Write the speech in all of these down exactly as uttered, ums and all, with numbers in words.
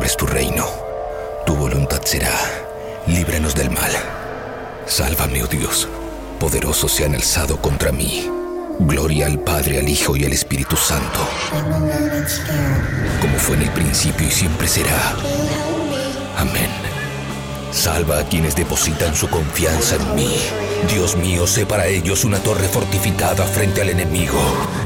es tu reino, tu voluntad será. Líbranos del mal. Sálvame, oh Dios. Poderosos se han alzado contra mí. Gloria al Padre, al Hijo y al Espíritu Santo, como fue en el principio y siempre será. Amén. Salva a quienes depositan su confianza en mí. Dios mío, sé para ellos una torre fortificada frente al enemigo.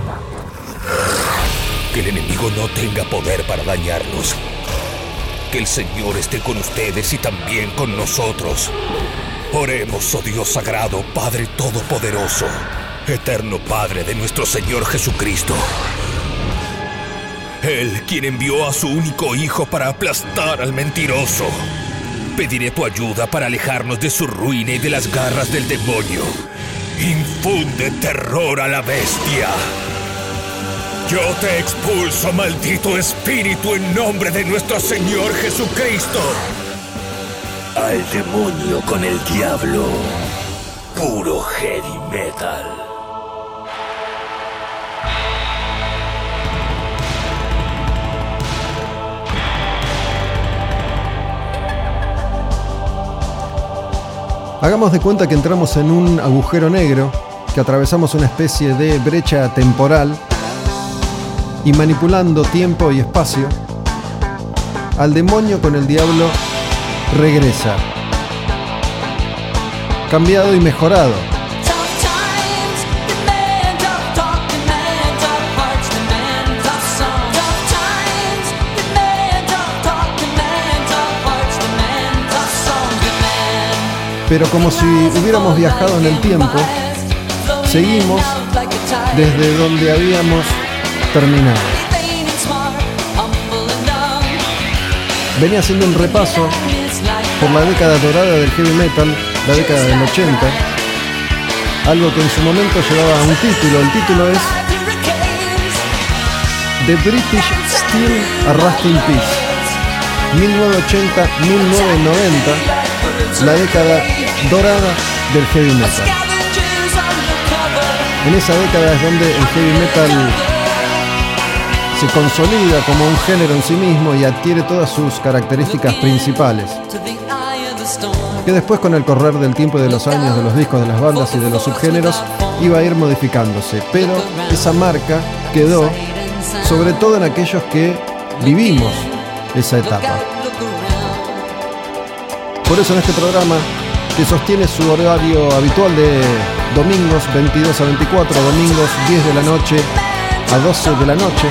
Que el enemigo no tenga poder para dañarlos. Que el Señor esté con ustedes y también con nosotros. Oremos, oh Dios sagrado, Padre todopoderoso, eterno Padre de nuestro Señor Jesucristo. Él, quien envió a su único Hijo para aplastar al mentiroso. Pediré tu ayuda para alejarnos de su ruina y de las garras del demonio. Infunde terror a la bestia. Yo te expulso, maldito espíritu, en nombre de nuestro Señor Jesucristo. Al demonio con el diablo. Puro heavy metal. Hagamos de cuenta que entramos en un agujero negro, que atravesamos una especie de brecha temporal y manipulando tiempo y espacio, al demonio con el diablo regresa, cambiado y mejorado. Pero como si hubiéramos viajado en el tiempo, seguimos desde donde habíamos terminado. Venía haciendo un repaso por la década dorada del heavy metal, la década del ochenta, algo que en su momento llevaba un título. El título es The British Steel a Rusting Peace, mil novecientos ochenta a mil novecientos noventa, la década dorada del heavy metal. En esa década es donde el heavy metal se consolida como un género en sí mismo y adquiere todas sus características principales, que después, con el correr del tiempo y de los años, de los discos, de las bandas y de los subgéneros, iba a ir modificándose, pero esa marca quedó sobre todo en aquellos que vivimos esa etapa. Por eso en este programa, que sostiene su horario habitual de domingos veintidós a veinticuatro, domingos diez de la noche a doce de la noche,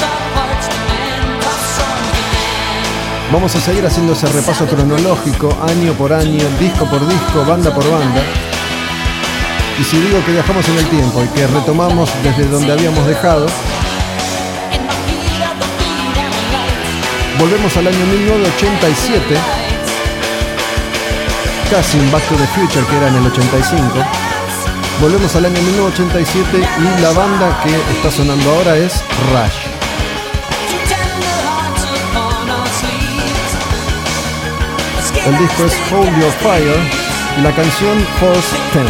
vamos a seguir haciendo ese repaso cronológico, año por año, disco por disco, banda por banda. Y si digo que viajamos en el tiempo y que retomamos desde donde habíamos dejado, volvemos al año mil novecientos ochenta y siete, casi un Back to the Future que era en el ochenta y cinco. Volvemos al año mil novecientos ochenta y siete y la banda que está sonando ahora es Rush. El disco es Hold Your Fire y la canción Force ten.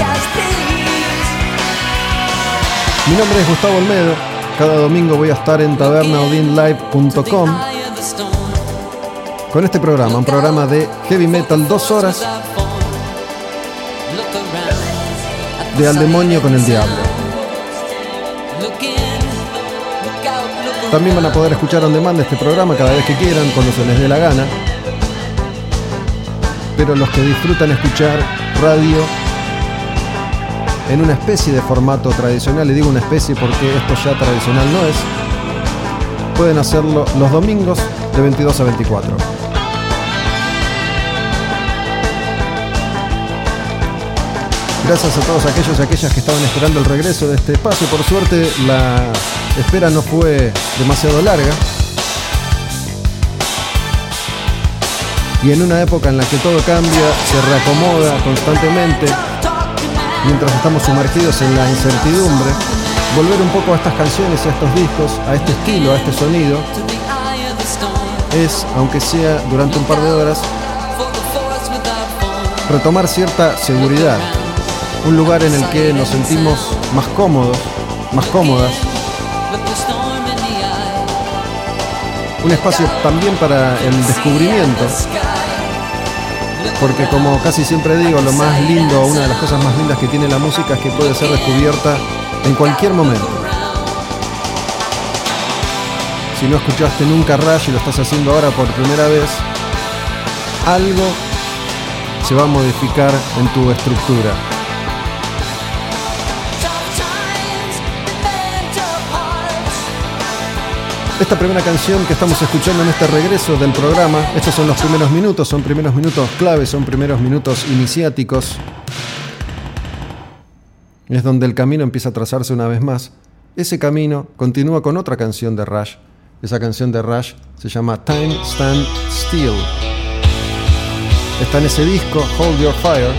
Mi nombre es Gustavo Olmedo. Cada domingo voy a estar en taberna odin live punto com con este programa, un programa de heavy metal, dos horas de Al Demonio con el Diablo. También van a poder escuchar on demand este programa cada vez que quieran, cuando se les dé la gana. Pero los que disfrutan escuchar radio en una especie de formato tradicional, y digo una especie porque esto ya tradicional no es, pueden hacerlo los domingos de veintidós a veinticuatro. Gracias a todos aquellos y aquellas que estaban esperando el regreso de este espacio. Por suerte la espera no fue demasiado larga. Y en una época en la que todo cambia, se reacomoda constantemente, mientras estamos sumergidos en la incertidumbre, volver un poco a estas canciones, a estos discos, a este estilo, a este sonido, es, aunque sea durante un par de horas, retomar cierta seguridad, un lugar en el que nos sentimos más cómodos, más cómodas, Un espacio también para el descubrimiento, porque como casi siempre digo, lo más lindo, una de las cosas más lindas que tiene la música es que puede ser descubierta en cualquier momento. Si no escuchaste nunca Rush y lo estás haciendo ahora por primera vez, algo se va a modificar en tu estructura. Esta primera canción que estamos escuchando en este regreso del programa, estos son los primeros minutos, son primeros minutos claves, son primeros minutos iniciáticos. Es donde el camino empieza a trazarse una vez más. Ese camino continúa con otra canción de Rush. Esa canción de Rush se llama Time Stand Still. Está en ese disco, Hold Your Fire.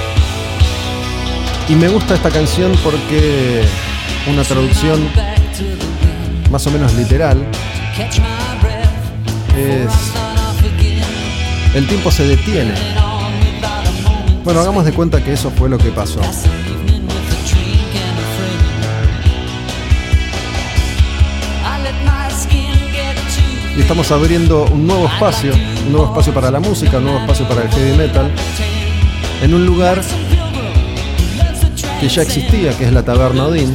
Y me gusta esta canción porque una traducción más o menos literal es: el tiempo se detiene. Bueno, hagamos de cuenta que eso fue lo que pasó. Y estamos abriendo un nuevo espacio, un nuevo espacio para la música, un nuevo espacio para el heavy metal, en un lugar que ya existía, que es la Taberna Odín,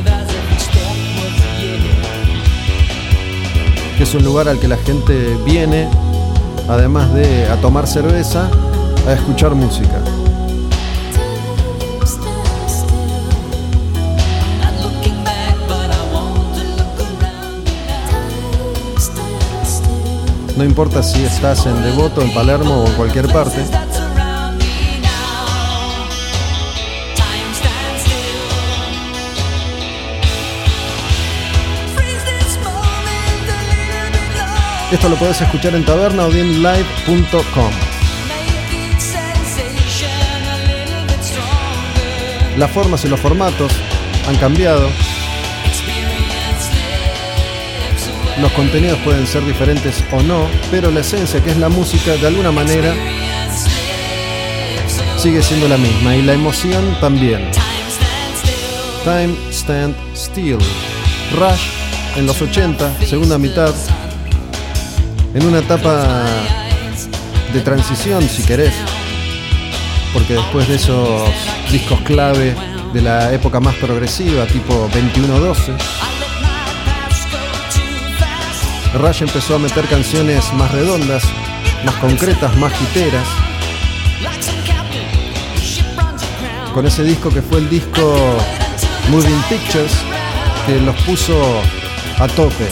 que es un lugar al que la gente viene, además de a tomar cerveza, a escuchar música. No importa si estás en Devoto, en Palermo o en cualquier parte. Esto lo podés escuchar en taberna odin live punto com. Las formas y los formatos han cambiado. Los contenidos pueden ser diferentes o no, pero la esencia, que es la música, de alguna manera sigue siendo la misma, y la emoción también. Time Stand Still. Rush en los ochenta, segunda mitad, en una etapa de transición, si querés, porque después de esos discos clave de la época más progresiva, tipo veintiuno doce, Rush empezó a meter canciones más redondas, más concretas, más hiteras, con ese disco que fue el disco Moving Pictures, que los puso a tope.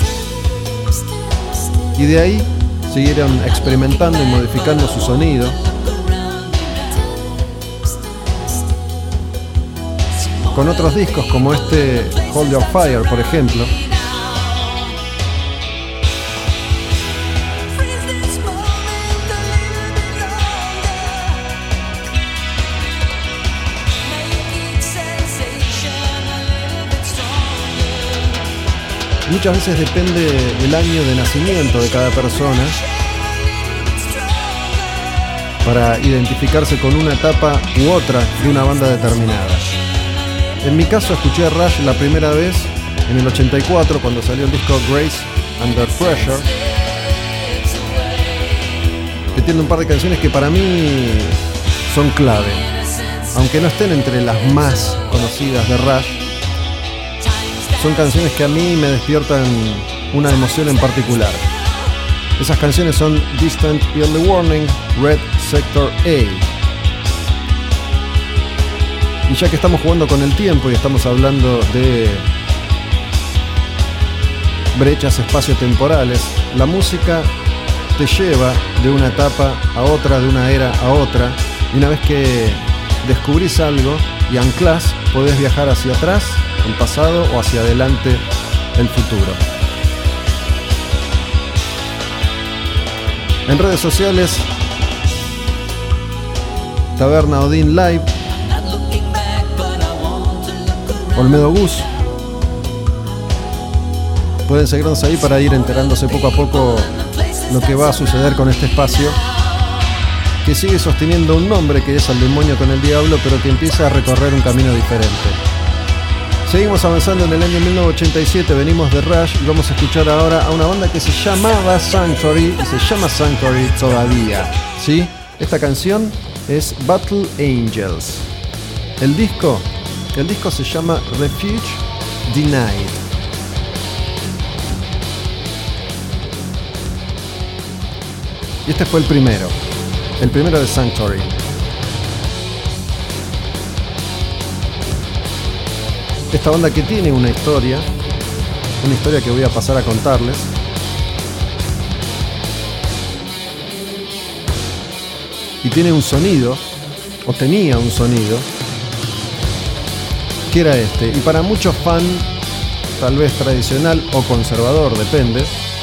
Y de ahí siguieron experimentando y modificando su sonido. Con otros discos como este Hold Your Fire, por ejemplo. Muchas veces depende el año de nacimiento de cada persona para identificarse con una etapa u otra de una banda determinada. En mi caso escuché a Rush la primera vez en el ochenta y cuatro, cuando salió el disco Grace Under Pressure, que tiene un par de canciones que para mí son clave, aunque no estén entre las más conocidas de Rush. Son canciones que a mí me despiertan una emoción en particular. Esas canciones son Distant Early Warning, Red Sector A. Y ya que estamos jugando con el tiempo y estamos hablando de brechas espaciotemporales, la música te lleva de una etapa a otra, de una era a otra, y una vez que descubrís algo y anclás, podés viajar hacia atrás, el pasado, o hacia adelante, el futuro. En redes sociales, Taberna Odín Live, Olmedo Gus. Pueden seguirnos ahí para ir enterándose poco a poco lo que va a suceder con este espacio, que sigue sosteniendo un nombre que es Al Demonio con el Diablo, pero que empieza a recorrer un camino diferente. Seguimos avanzando en el año mil novecientos ochenta y siete, venimos de Rush y vamos a escuchar ahora a una banda que se llamaba Sanctuary y se llama Sanctuary todavía, ¿sí? Esta canción es Battle Angels. El disco, el disco se llama Refuge Denied. Y este fue el primero, el primero de Sanctuary. Esta banda que tiene una historia, una historia que voy a pasar a contarles. Y tiene un sonido, o tenía un sonido, que era este. Y para muchos fan, tal vez tradicional o conservador, depende,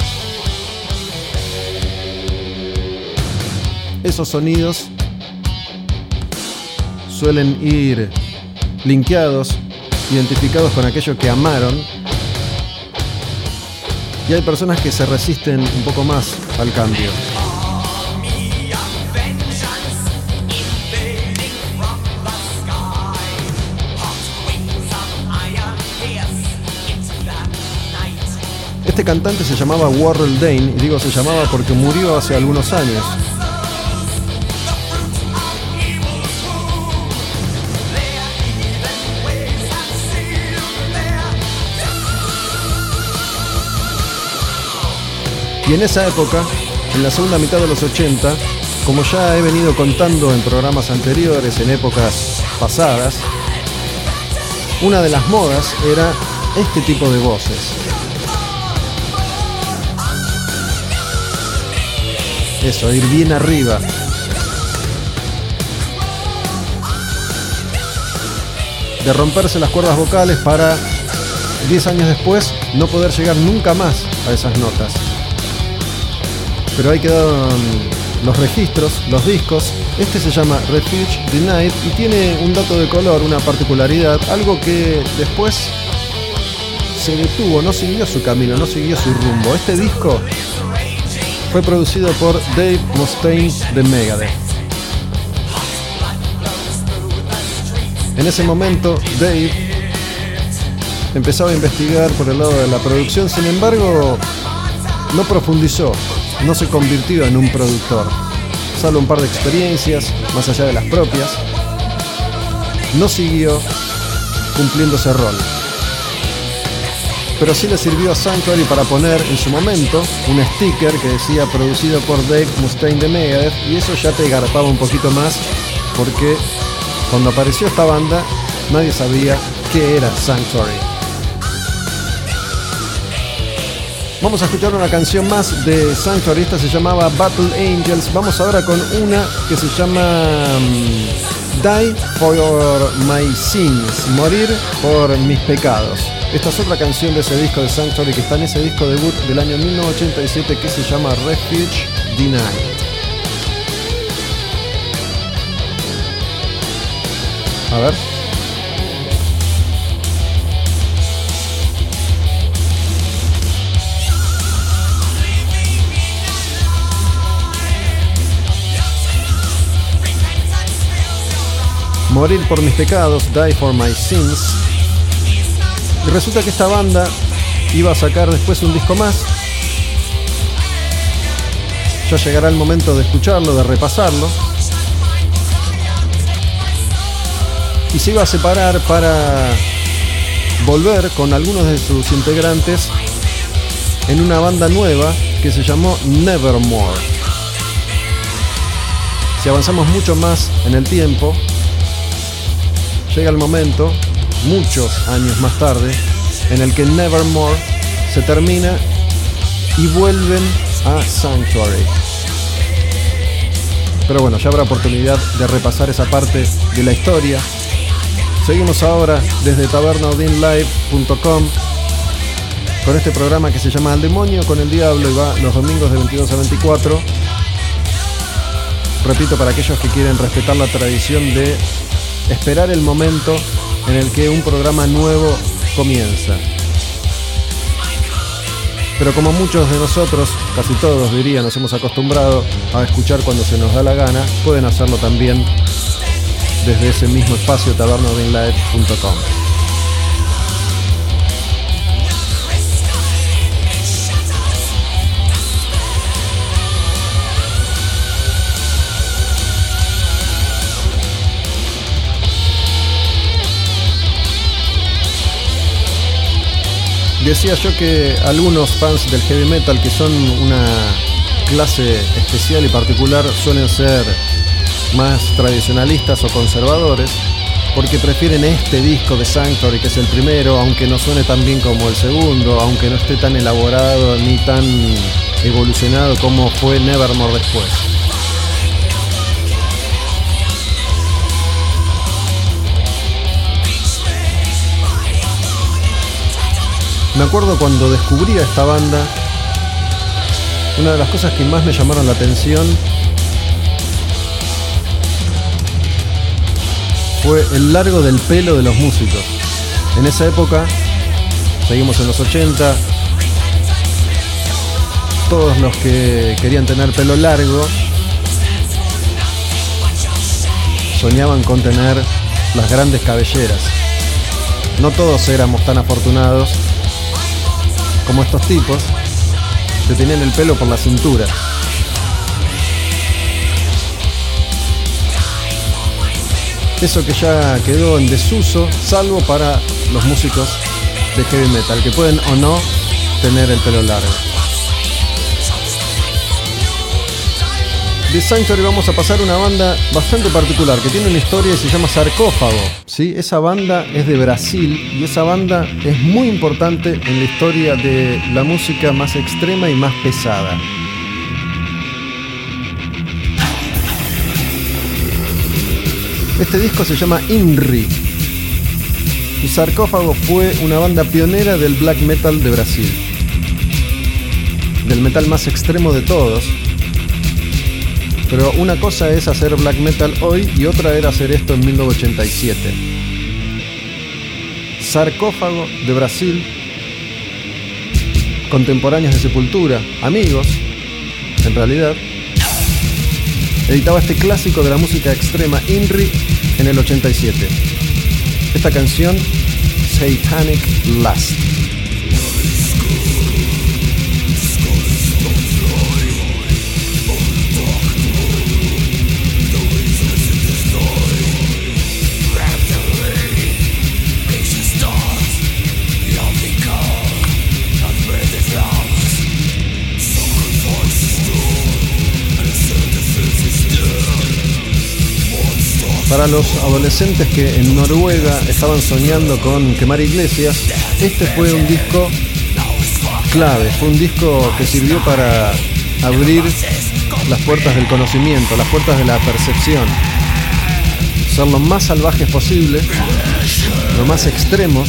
esos sonidos suelen ir linkeados, identificados con aquello que amaron, y hay personas que se resisten un poco más al cambio. Este cantante se llamaba Warrell Dane, y digo se llamaba porque murió hace algunos años. Y en esa época, en la segunda mitad de los ochenta, como ya he venido contando en programas anteriores, en épocas pasadas, una de las modas era este tipo de voces. Eso, ir bien arriba. De romperse las cuerdas vocales para diez años después no poder llegar nunca más a esas notas. Pero ahí quedaron los registros, los discos. Este se llama Refuge Denied y tiene un dato de color, una particularidad, algo que después se detuvo, no siguió su camino, no siguió su rumbo. Este disco fue producido por Dave Mustaine de Megadeth. En ese momento Dave empezaba a investigar por el lado de la producción, sin embargo no profundizó. No se convirtió en un productor, salvo un par de experiencias, más allá de las propias. No siguió cumpliendo ese rol. Pero sí le sirvió a Sanctuary para poner en su momento un sticker que decía producido por Dave Mustaine de Megadeth, y eso ya te garpaba un poquito más, porque cuando apareció esta banda nadie sabía qué era Sanctuary. Vamos a escuchar una canción más de Sanctuary. Esta se llamaba Battle Angels. Vamos ahora con una que se llama um, Die for My Sins, morir por mis pecados. Esta es otra canción de ese disco de Sanctuary que está en ese disco debut del año mil novecientos ochenta y siete que se llama Refuge Denied. A ver. Morir por mis pecados, Die for My Sins. Y resulta que esta banda iba a sacar después un disco más. Ya llegará el momento de escucharlo, de repasarlo. Y se iba a separar para volver con algunos de sus integrantes en una banda nueva que se llamó Nevermore. Si avanzamos mucho más en el tiempo, llega el momento, muchos años más tarde, en el que Nevermore se termina y vuelven a Sanctuary. Pero bueno, ya habrá oportunidad de repasar esa parte de la historia. Seguimos ahora desde taberna odin live punto com con este programa que se llama Al Demonio con el Diablo y va los domingos de veintidós a veinticuatro. Repito, para aquellos que quieren respetar la tradición de esperar el momento en el que un programa nuevo comienza. Pero como muchos de nosotros, casi todos diría, nos hemos acostumbrado a escuchar cuando se nos da la gana, pueden hacerlo también desde ese mismo espacio taberna odin live punto com. Decía yo que algunos fans del heavy metal, que son una clase especial y particular, suelen ser más tradicionalistas o conservadores, porque prefieren este disco de Sanctuary, que es el primero, aunque no suene tan bien como el segundo, aunque no esté tan elaborado ni tan evolucionado como fue Nevermore después. Me acuerdo cuando descubrí a esta banda, una de las cosas que más me llamaron la atención fue el largo del pelo de los músicos. En esa época, seguimos en los ochenta, todos los que querían tener pelo largo soñaban con tener las grandes cabelleras. No todos éramos tan afortunados como estos tipos que tenían el pelo por la cintura. Eso que ya quedó en desuso, salvo para los músicos de heavy metal, que pueden o no tener el pelo largo. De Sanctuary vamos a pasar a una banda bastante particular que tiene una historia y se llama Sarcófago, ¿sí? Esa banda es de Brasil y esa banda es muy importante en la historia de la música más extrema y más pesada. Este disco se llama INRI y Sarcófago fue una banda pionera del black metal de Brasil, del metal más extremo de todos. Pero una cosa es hacer black metal hoy y otra era hacer esto en mil novecientos ochenta y siete. Sarcófago de Brasil, contemporáneos de Sepultura, amigos, en realidad, editaba este clásico de la música extrema, INRI, en el ochenta y siete. Esta canción, Satanic Lust. Para los adolescentes que en Noruega estaban soñando con quemar iglesias, este fue un disco clave, fue un disco que sirvió para abrir las puertas del conocimiento, las puertas de la percepción, ser lo más salvajes posible, lo más extremos,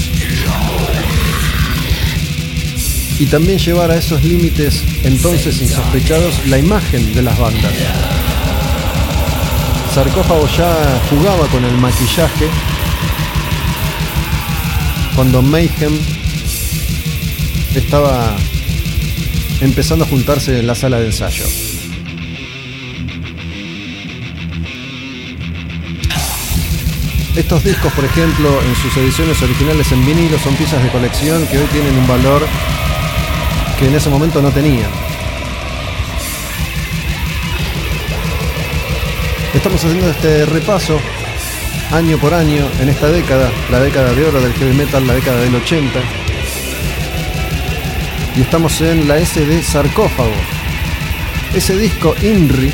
y también llevar a esos límites entonces insospechados la imagen de las bandas. Sarcófago ya jugaba con el maquillaje cuando Mayhem estaba empezando a juntarse en la sala de ensayo. Estos discos, por ejemplo, en sus ediciones originales en vinilo, son piezas de colección que hoy tienen un valor que en ese momento no tenían. Estamos haciendo este repaso año por año en esta década, la década de oro del heavy metal, la década del ochenta, y estamos en la S de Sarcófago. Ese disco INRI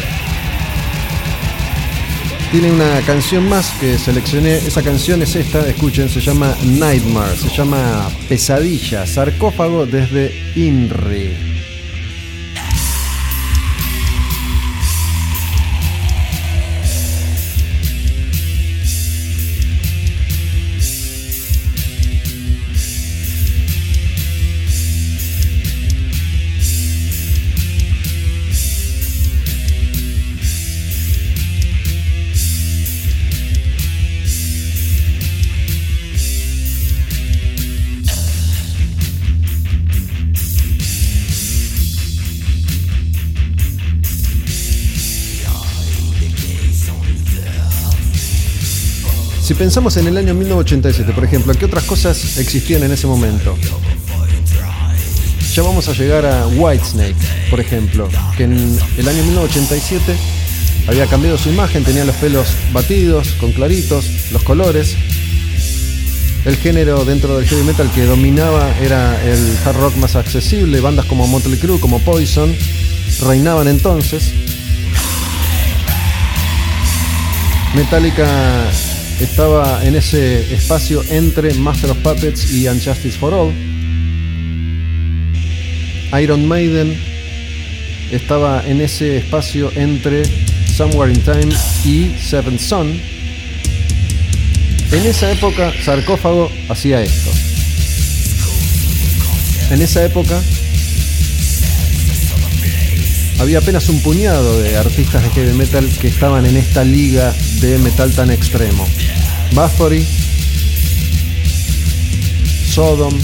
tiene una canción más que seleccioné. Esa canción es esta, escuchen, se llama Nightmare, se llama Pesadilla. Sarcófago desde INRI. Si pensamos en el año mil novecientos ochenta y siete, por ejemplo, ¿qué otras cosas existían en ese momento? Ya vamos a llegar a Whitesnake, por ejemplo, que en el año mil novecientos ochenta y siete había cambiado su imagen, tenía los pelos batidos, con claritos, los colores. El género dentro del heavy metal que dominaba era el hard rock más accesible. Bandas como Motley Crue, como Poison, reinaban entonces. Metallica estaba en ese espacio entre Master of Puppets y Unjustice for All. Iron Maiden estaba en ese espacio entre Somewhere in Time y Seventh Son. En esa época, Sarcófago hacía esto. En esa época había apenas un puñado de artistas de heavy metal que estaban en esta liga de metal tan extremo. Bathory, Sodom,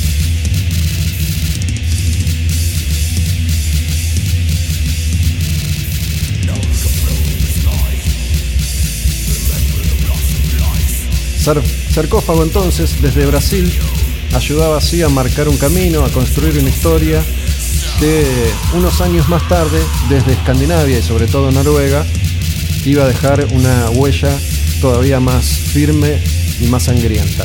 Sar- Sarcófago entonces, desde Brasil, ayudaba así a marcar un camino, a construir una historia que unos años más tarde, desde Escandinavia y sobre todo Noruega, iba a dejar una huella todavía más firme y más sangrienta.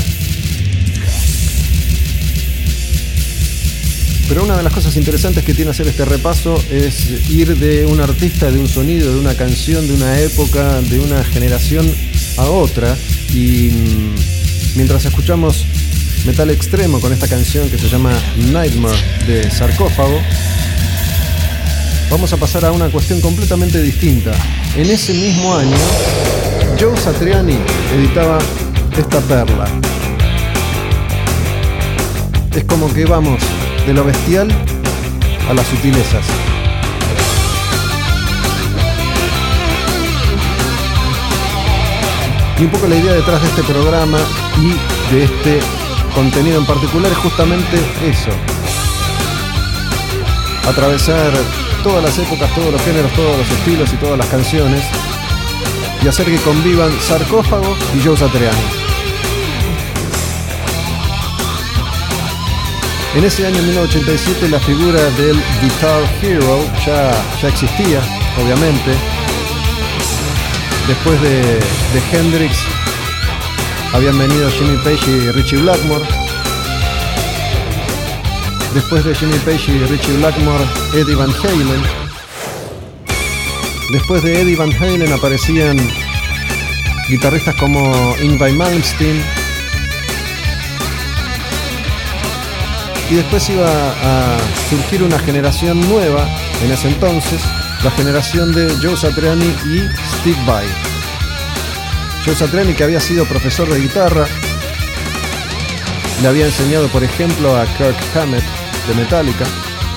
Pero una de las cosas interesantes que tiene hacer este repaso es ir de un artista, de un sonido, de una canción, de una época, de una generación a otra. Y mientras escuchamos metal extremo con esta canción que se llama Nightmare de Sarcófago, vamos a pasar a una cuestión completamente distinta. En ese mismo año, Joe Satriani editaba esta perla. Es como que vamos de lo bestial a las sutilezas. Y un poco la idea detrás de este programa y de este contenido en particular es justamente eso: atravesar todas las épocas, todos los géneros, todos los estilos y todas las canciones, y hacer que convivan Sarcófago y Joe Satriani. En ese año mil novecientos ochenta y siete la figura del Guitar Hero ya, ya existía, obviamente. Después de, de Hendrix habían venido Jimmy Page y Richie Blackmore. Después de Jimmy Page y Richie Blackmore, Eddie Van Halen. Después de Eddie Van Halen aparecían guitarristas como Yngwie Malmsteen. Y después iba a surgir una generación nueva en ese entonces, la generación de Joe Satriani y Steve Vai. Joe Satriani, que había sido profesor de guitarra, le había enseñado, por ejemplo, a Kirk Hammett de Metallica.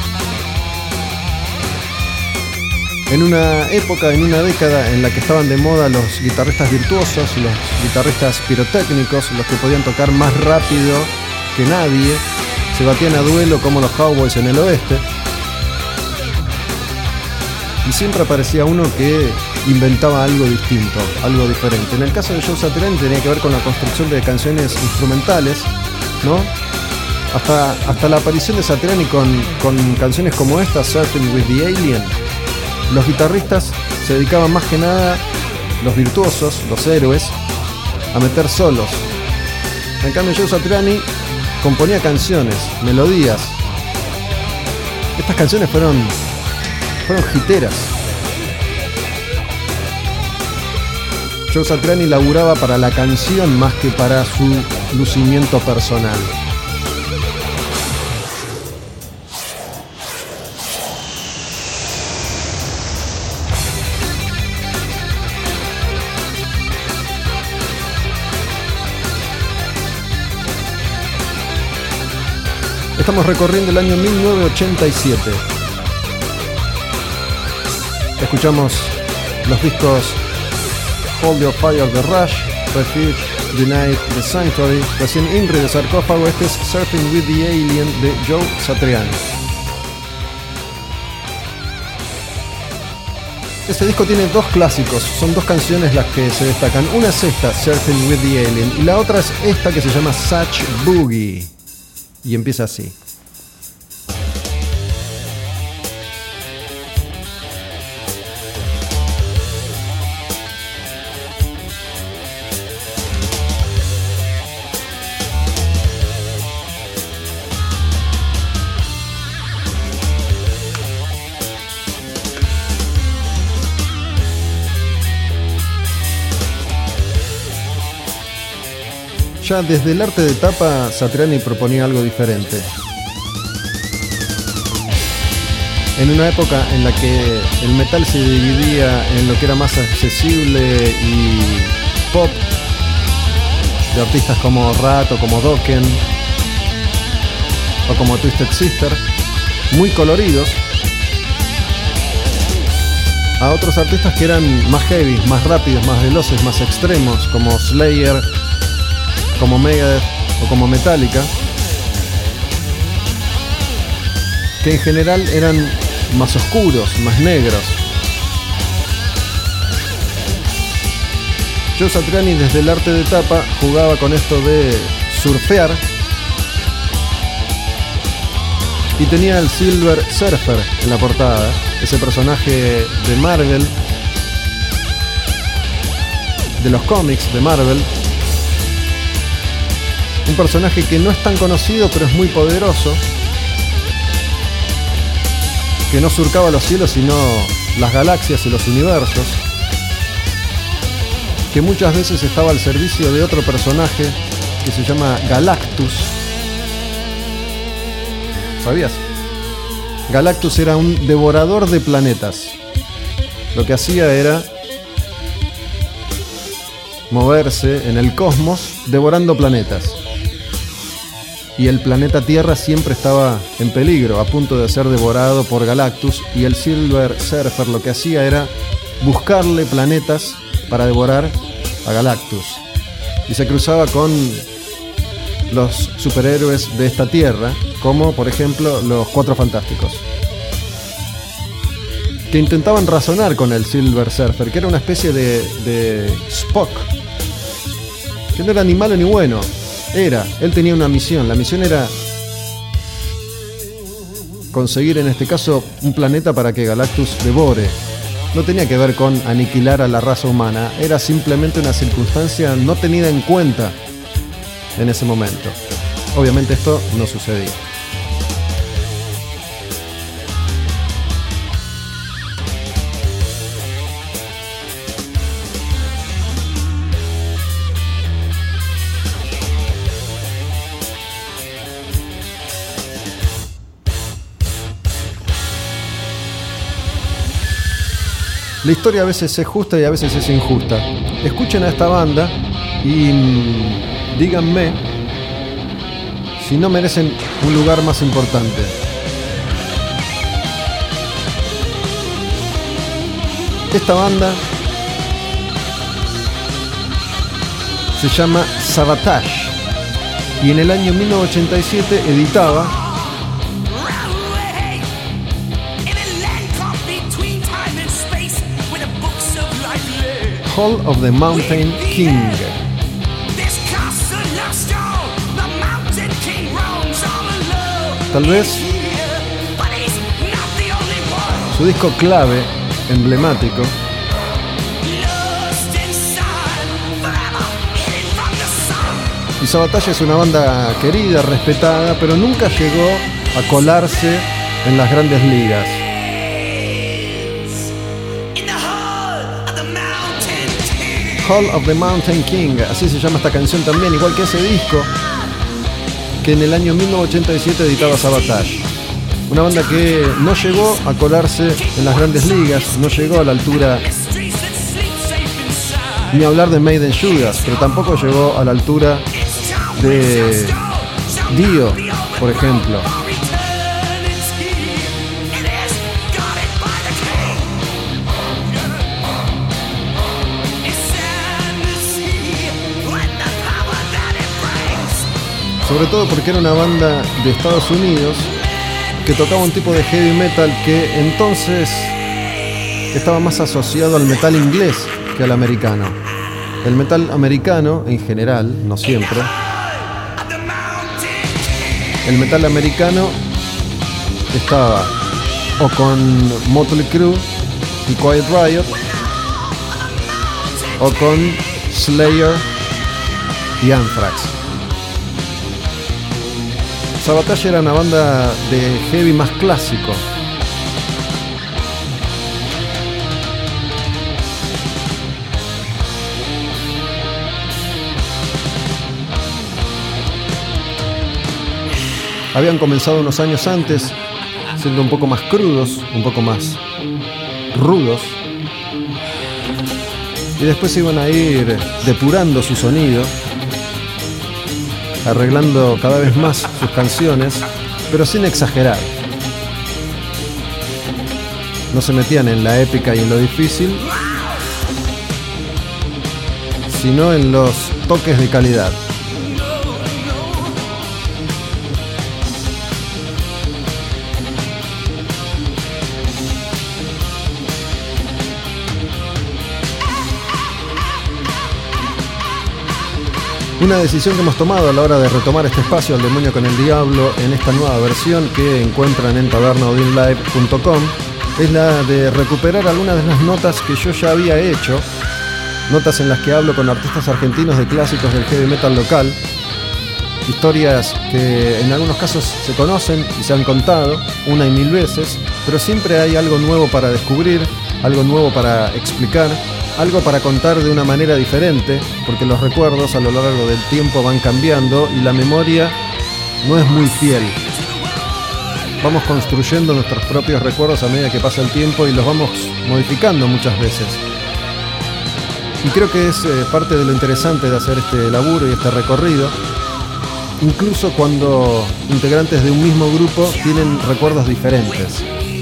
En una época, en una década en la que estaban de moda los guitarristas virtuosos, los guitarristas pirotécnicos, los que podían tocar más rápido que nadie, se batían a duelo como los Cowboys en el oeste. Y siempre aparecía uno que inventaba algo distinto, algo diferente. En el caso de Joe Satriani tenía que ver con la construcción de canciones instrumentales, ¿no? Hasta, hasta la aparición de Satriani con, con canciones como esta, Surfing with the Alien, los guitarristas se dedicaban más que nada, los virtuosos, los héroes, a meter solos. En cambio Joe Satriani componía canciones, melodías. Estas canciones fueron fueron hiteras. Joe Satriani laburaba para la canción más que para su lucimiento personal. Estamos recorriendo el año mil novecientos ochenta y siete. Escuchamos los discos Hold Your Fire de Rush, Refuge, Denied de Sanctuary, recién Inri de Sarcófago. Este es Surfing with the Alien de Joe Satriani. Este disco tiene dos clásicos, son dos canciones las que se destacan. Una es esta, Surfing with the Alien, y la otra es esta que se llama Such Boogie. Y empieza así. Ya desde el arte de tapa, Satriani proponía algo diferente. En una época en la que el metal se dividía en lo que era más accesible y pop, de artistas como Rat o como Dokken o como Twisted Sister, muy coloridos, a otros artistas que eran más heavy, más rápidos, más veloces, más extremos, como Slayer, como Megadeth o como Metallica, que en general eran más oscuros, más negros. Joe Satriani desde el arte de tapa jugaba con esto de surfear y tenía el Silver Surfer en la portada, ese personaje de Marvel, de los cómics de Marvel, un personaje que no es tan conocido pero es muy poderoso, que no surcaba los cielos sino las galaxias y los universos, que muchas veces estaba al servicio de otro personaje que se llama Galactus. ¿Sabías? Galactus era un devorador de planetas. Lo que hacía era moverse en el cosmos devorando planetas. Y el planeta Tierra siempre estaba en peligro, a punto de ser devorado por Galactus, y el Silver Surfer lo que hacía era buscarle planetas para devorar a Galactus. Y se cruzaba con los superhéroes de esta Tierra, como por ejemplo los Cuatro Fantásticos, que intentaban razonar con el Silver Surfer, que era una especie de, de Spock, que no era ni malo ni bueno. Era, él tenía una misión, la misión era conseguir en este caso un planeta para que Galactus devore. No tenía que ver con aniquilar a la raza humana, era simplemente una circunstancia no tenida en cuenta en ese momento. Obviamente esto no sucedía. La historia a veces es justa y a veces es injusta. Escuchen a esta banda y mmm, díganme si no merecen un lugar más importante. Esta banda se llama Savatage y en el año mil novecientos ochenta y siete editaba Hall of the Mountain King. Tal vez su disco clave, emblemático, y Savatage es una banda querida, respetada, pero nunca llegó a colarse en las grandes ligas. Hall of the Mountain King, así se llama esta canción también, igual que ese disco que en el año mil novecientos ochenta y siete editaba Savatage. Una banda que no llegó a colarse en las grandes ligas, no llegó a la altura, ni a hablar de Made in Judas, pero tampoco llegó a la altura de Dio, por ejemplo. Sobre todo porque era una banda de Estados Unidos que tocaba un tipo de heavy metal que entonces estaba más asociado al metal inglés que al americano. El metal americano, en general, no siempre, el metal americano estaba o con Motley Crue y Quiet Riot o con Slayer y Anthrax. Savatage era una banda de heavy más clásico. habían comenzado unos años antes, siendo un poco más crudos, un poco más rudos, y después iban a ir depurando su sonido, arreglando cada vez más sus canciones, pero sin exagerar. No se metían en la épica y en lo difícil, sino en los toques de calidad. Una decisión que hemos tomado a la hora de retomar este espacio al demonio con el diablo en esta nueva versión que encuentran en taberna odin live punto com es la de recuperar algunas de las notas que yo ya había hecho, notas en las que hablo con artistas argentinos de clásicos del heavy metal local, historias que en algunos casos se conocen y se han contado una y mil veces, pero siempre hay algo nuevo para descubrir, algo nuevo para explicar, algo para contar de una manera diferente, porque los recuerdos a lo largo del tiempo van cambiando y la memoria no es muy fiel. Vamos construyendo nuestros propios recuerdos a medida que pasa el tiempo y los vamos modificando muchas veces. Y creo que es eh, parte de lo interesante de hacer este laburo y este recorrido, incluso cuando integrantes de un mismo grupo tienen recuerdos diferentes.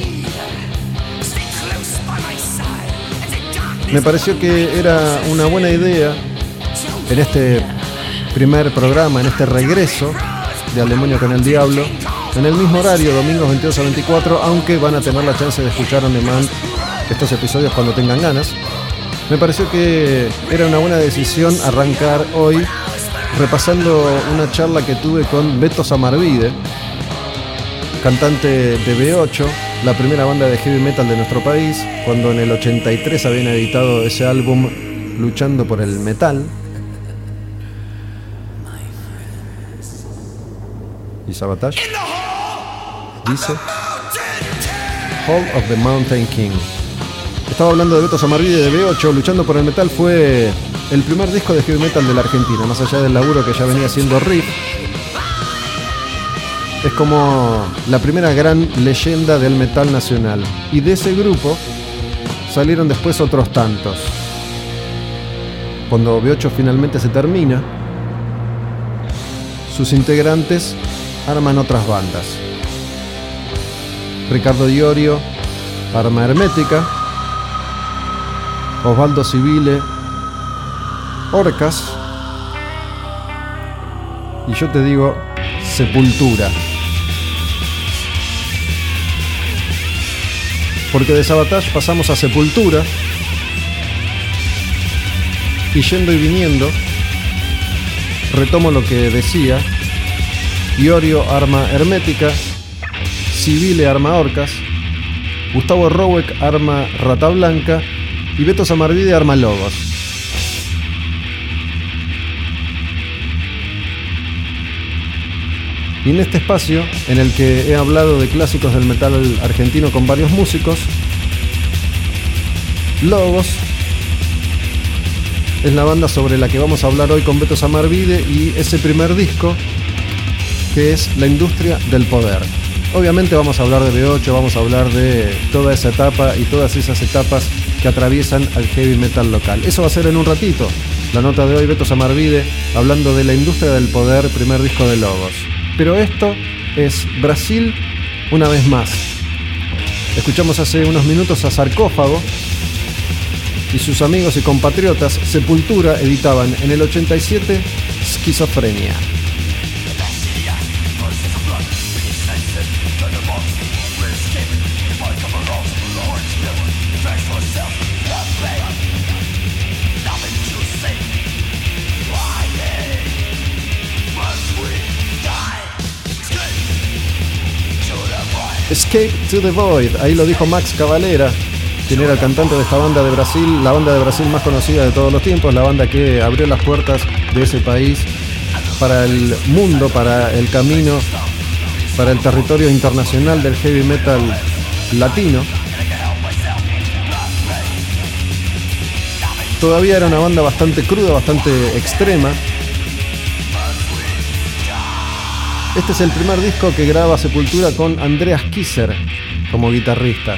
Me pareció que era una buena idea en este primer programa, en este regreso de Al Demonio con el Diablo, en el mismo horario, domingos veintidós a veinticuatro, aunque van a tener la chance de escuchar on demand estos episodios cuando tengan ganas. Me pareció que era una buena decisión arrancar hoy repasando una charla que tuve con Beto Samarvide, cantante de B ocho, la primera banda de heavy metal de nuestro país, cuando en el ochenta y tres habían editado ese álbum Luchando por el Metal. Y Sabotage dice Hall of the Mountain King. Estaba hablando de Beto Samarvide de B ocho. Luchando por el Metal fue el primer disco de heavy metal de la Argentina, más allá del laburo que ya venía haciendo Riff. Es como la primera gran leyenda del metal nacional. Y de ese grupo salieron después otros tantos. Cuando B ocho finalmente se termina, sus integrantes arman otras bandas. Ricardo Iorio, Arma Hermética, Osvaldo Civile, Orcas, y yo te digo, Sepultura. Porque de Sabotage pasamos a Sepultura, y yendo y viniendo, retomo lo que decía: Iorio, Arma Hermética; Civile, Arma Orcas; Gustavo Roweck, Arma Rata Blanca; y Beto Samarvide, Arma Logos. Y en este espacio, en el que he hablado de clásicos del metal argentino con varios músicos, Logos es la banda sobre la que vamos a hablar hoy con Beto Samarvide, y ese primer disco que es La Industria del Poder. Obviamente vamos a hablar de B ocho, vamos a hablar de toda esa etapa y todas esas etapas que atraviesan al heavy metal local. Eso va a ser en un ratito. La nota de hoy, Beto Samarvide hablando de La Industria del Poder, primer disco de Logos. Pero esto es Brasil una vez más. Escuchamos hace unos minutos a Sarcófago y sus amigos y compatriotas Sepultura editaban en el ochenta y siete Esquizofrenia. Escape to the Void, ahí lo dijo Max Cavalera, quien era el cantante de esta banda de Brasil, la banda de Brasil más conocida de todos los tiempos, la banda que abrió las puertas de ese país para el mundo, para el camino, para el territorio internacional del heavy metal latino. Todavía era una banda bastante cruda, bastante extrema, Este es el primer disco que graba Sepultura con Andreas Kisser como guitarrista.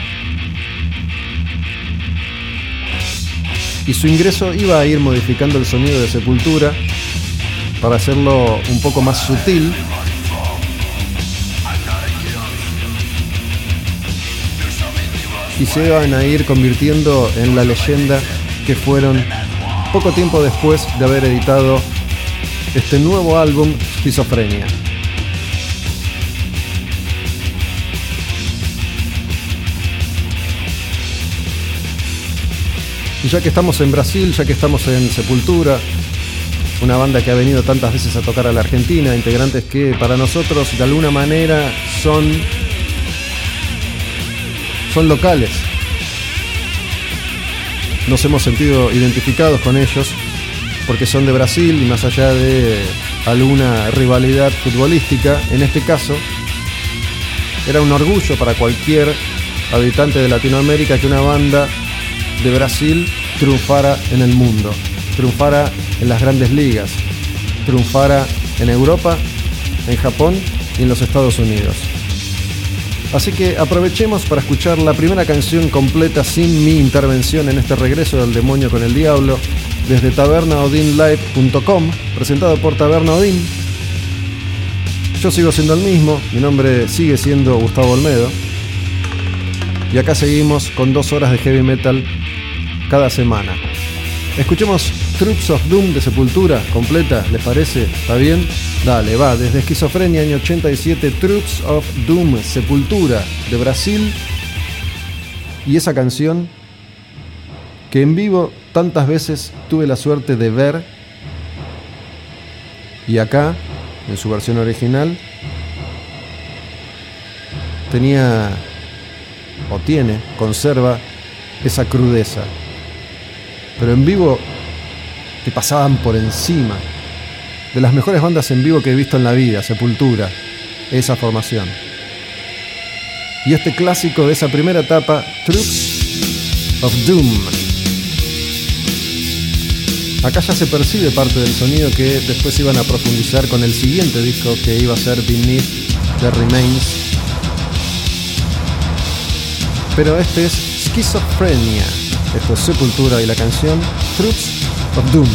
Y su ingreso iba a ir modificando el sonido de Sepultura para hacerlo un poco más sutil. Y se iban a ir convirtiendo en la leyenda que fueron poco tiempo después de haber editado este nuevo álbum, Schizophrenia. Y ya que estamos en Brasil, ya que estamos en Sepultura, una banda que ha venido tantas veces a tocar a la Argentina, integrantes que para nosotros de alguna manera son, son locales. Nos hemos sentido identificados con ellos porque son de Brasil y más allá de alguna rivalidad futbolística, en este caso, era un orgullo para cualquier habitante de Latinoamérica que una banda de Brasil triunfara en el mundo, triunfara en las grandes ligas, triunfara en Europa, en Japón y en los Estados Unidos. Así que aprovechemos para escuchar la primera canción completa sin mi intervención en este regreso del demonio con el diablo desde taberna odin live punto com, presentado por Taberna Odin. Yo sigo siendo el mismo, mi nombre sigue siendo Gustavo Olmedo y acá seguimos con dos horas de heavy metal cada semana. Escuchemos Troops of Doom de Sepultura completa, ¿les parece? ¿Está bien? Dale, va, desde Schizophrenia año ochenta y siete, Troops of Doom, Sepultura de Brasil. Y esa canción que en vivo tantas veces tuve la suerte de ver, y acá, en su versión original, tenía, o tiene, conserva esa crudeza. Pero en vivo te pasaban por encima. De las mejores bandas en vivo que he visto en la vida, Sepultura, esa formación. Y este clásico de esa primera etapa, Troops of Doom. Acá ya se percibe parte del sonido que después iban a profundizar con el siguiente disco que iba a ser Beneath the Remains. Pero este es Schizophrenia. Esto es Sepultura y la canción Troops of Doom.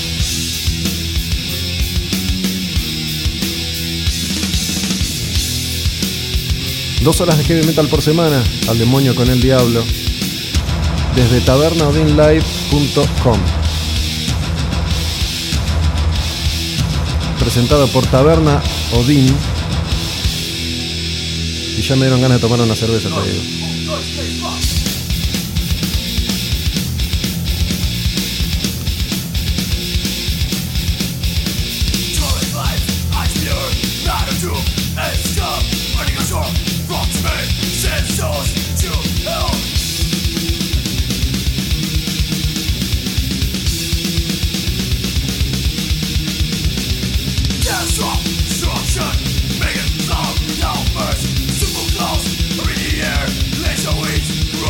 Dos horas de heavy metal por semana, al demonio con el diablo, desde taberna odin live punto com. Presentado por Taberna Odin. Y ya me dieron ganas de tomar una cerveza, te digo. Make it loud, down first. Simple close, are in the air. Laser weeds.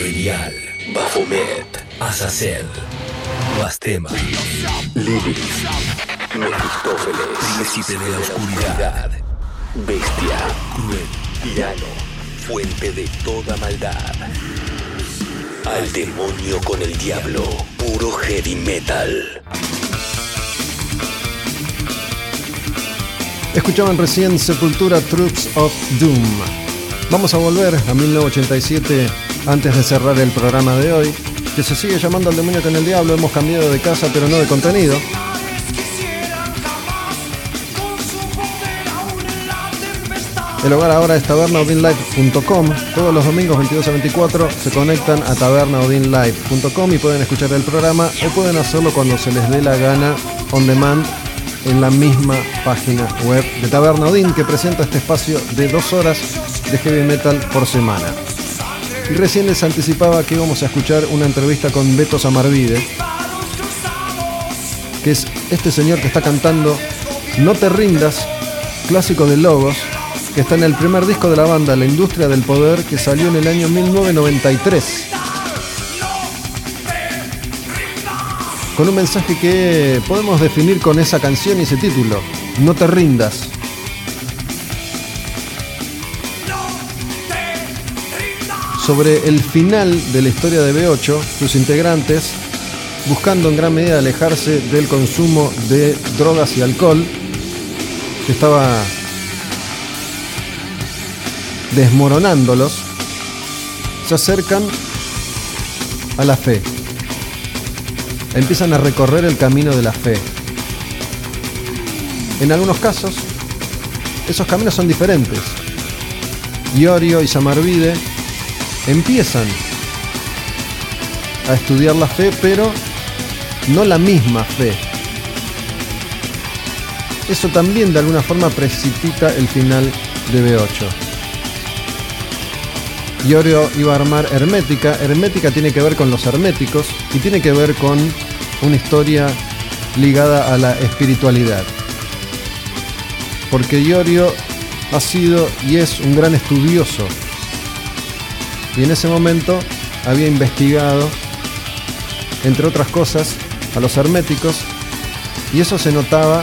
Belial, Baphomet, Azazel, Bastema, Lilith, Mefistófeles, Príncipe de la Oscuridad, Bestia, Cruel, Tirano, Fuente de toda maldad. Al demonio con el diablo, puro heavy metal. Escuchaban recién Sepultura, Troops of Doom. Vamos a volver a mil novecientos ochenta y siete antes de cerrar el programa de hoy, que se sigue llamando Al demonio con el diablo. Hemos cambiado de casa, pero no de contenido. El hogar ahora es taberna odin live punto com. Todos los domingos veintidós a veinticuatro se conectan a taberna odin live punto com y pueden escuchar el programa, o pueden hacerlo cuando se les dé la gana on demand en la misma página web de Taberna Odin, que presenta este espacio de dos horas de heavy metal por semana. Y recién les anticipaba que íbamos a escuchar una entrevista con Beto Samarvide, que es este señor que está cantando No te rindas, clásico de Logos, que está en el primer disco de la banda, La Industria del Poder, que salió en el año mil novecientos noventa y tres. Con un mensaje que podemos definir con esa canción y ese título, No te rindas. Sobre el final de la historia de B ocho, sus integrantes, buscando en gran medida alejarse del consumo de drogas y alcohol, que estaba desmoronándolos, se acercan a la fe. Empiezan a recorrer el camino de la fe. En algunos casos, esos caminos son diferentes. Iorio y Samarvide empiezan a estudiar la fe, pero no la misma fe. Eso también de alguna forma precipita el final de B ocho. Iorio iba a armar Hermética. Hermética tiene que ver con los herméticos y tiene que ver con una historia ligada a la espiritualidad. Porque Iorio ha sido y es un gran estudioso. Y en ese momento había investigado, entre otras cosas, a los herméticos. Y eso se notaba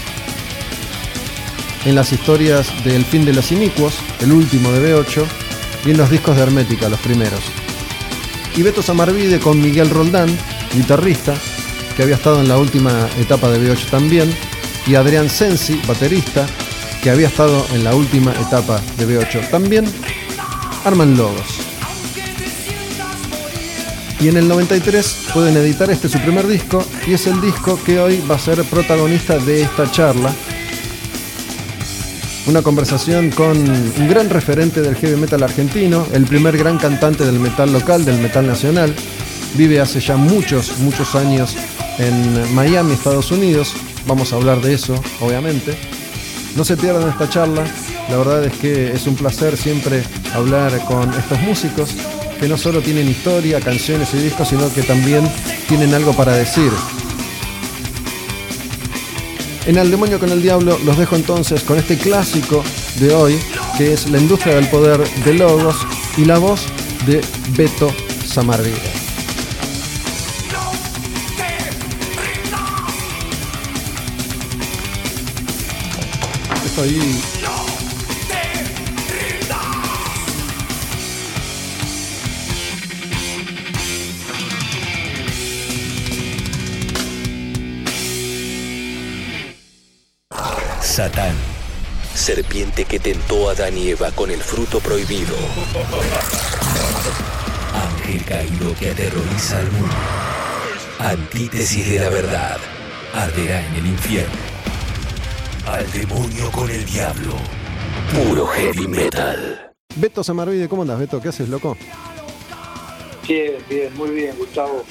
en las historias del Fin de los Inicuos, el último de B ocho, y en los discos de Hermética, los primeros. Y Beto Samarvide con Miguel Roldán, guitarrista, que había estado en la última etapa de B ocho también, y Adrián Sensi, baterista, que había estado en la última etapa de B ocho también, arman Logos. Y en el noventa y tres pueden editar este su primer disco, y es el disco que hoy va a ser protagonista de esta charla. Una conversación con un gran referente del heavy metal argentino, el primer gran cantante del metal local, del metal nacional. Vive hace ya muchos, muchos años en Miami, Estados Unidos. Vamos a hablar de eso, obviamente. No se pierdan esta charla. La verdad es que es un placer siempre hablar con estos músicos que no solo tienen historia, canciones y discos, sino que también tienen algo para decir. En Al demonio con el diablo los dejo entonces con este clásico de hoy, que es La Industria del Poder de Logos, y la voz de Beto Samarvide. Esto ahí... Satán, serpiente que tentó a Adán y Eva con el fruto prohibido. Ángel caído que aterroriza al mundo. Antítesis de la verdad, arderá en el infierno. Al demonio con el diablo, puro heavy metal. Beto Samarvide, ¿cómo andas, Beto? ¿Qué haces, loco? Bien, bien, muy bien, Gustavo.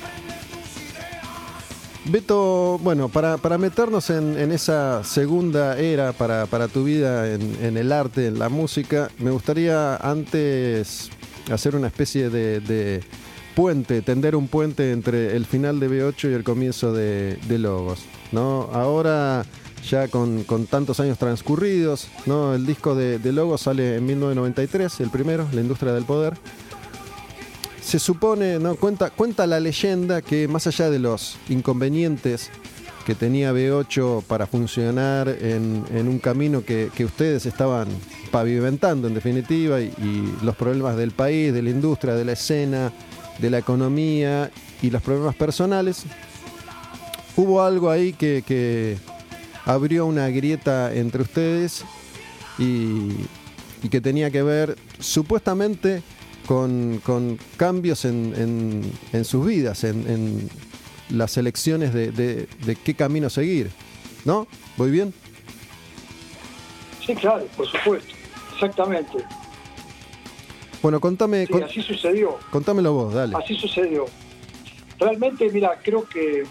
Beto, bueno, para, para meternos en, en esa segunda era para, para tu vida en, en el arte, en la música, me gustaría antes hacer una especie de, de puente, tender un puente entre el final de B ocho y el comienzo de, de Logos, ¿no? Ahora, ya con, con tantos años transcurridos, ¿no? El disco de, de Logos sale en mil novecientos noventa y tres, el primero, La Industria del Poder. se supone, no cuenta, cuenta la leyenda que más allá de los inconvenientes que tenía B ocho para funcionar en, en un camino que, que ustedes estaban pavimentando en definitiva, y, y los problemas del país, de la industria, de la escena, de la economía y los problemas personales, hubo algo ahí que, que abrió una grieta entre ustedes y, y que tenía que ver supuestamente con, con cambios en, en, en sus vidas, en, en las elecciones de, de, de qué camino seguir, ¿no? ¿Voy bien? Sí, claro, por supuesto, exactamente. Bueno, contame... Sí, con, así sucedió. Contámelo vos, dale. Así sucedió. Realmente, mira, creo que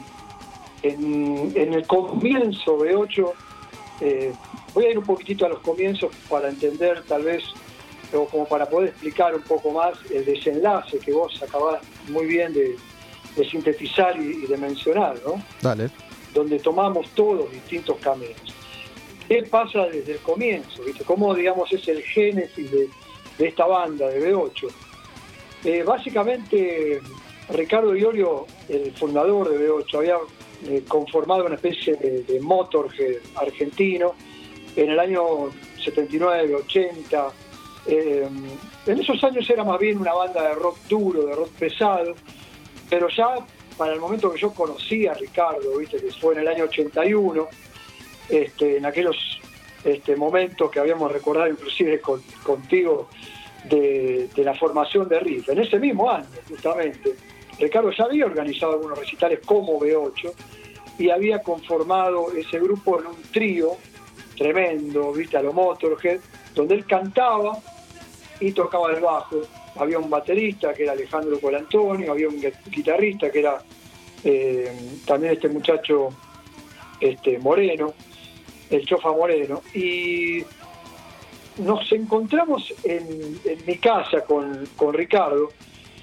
en, en el comienzo B ocho, eh, voy a ir un poquitito a los comienzos para entender tal vez, o como para poder explicar un poco más el desenlace que vos acabás muy bien de, de sintetizar y, y de mencionar, ¿no? Dale. Donde tomamos todos distintos caminos. ¿Qué pasa desde el comienzo? ¿Viste? ¿Cómo, digamos, es el génesis de, de esta banda de B ocho? Eh, básicamente, Ricardo Iorio, el fundador de B ocho, había eh, conformado una especie de, de Motorhead argentino en el año setenta y nueve, ochenta. Eh, en esos años era más bien una banda de rock duro, de rock pesado, pero ya para el momento que yo conocí a Ricardo, viste, que fue en el año ochenta y uno, este, en aquellos este, momentos que habíamos recordado inclusive con, contigo de, de la formación de Riff, en ese mismo año justamente, Ricardo ya había organizado algunos recitales como B ocho y había conformado ese grupo en un trío tremendo, viste, a lo Motorhead, donde él cantaba y tocaba el bajo. Había un baterista que era Alejandro Colantonio, había un guitarrista que era eh, también este muchacho este Moreno, el Chofa Moreno, y nos encontramos en, en mi casa con, con Ricardo.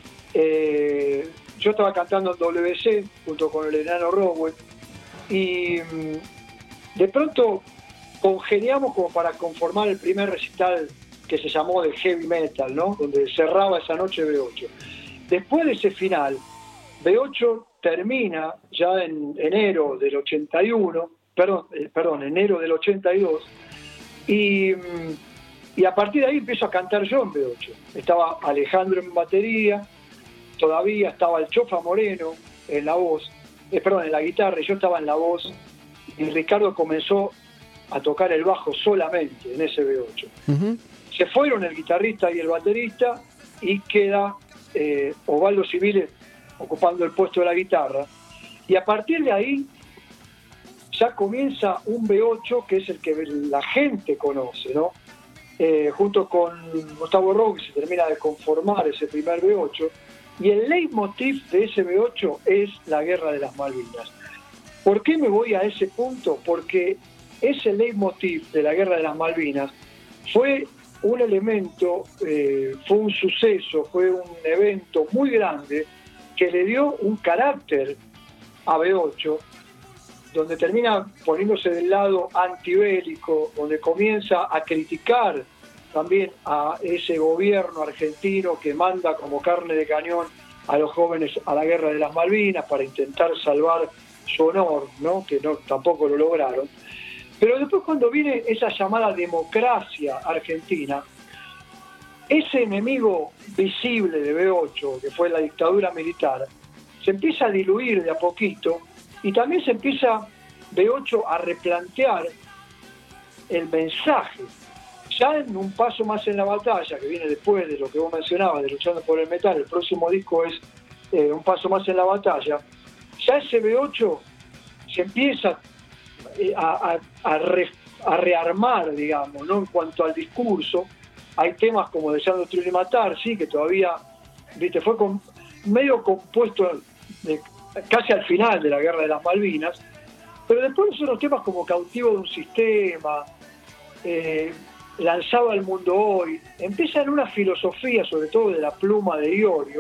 Eh, yo estaba cantando en W C junto con el enano Rowell y de pronto congeniamos como para conformar el primer recital que se llamó de heavy metal, ¿no? Donde cerraba esa noche B ocho. Después de ese final, B ocho termina ya en enero del ochenta y uno, perdón, eh, perdón, enero del ochenta y dos, y, y a partir de ahí empiezo a cantar yo en B ocho. Estaba Alejandro en batería, todavía estaba el Chofa Moreno en la voz, eh, perdón, en la guitarra, y yo estaba en la voz, y Ricardo comenzó a tocar el bajo solamente en ese B ocho. Uh-huh. Se fueron el guitarrista y el baterista y queda eh, Osvaldo Civile ocupando el puesto de la guitarra, y a partir de ahí ya comienza un B ocho que es el que la gente conoce, ¿no? Eh, junto con Gustavo Roque se termina de conformar ese primer B ocho, y el leitmotiv de ese B ocho es la Guerra de las Malvinas. ¿Por qué me voy a ese punto? Porque ese leitmotiv de la Guerra de las Malvinas fue un elemento, eh, fue un suceso, fue un evento muy grande que le dio un carácter a B ocho, donde termina poniéndose del lado antibélico, donde comienza a criticar también a ese gobierno argentino que manda como carne de cañón a los jóvenes a la Guerra de las Malvinas para intentar salvar su honor, ¿no? Que no, tampoco lo lograron. Pero después, cuando viene esa llamada democracia argentina, ese enemigo visible de B ocho, que fue la dictadura militar, se empieza a diluir de a poquito, y también se empieza B ocho a replantear el mensaje. Ya en un paso más en la batalla, que viene después de lo que vos mencionabas, de Luchando por el Metal, el próximo disco es eh, Un Paso Más en la Batalla, ya ese B ocho se empieza A, a, a, re, a rearmar, digamos, ¿no? En cuanto al discurso, hay temas como Deseando Destruir y Matar, sí, que todavía, viste, fue con, medio compuesto de, casi al final de la Guerra de las Malvinas, pero después son los temas como Cautivo de un Sistema, eh, Lanzado al Mundo Hoy, empiezan una filosofía, sobre todo de la pluma de Iorio,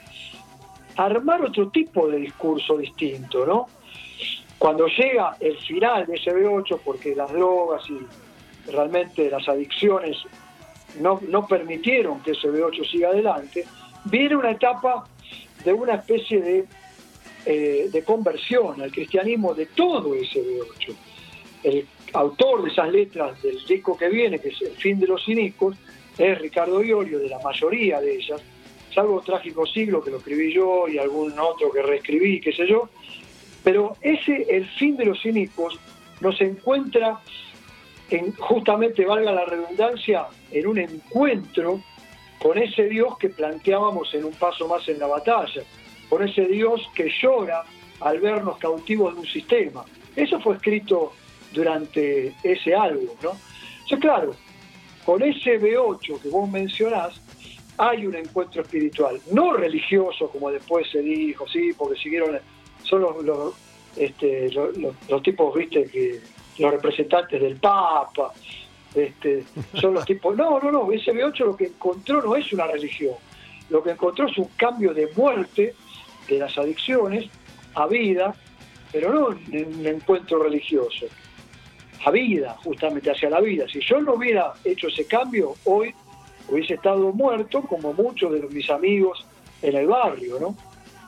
a armar otro tipo de discurso distinto, ¿no? Cuando llega el final de ese B ocho, porque las drogas y realmente las adicciones no, no permitieron que ese B ocho siga adelante, viene una etapa de una especie de, eh, de conversión al cristianismo de todo ese B ocho. El autor de esas letras del disco que viene, que es El fin de los cínicos, es Ricardo Iorio, de la mayoría de ellas, salvo Trágico Siglo, que lo escribí yo, y algún otro que reescribí, qué sé yo. Pero ese El fin de los cínicos nos encuentra, en, justamente, valga la redundancia, en un encuentro con ese Dios que planteábamos en Un paso más en la batalla, con ese Dios que llora al vernos cautivos de un sistema. Eso fue escrito durante ese álbum, ¿no? O sea, claro, con ese B ocho que vos mencionás, hay un encuentro espiritual, no religioso, como después se dijo, sí, porque siguieron, son los, los, este, los, los, los tipos, viste, que los representantes del Papa, este, son los tipos, no, no, no, ese B ocho lo que encontró no es una religión, lo que encontró es un cambio de muerte de las adicciones a vida, pero no un encuentro religioso, a vida, justamente hacia la vida. Si yo no hubiera hecho ese cambio, hoy hubiese estado muerto como muchos de mis amigos en el barrio, ¿no?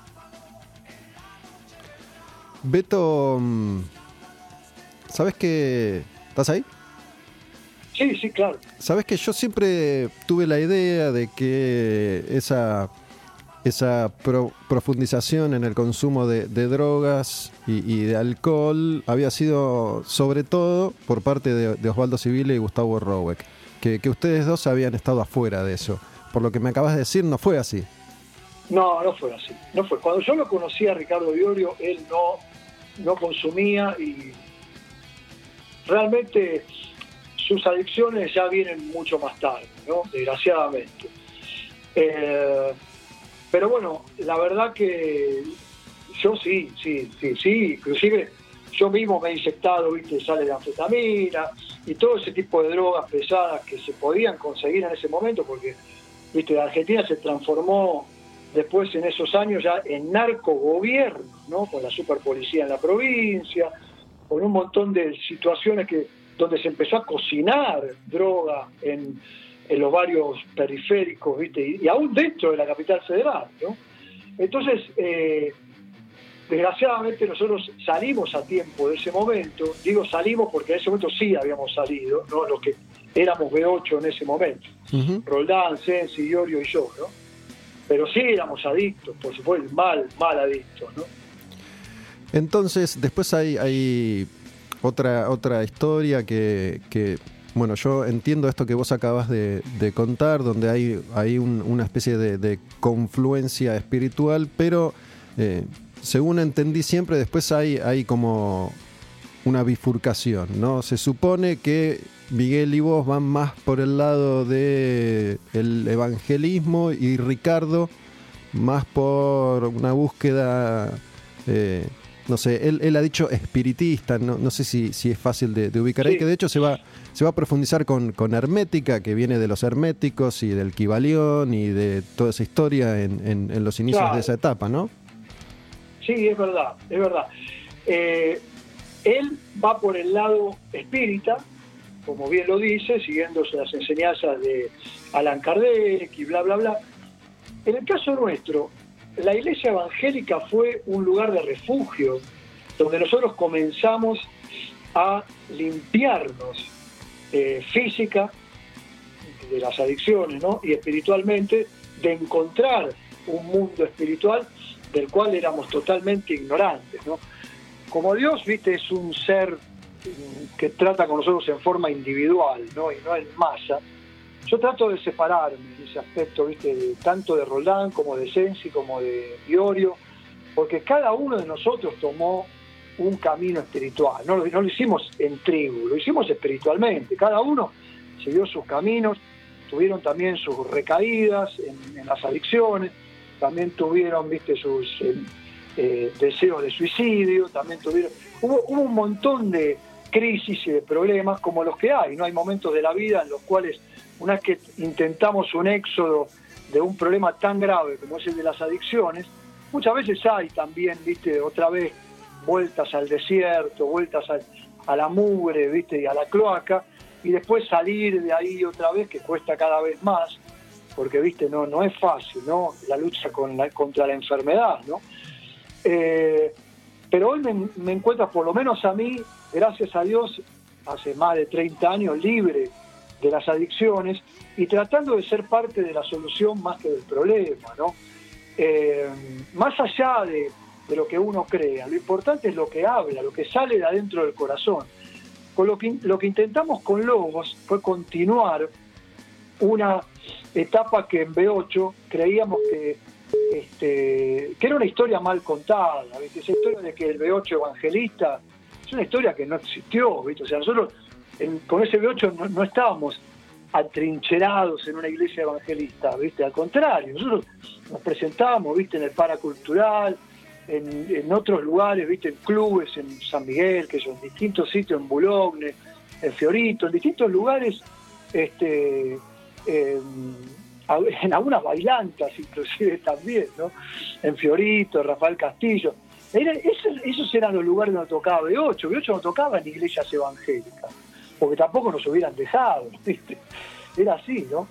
Beto, ¿sabes que estás ahí? Sí, sí, claro. Sabes que yo siempre tuve la idea de que esa esa pro, profundización en el consumo de, de drogas y, y de alcohol había sido sobre todo por parte de, de Osvaldo Civile y Gustavo Roweck, que, que ustedes dos habían estado afuera de eso. Por lo que me acabas de decir, no fue así. No, no fue así. No fue. Cuando yo lo conocí a Ricardo Iorio, él no, no consumía y realmente sus adicciones ya vienen mucho más tarde, ¿no? Desgraciadamente. Eh, pero bueno, la verdad que yo sí, sí, sí, sí, inclusive yo mismo me he inyectado, viste, sales de anfetamina y todo ese tipo de drogas pesadas que se podían conseguir en ese momento, porque, viste, la Argentina se transformó después en esos años ya en narcogobierno, ¿no? Con la superpolicía en la provincia, con un montón de situaciones que donde se empezó a cocinar droga en, en los barrios periféricos, ¿viste? Y, y aún dentro de la capital federal, ¿no? Entonces, eh, desgraciadamente nosotros salimos a tiempo de ese momento. Digo salimos porque en ese momento sí habíamos salido, ¿no? Los que éramos B ocho en ese momento. Uh-huh. Roldán, Sensi, Iorio y yo, ¿no? Pero sí éramos adictos, por supuesto, mal, mal adictos, ¿no? Entonces, después hay, hay otra, otra historia que, que, bueno, yo entiendo esto que vos acabas de, de contar, donde hay, hay un, una especie de, de confluencia espiritual, pero eh, según entendí siempre, después hay, hay como una bifurcación, ¿no? Se supone que Miguel y vos van más por el lado del evangelismo y Ricardo más por una búsqueda, eh, no sé, él, él ha dicho espiritista, no, no sé si, si es fácil de, de ubicar ahí, sí. Que de hecho se va, se va a profundizar con, con hermética, que viene de los herméticos y del Kybalión y de toda esa historia en, en, en los inicios, claro, de esa etapa, ¿no? Sí, es verdad, es verdad. Eh, él va por el lado espírita, como bien lo dice, siguiendo las enseñanzas de Allan Kardec y bla, bla, bla. En el caso nuestro, la iglesia evangélica fue un lugar de refugio, donde nosotros comenzamos a limpiarnos eh, física de las adicciones, ¿no? Y espiritualmente, de encontrar un mundo espiritual del cual éramos totalmente ignorantes, ¿no? Como Dios, viste, es un ser que trata con nosotros en forma individual, ¿no? Y no en masa. Yo trato de separarme en ese aspecto, viste, de, tanto de Roldán como de Sensi, como de Iorio, porque cada uno de nosotros tomó un camino espiritual. No, no lo hicimos en tribu, lo hicimos espiritualmente. Cada uno siguió sus caminos, tuvieron también sus recaídas en, en las adicciones, también tuvieron, viste, sus eh, eh, deseos de suicidio, también tuvieron... Hubo, hubo un montón de crisis y de problemas como los que hay, ¿no? Hay momentos de la vida en los cuales, una vez que intentamos un éxodo de un problema tan grave como es el de las adicciones, muchas veces hay también, viste, otra vez vueltas al desierto, vueltas a, a la mugre, viste, y a la cloaca, y después salir de ahí otra vez, que cuesta cada vez más, porque viste, no, no es fácil, ¿no? La lucha con la, contra la enfermedad, ¿no? Eh, pero hoy me, me encuentras, por lo menos a mí, gracias a Dios, hace más de treinta años libre de las adicciones y tratando de ser parte de la solución más que del problema, ¿no? Eh, más allá de, de lo que uno crea, lo importante es lo que habla, lo que sale de adentro del corazón. Con lo que, lo que intentamos con Logos fue continuar una etapa que en B ocho creíamos que, este, que era una historia mal contada, ¿viste? Esa historia de que el B ocho evangelista es una historia que no existió, ¿viste? O sea, nosotros en, con ese B ocho no, no estábamos atrincherados en una iglesia evangelista, ¿viste? Al contrario, nosotros nos presentábamos, ¿viste? En el paracultural, en, en otros lugares, ¿viste? En clubes, en San Miguel, que son distintos sitios, en Boulogne, en Fiorito, en distintos lugares, este, eh, en algunas bailantas inclusive también, ¿no? En Fiorito, Rafael Castillo. Era, esos, esos eran los lugares donde tocaba B ocho. B ocho no tocaba en iglesias evangélicas, porque tampoco nos hubieran dejado, ¿viste? Era así, ¿no?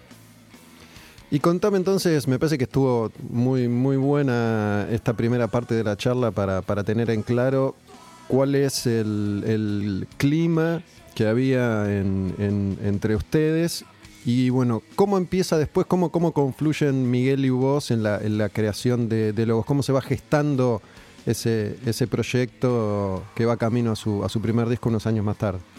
Y contame entonces, me parece que estuvo muy muy buena esta primera parte de la charla para, para tener en claro cuál es el, el clima que había en, en, entre ustedes y bueno, cómo empieza después, cómo, cómo confluyen Miguel y vos en la, en la creación de, de Logos, cómo se va gestando ese, ese proyecto que va camino a su, a su primer disco unos años más tarde.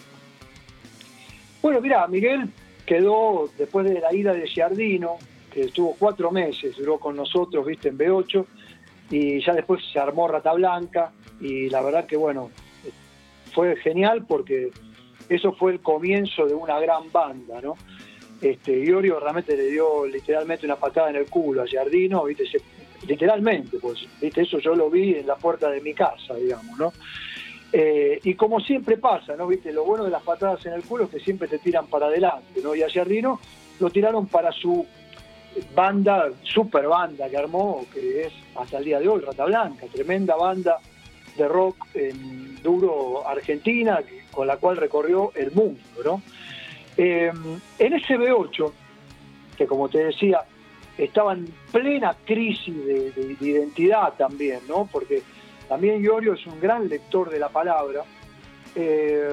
Bueno, mirá, Miguel quedó después de la ida de Giardino, que estuvo cuatro meses, duró con nosotros, viste, en B ocho, y ya después se armó Rata Blanca, y la verdad que, bueno, fue genial porque eso fue el comienzo de una gran banda, ¿no? Este, Iorio realmente le dio literalmente una patada en el culo a Giardino, viste, se, literalmente, pues, viste, eso yo lo vi en la puerta de mi casa, digamos, ¿no? Eh, y como siempre pasa, ¿no? Viste, lo bueno de las patadas en el culo es que siempre te tiran para adelante, ¿no? Y a Giardino lo tiraron para su banda, super banda que armó, que es hasta el día de hoy, Rata Blanca, tremenda banda de rock en duro argentina, con la cual recorrió el mundo, ¿no? Eh, en ese B ocho, que como te decía, estaba en plena crisis de, de, de identidad también, ¿no? Porque también Iorio es un gran lector de la palabra. Eh,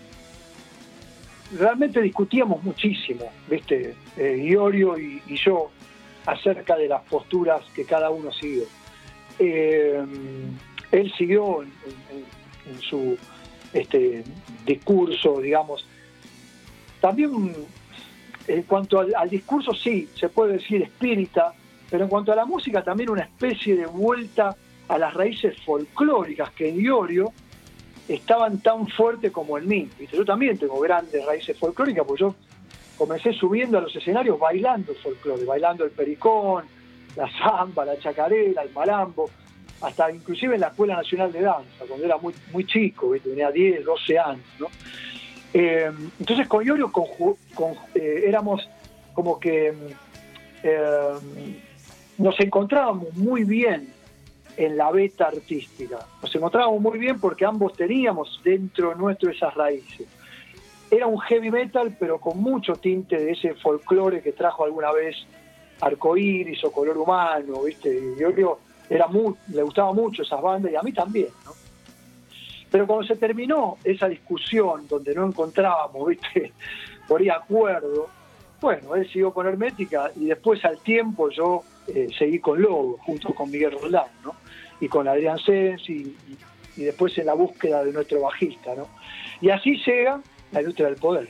realmente discutíamos muchísimo, ¿viste? Eh, Iorio y, y yo, acerca de las posturas que cada uno siguió. Eh, él siguió en, en, en su este, discurso, digamos. También, en cuanto al, al discurso, sí, se puede decir espírita, pero en cuanto a la música, también una especie de vuelta a las raíces folclóricas que en Iorio estaban tan fuertes como en mí. ¿Viste? Yo también tengo grandes raíces folclóricas, porque yo comencé subiendo a los escenarios bailando el folclore, bailando el pericón, la samba, la chacarera, el malambo, hasta inclusive en la Escuela Nacional de Danza, cuando era muy, muy chico, ¿viste? Tenía diez, doce años, ¿no? Eh, entonces con Iorio con, con, eh, éramos como que eh, nos encontrábamos muy bien en la beta artística. Nos encontrábamos muy bien porque ambos teníamos dentro nuestro esas raíces. Era un heavy metal, pero con mucho tinte de ese folclore que trajo alguna vez Arcoíris o Color Humano, ¿viste? Y Iorio era muy, le gustaba mucho esas bandas y a mí también, ¿no? Pero cuando se terminó esa discusión donde no encontrábamos, ¿viste?, por ahí acuerdo, bueno, él siguió con Hermética y después al tiempo yo eh, seguí con Logos, junto con Miguel Roldán, ¿no? Y con Adrián Sens y, y, y después en la búsqueda de nuestro bajista, ¿no? Y así llega la industria del poder.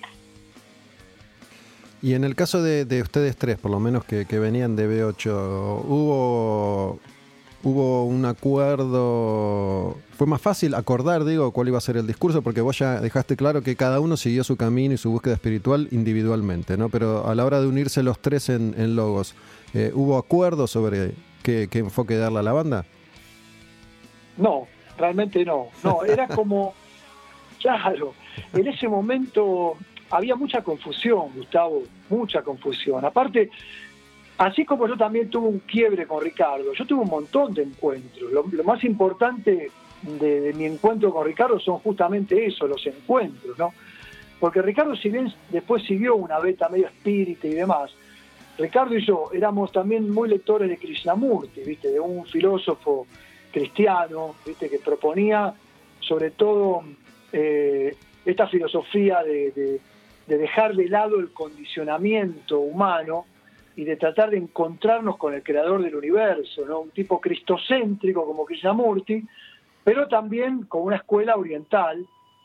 Y en el caso de, de ustedes tres, por lo menos que, que venían de B ocho, ¿hubo, hubo un acuerdo? ¿Fue más fácil acordar, digo, cuál iba a ser el discurso? Porque vos ya dejaste claro que cada uno siguió su camino y su búsqueda espiritual individualmente, ¿no? Pero a la hora de unirse los tres en, en Logos, eh, ¿hubo acuerdo sobre qué, qué enfoque darle a la banda? No, realmente no. No, era como, claro, en ese momento había mucha confusión, Gustavo, mucha confusión. Aparte, así como yo también tuve un quiebre con Ricardo, yo tuve un montón de encuentros. Lo, lo más importante de, de mi encuentro con Ricardo son justamente eso, los encuentros, ¿no? Porque Ricardo, si bien después siguió una beta medio espírita y demás, Ricardo y yo éramos también muy lectores de Krishnamurti, ¿viste? De un filósofo cristiano, ¿viste? Que proponía sobre todo eh, esta filosofía de, de, de dejar de lado el condicionamiento humano y de tratar de encontrarnos con el creador del universo, ¿no? Un tipo cristocéntrico como Krishnamurti, pero también con una escuela oriental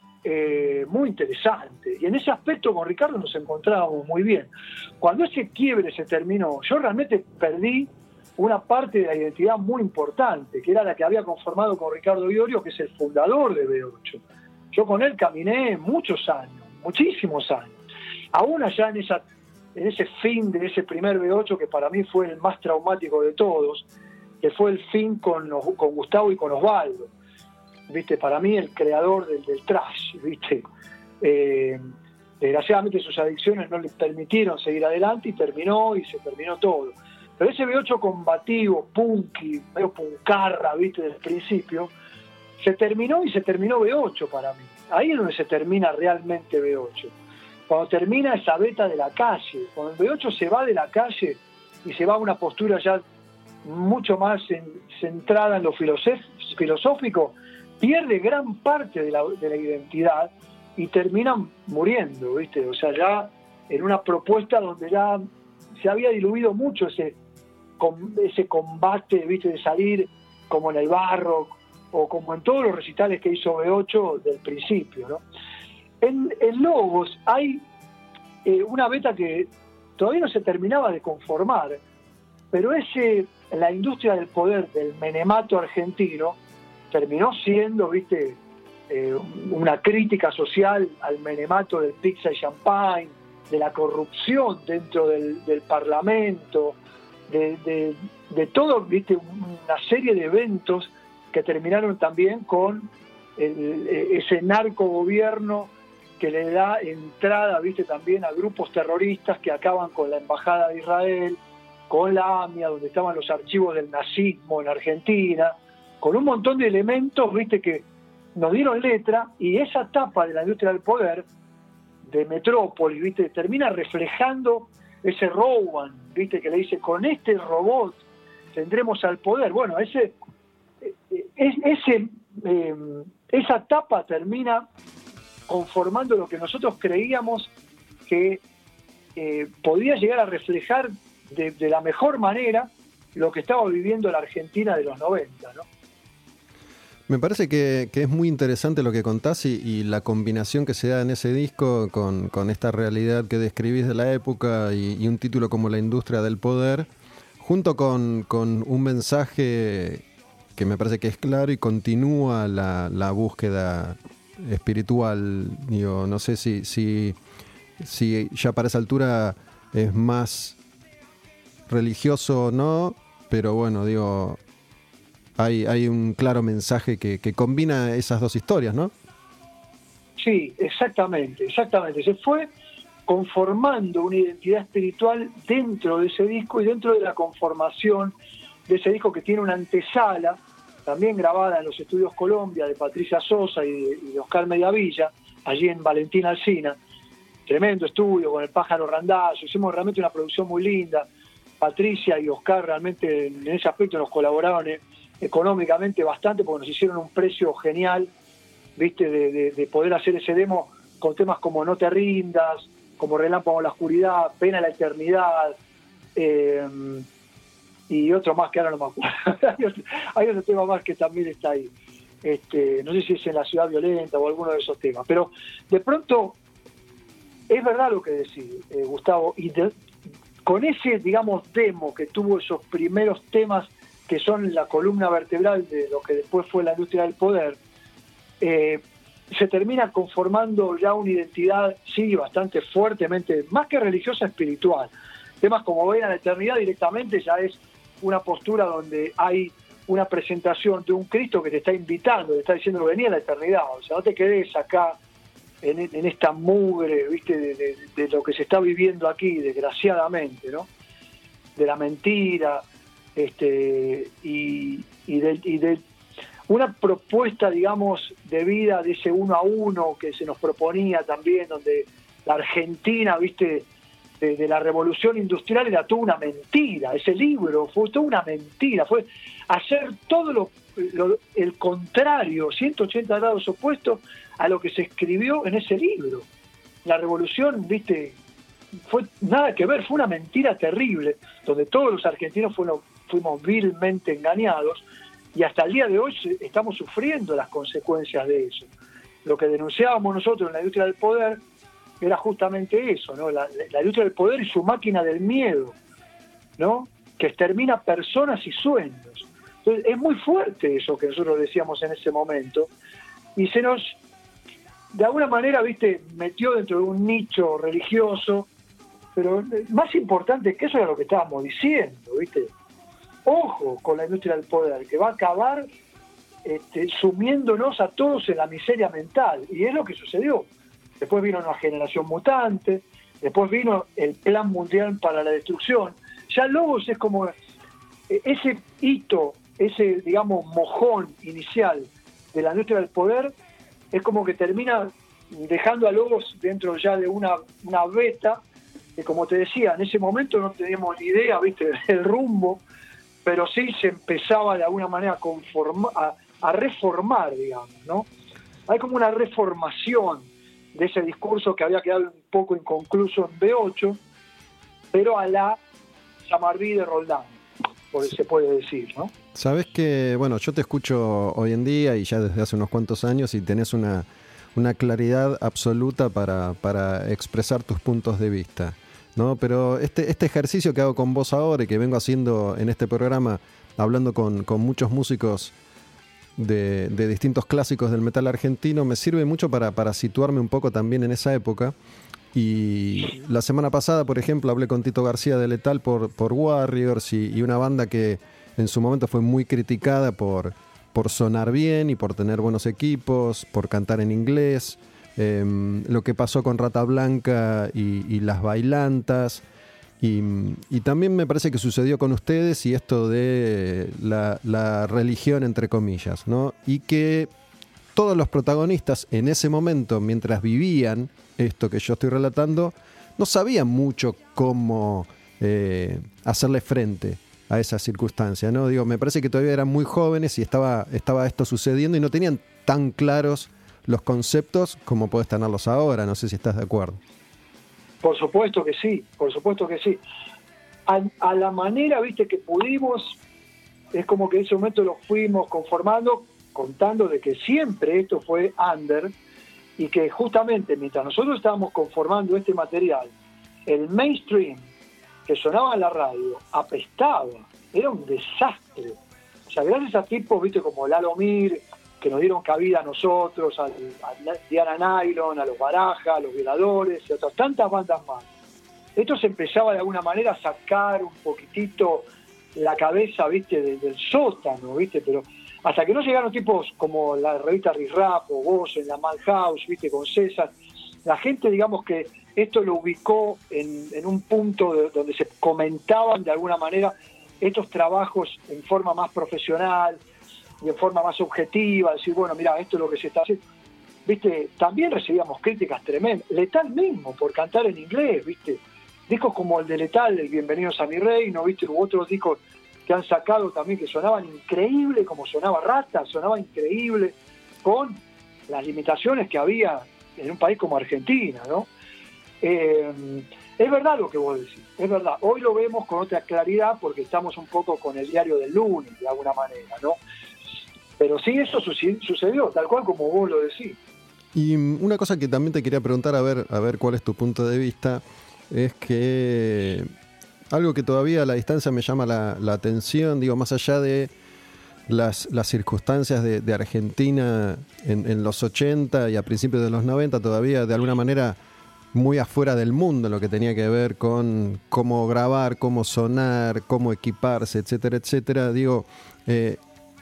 eh, muy interesante. Y en ese aspecto con Ricardo nos encontrábamos muy bien. Cuando ese quiebre se terminó, yo realmente perdí una parte de la identidad muy importante, que era la que había conformado con Ricardo Iorio, que es el fundador de B ocho. Yo con él caminé muchos años, muchísimos años. Aún allá en, esa, en ese fin de ese primer B ocho, que para mí fue el más traumático de todos, que fue el fin con, con Gustavo y con Osvaldo. ¿Viste? Para mí el creador del, del trash, ¿viste? Eh, desgraciadamente sus adicciones no le permitieron seguir adelante y terminó, y se terminó todo. Pero ese B ocho combativo, punky, medio puncarra, ¿viste? Desde el principio, se terminó y se terminó B ocho para mí. Ahí es donde se termina realmente B ocho. Cuando termina esa beta de la calle, cuando el B ocho se va de la calle y se va a una postura ya mucho más en, centrada en lo filosófico, pierde gran parte de la, de la identidad y terminan muriendo, ¿viste? O sea, ya en una propuesta donde ya se había diluido mucho ese, ese combate, ¿viste? De salir como en el barro o como en todos los recitales que hizo B ocho del principio, ¿no? En, en Logos hay eh, una beta que todavía no se terminaba de conformar, pero ese, la industria del poder del menemato argentino terminó siendo, viste, eh, una crítica social al menemato del pizza y champagne, de la corrupción dentro del, del Parlamento, de, de, de todo, viste, una serie de eventos que terminaron también con el, ese narcogobierno que le da entrada, viste, también a grupos terroristas que acaban con la Embajada de Israel, con la AMIA, donde estaban los archivos del nazismo en Argentina, con un montón de elementos, viste, que nos dieron letra, y esa etapa de la industria del poder de Metrópolis, viste, termina reflejando ese Rowan, viste, que le dice, con este robot tendremos al poder. Bueno, ese, ese eh, esa etapa termina conformando lo que nosotros creíamos que eh, podía llegar a reflejar de, de la mejor manera lo que estaba viviendo la Argentina de los noventa, ¿no? Me parece que, que es muy interesante lo que contás y, y la combinación que se da en ese disco con, con esta realidad que describís de la época y, y un título como La industria del poder, junto con, con un mensaje que me parece que es claro y continúa la, la búsqueda espiritual. Digo, no sé si, si, si ya para esa altura es más religioso o no, pero bueno, digo... Hay, hay un claro mensaje que, que combina esas dos historias, ¿no? Sí, exactamente, exactamente. Se fue conformando una identidad espiritual dentro de ese disco y dentro de la conformación de ese disco, que tiene una antesala, también grabada en los estudios Colombia, de Patricia Sosa y de, y de Oscar Mediavilla, allí en Valentín Alsina. Tremendo estudio con el Pájaro Randazzo. Hicimos realmente una producción muy linda. Patricia y Oscar realmente en ese aspecto nos colaboraron eh, económicamente bastante, porque nos hicieron un precio genial, viste, de, de, de poder hacer ese demo con temas como No te rindas, como Relámpago en la oscuridad, Pena en la eternidad, eh, y otro más que ahora no me acuerdo. hay, otro, hay otro tema más que también está ahí, este, no sé si es en La ciudad violenta o alguno de esos temas, pero de pronto es verdad lo que decís, eh, Gustavo, y de, con ese, digamos, demo que tuvo esos primeros temas que son la columna vertebral de lo que después fue la industria del poder, eh, se termina conformando ya una identidad, sí, bastante fuertemente, más que religiosa, espiritual. Temas como Ven a la eternidad directamente ya es una postura donde hay una presentación de un Cristo que te está invitando, te está diciendo vení a la eternidad, o sea, no te quedes acá en, en esta mugre, viste, de, de, de lo que se está viviendo aquí, desgraciadamente, ¿no? De la mentira, este y, y, de, y de una propuesta, digamos, de vida de ese uno a uno que se nos proponía también, donde la Argentina, viste, de, de la revolución industrial era toda una mentira. Ese libro fue toda una mentira, fue hacer todo lo, lo el contrario, ciento ochenta grados opuestos a lo que se escribió en ese libro. La revolución, viste, fue nada que ver, fue una mentira terrible, donde todos los argentinos fueron, fuimos vilmente engañados, y hasta el día de hoy estamos sufriendo las consecuencias de eso. Lo que denunciábamos nosotros en la industria del poder era justamente eso, ¿no? La, la industria del poder y su máquina del miedo, ¿no? Que extermina personas y sueños. Entonces, es muy fuerte eso que nosotros decíamos en ese momento, y se nos, de alguna manera, viste, metió dentro de un nicho religioso, pero más importante que eso era lo que estábamos diciendo, viste. Ojo con la industria del poder, que va a acabar este, sumiéndonos a todos en la miseria mental, y es lo que sucedió. Después vino una generación mutante, después vino el Plan Mundial para la Destrucción. Ya Logos es como ese hito, ese, digamos, mojón inicial de la industria del poder, es como que termina dejando a Logos dentro ya de una, una beta, que como te decía, en ese momento no teníamos ni idea, viste, del rumbo, pero sí se empezaba de alguna manera a, conformar, a, a reformar, digamos, ¿no? Hay como una reformación de ese discurso que había quedado un poco inconcluso en B ocho, pero a la Samarví de Roldán, por se puede decir, ¿no? Sabés que, bueno, yo te escucho hoy en día y ya desde hace unos cuantos años, y tenés una, una claridad absoluta para, para expresar tus puntos de vista, ¿no? Pero este, este ejercicio que hago con vos ahora y que vengo haciendo en este programa, hablando con, con muchos músicos de, de distintos clásicos del metal argentino, me sirve mucho para, para situarme un poco también en esa época. Y la semana pasada, por ejemplo, hablé con Tito García de Letal por, por Warriors, y, y una banda que en su momento fue muy criticada por, por sonar bien y por tener buenos equipos, por cantar en inglés. Eh, lo que pasó con Rata Blanca y, y Las Bailantas, y, y también me parece que sucedió con ustedes, y esto de la, la religión entre comillas, ¿no? Y que todos los protagonistas en ese momento, mientras vivían esto que yo estoy relatando, no sabían mucho cómo eh, hacerle frente a esa circunstancia, ¿no? Digo, me parece que todavía eran muy jóvenes y estaba, estaba esto sucediendo y no tenían tan claros los conceptos como podés tenerlos ahora. No sé si estás de acuerdo. Por supuesto que sí, por supuesto que sí. A, a la manera, viste, que pudimos, es como que en ese momento lo fuimos conformando, contando de que siempre esto fue under, y que justamente mientras nosotros estábamos conformando este material, el mainstream que sonaba en la radio apestaba, era un desastre. O sea, gracias a tipos, viste, como Lalo Mir, que nos dieron cabida a nosotros, a, a Diana Nylon, a los Baraja, a los Violadores, y a otras tantas bandas más. Esto se empezaba de alguna manera a sacar un poquitito la cabeza, viste, de, del sótano, viste, pero hasta que no llegaron tipos como la revista Riff Rap o vos en la Madhouse, viste, con César, la gente, digamos, que esto lo ubicó en, en un punto de, donde se comentaban de alguna manera estos trabajos en forma más profesional y en forma más objetiva, decir, bueno, mira, esto es lo que se está haciendo. Viste, también recibíamos críticas tremendas. Letal mismo, por cantar en inglés, viste. Discos como el de Letal, el Bienvenidos a mi Reino, viste, u otros discos que han sacado también que sonaban increíble, como sonaba Rata, sonaba increíble, con las limitaciones que había en un país como Argentina, ¿no? Eh, es verdad lo que vos decís, es verdad. Hoy lo vemos con otra claridad porque estamos un poco con el diario del lunes, de alguna manera, ¿no? Pero sí, eso sucedió, tal cual como vos lo decís. Y una cosa que también te quería preguntar, a ver, a ver cuál es tu punto de vista, es que algo que todavía a la distancia me llama la, la atención, digo, más allá de las, las circunstancias de, de Argentina en, en los ochenta y a principios de los noventa, todavía de alguna manera muy afuera del mundo, lo que tenía que ver con cómo grabar, cómo sonar, cómo equiparse, etcétera, etcétera. Digo, eh,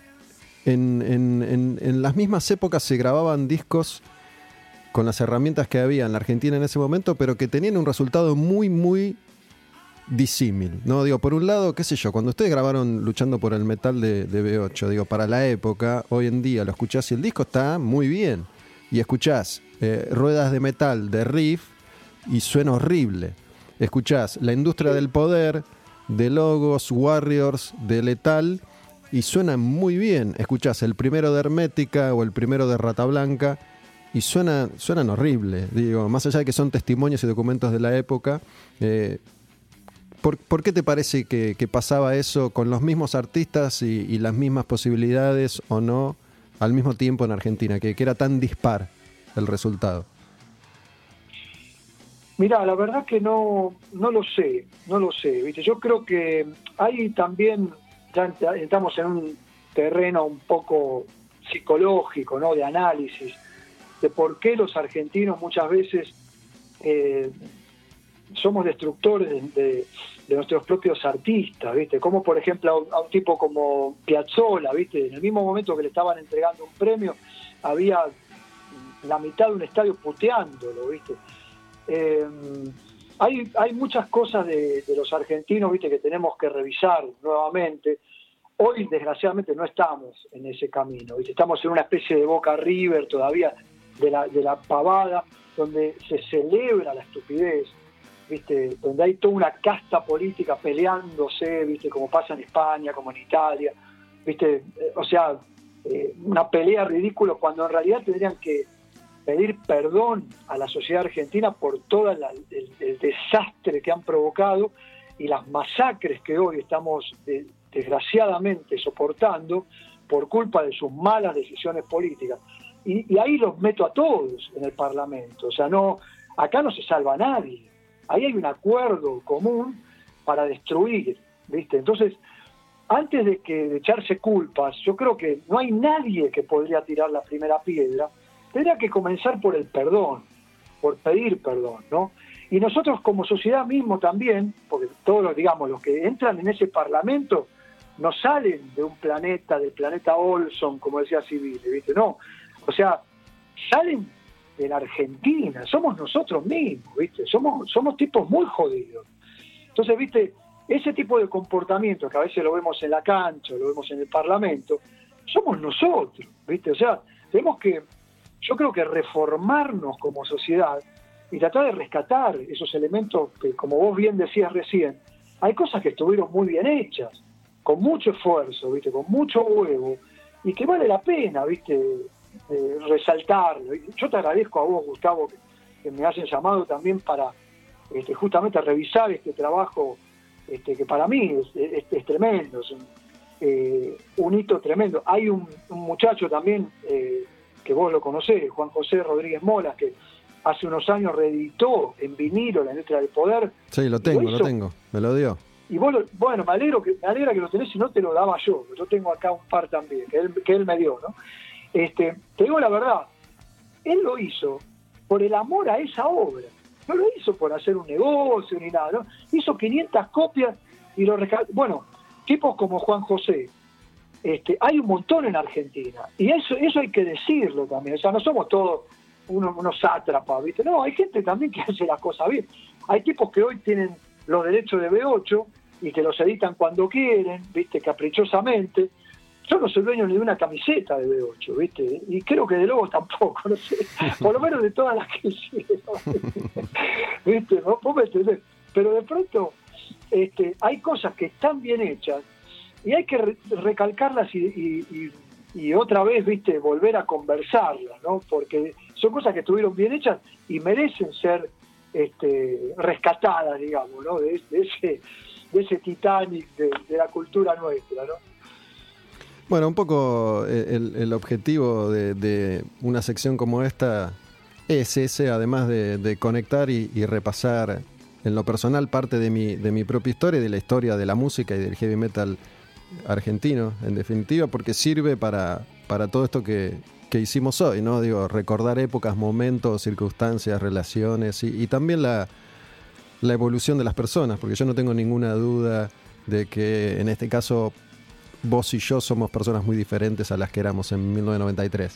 en, en, en, en las mismas épocas se grababan discos con las herramientas que había en la Argentina en ese momento, pero que tenían un resultado muy, muy disímil, ¿no? Digo, por un lado, qué sé yo, cuando ustedes grabaron Luchando por el Metal de, de B ocho, digo, para la época, hoy en día lo escuchás y el disco está muy bien, y escuchás eh, Ruedas de Metal de Riff y suena horrible. escuchás La Industria del Poder, de Logos, Warriors, de Letal, y suenan muy bien. Escuchás el primero de Hermética o el primero de Rata Blanca, y suena, suenan horrible. Digo, más allá de que son testimonios y documentos de la época, eh, ¿por, ¿por qué te parece que, que pasaba eso con los mismos artistas y, y las mismas posibilidades o no al mismo tiempo en Argentina? Que, que era tan dispar el resultado. Mirá, la verdad que no, no lo sé, no lo sé, ¿viste? Yo creo que hay también, ya estamos en un terreno un poco psicológico, ¿no? De análisis, de por qué los argentinos muchas veces eh, somos destructores de, de, de nuestros propios artistas, ¿viste? Como por ejemplo a un, a un tipo como Piazzolla, ¿viste? En el mismo momento que le estaban entregando un premio, había la mitad de un estadio puteándolo, ¿viste? Eh, hay, hay muchas cosas de, de los argentinos, ¿viste? Que tenemos que revisar nuevamente. Hoy, desgraciadamente, no estamos en ese camino, ¿viste? Estamos en una especie de Boca River todavía, de la, de la pavada, donde se celebra la estupidez, ¿viste? Donde hay toda una casta política peleándose, ¿viste? Como pasa en España, como en Italia, ¿viste? Eh, o sea, eh, una pelea ridícula, cuando en realidad tendrían que pedir perdón a la sociedad argentina por todo la, el, el desastre que han provocado y las masacres que hoy estamos de, desgraciadamente soportando por culpa de sus malas decisiones políticas. Y, y ahí los meto a todos en el Parlamento. O sea, no, acá no se salva a nadie. Ahí hay un acuerdo común para destruir, ¿viste? Entonces, antes de que de echarse culpas, yo creo que no hay nadie que podría tirar la primera piedra. Tendría que comenzar por el perdón, por pedir perdón, ¿no? Y nosotros como sociedad mismo también, porque todos los, digamos, los que entran en ese Parlamento no salen de un planeta, del planeta Olson, como decía Civil, ¿viste? No, o sea, salen de la Argentina, somos nosotros mismos, ¿viste? Somos, somos tipos muy jodidos. Entonces, ¿viste? Ese tipo de comportamiento que a veces lo vemos en la cancha, lo vemos en el Parlamento, somos nosotros, ¿viste? O sea, tenemos que, yo creo que reformarnos como sociedad y tratar de rescatar esos elementos que, como vos bien decías recién, hay cosas que estuvieron muy bien hechas, con mucho esfuerzo, ¿viste? Con mucho huevo, y que vale la pena, ¿viste? Eh, resaltarlo. Yo te agradezco a vos, Gustavo, que, que me hayas llamado también para este, justamente revisar este trabajo este, que para mí es, es, es tremendo, es un, eh, un hito tremendo. Hay un, un muchacho también eh, que vos lo conocés, Juan José Rodríguez Molas, que hace unos años reeditó en vinilo La Industria del Poder. Sí, lo tengo, lo, lo tengo, me lo dio. Y vos, lo, bueno, me alegro que me alegra que lo tenés, si no te lo daba yo. Yo tengo acá un par también, que él, que él me dio, ¿no? Este, te digo la verdad, él lo hizo por el amor a esa obra. No lo hizo por hacer un negocio ni nada, ¿no? Hizo quinientas copias y lo rescató. Bueno, tipos como Juan José, este, hay un montón en Argentina. Y eso, eso hay que decirlo también. O sea, no somos todos unos, unos sátrapas, ¿viste? No, hay gente también que hace las cosas bien. Hay tipos que hoy tienen los derechos de B ocho y que los editan cuando quieren, ¿viste? Caprichosamente. Yo no soy dueño ni de una camiseta de B ocho, ¿viste? Y creo que de Lobos tampoco, no sé. Por lo menos de todas las que hicieron. ¿Viste? ¿Vos me entendés? Pero de pronto este, hay cosas que están bien hechas y hay que re- recalcarlas y, y, y, y otra vez, ¿viste? Volver a conversarlas, ¿no? Porque son cosas que estuvieron bien hechas y merecen ser este, rescatadas, digamos, ¿no? De, de, ese, de ese Titanic de, de la cultura nuestra, ¿no? Bueno, un poco el, el objetivo de, de una sección como esta es ese, además de, de conectar y, y repasar en lo personal parte de mi, de mi propia historia y de la historia de la música y del heavy metal argentino, en definitiva, porque sirve para, para todo esto que, que hicimos hoy, ¿no? Digo, recordar épocas, momentos, circunstancias, relaciones y, y también la, la evolución de las personas, porque yo no tengo ninguna duda de que en este caso vos y yo somos personas muy diferentes a las que éramos en mil novecientos noventa y tres.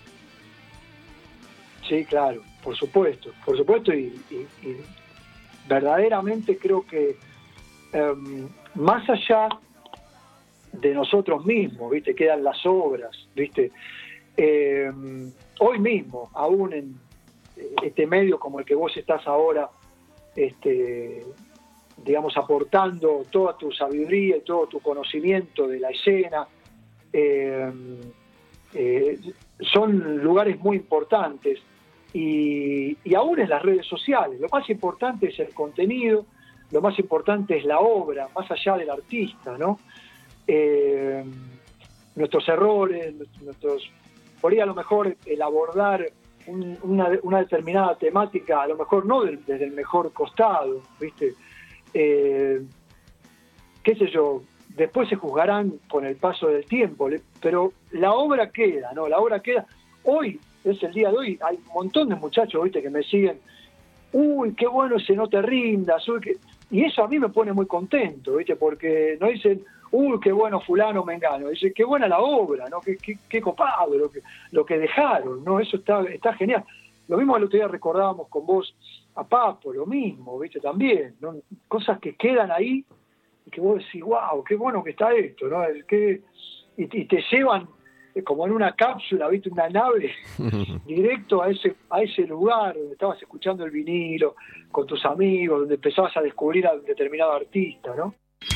Sí, claro, por supuesto, por supuesto, y, y, y verdaderamente creo que um, más allá de nosotros mismos, ¿viste? Quedan las obras, ¿viste? Eh, hoy mismo, aún en este medio como el que vos estás ahora este, digamos, aportando toda tu sabiduría y todo tu conocimiento de la escena. Eh, eh, son lugares muy importantes y, y aún en las redes sociales. Lo más importante es el contenido, lo más importante es la obra, más allá del artista, ¿no? Eh, nuestros errores, nuestros, por ahí a lo mejor el abordar un, una, una determinada temática, a lo mejor no del, desde el mejor costado, ¿viste? Eh, qué sé yo, después se juzgarán con el paso del tiempo, pero la obra queda, ¿no? La obra queda. Hoy, es el día de hoy, hay un montón de muchachos, ¿viste?, que me siguen. Uy, qué bueno ese No Te Rindas. Uy, que... Y eso a mí me pone muy contento, ¿viste? Porque no dicen, uy, qué bueno fulano mengano. Dicen, qué buena la obra, ¿no? Qué, qué, qué copado lo que, lo que dejaron, ¿no? Eso está, está genial. Lo mismo el otro día recordábamos con vos a Papo, lo mismo, ¿viste? También, ¿no? Cosas que quedan ahí y que vos decís, wow, qué bueno que está esto, ¿no? El que, y, y te llevan como en una cápsula, ¿viste? Una nave directo a ese a ese lugar donde estabas escuchando el vinilo con tus amigos, donde empezabas a descubrir a un determinado artista, ¿no?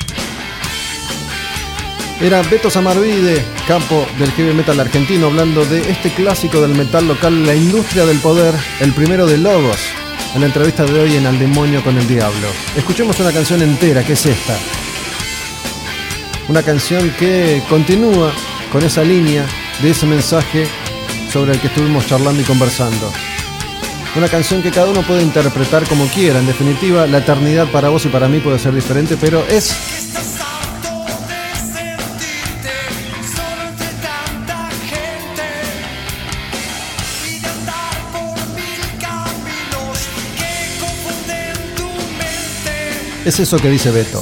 Era Beto Samarvide, capo del heavy metal argentino, hablando de este clásico del metal local, La Industria del Poder, el primero de Logos, en la entrevista de hoy en Al Demonio con el Diablo. Escuchemos una canción entera, que es esta. Una canción que continúa con esa línea de ese mensaje sobre el que estuvimos charlando y conversando. Una canción que cada uno puede interpretar como quiera. En definitiva, la eternidad para vos y para mí puede ser diferente, pero es... Es eso que dice Beto.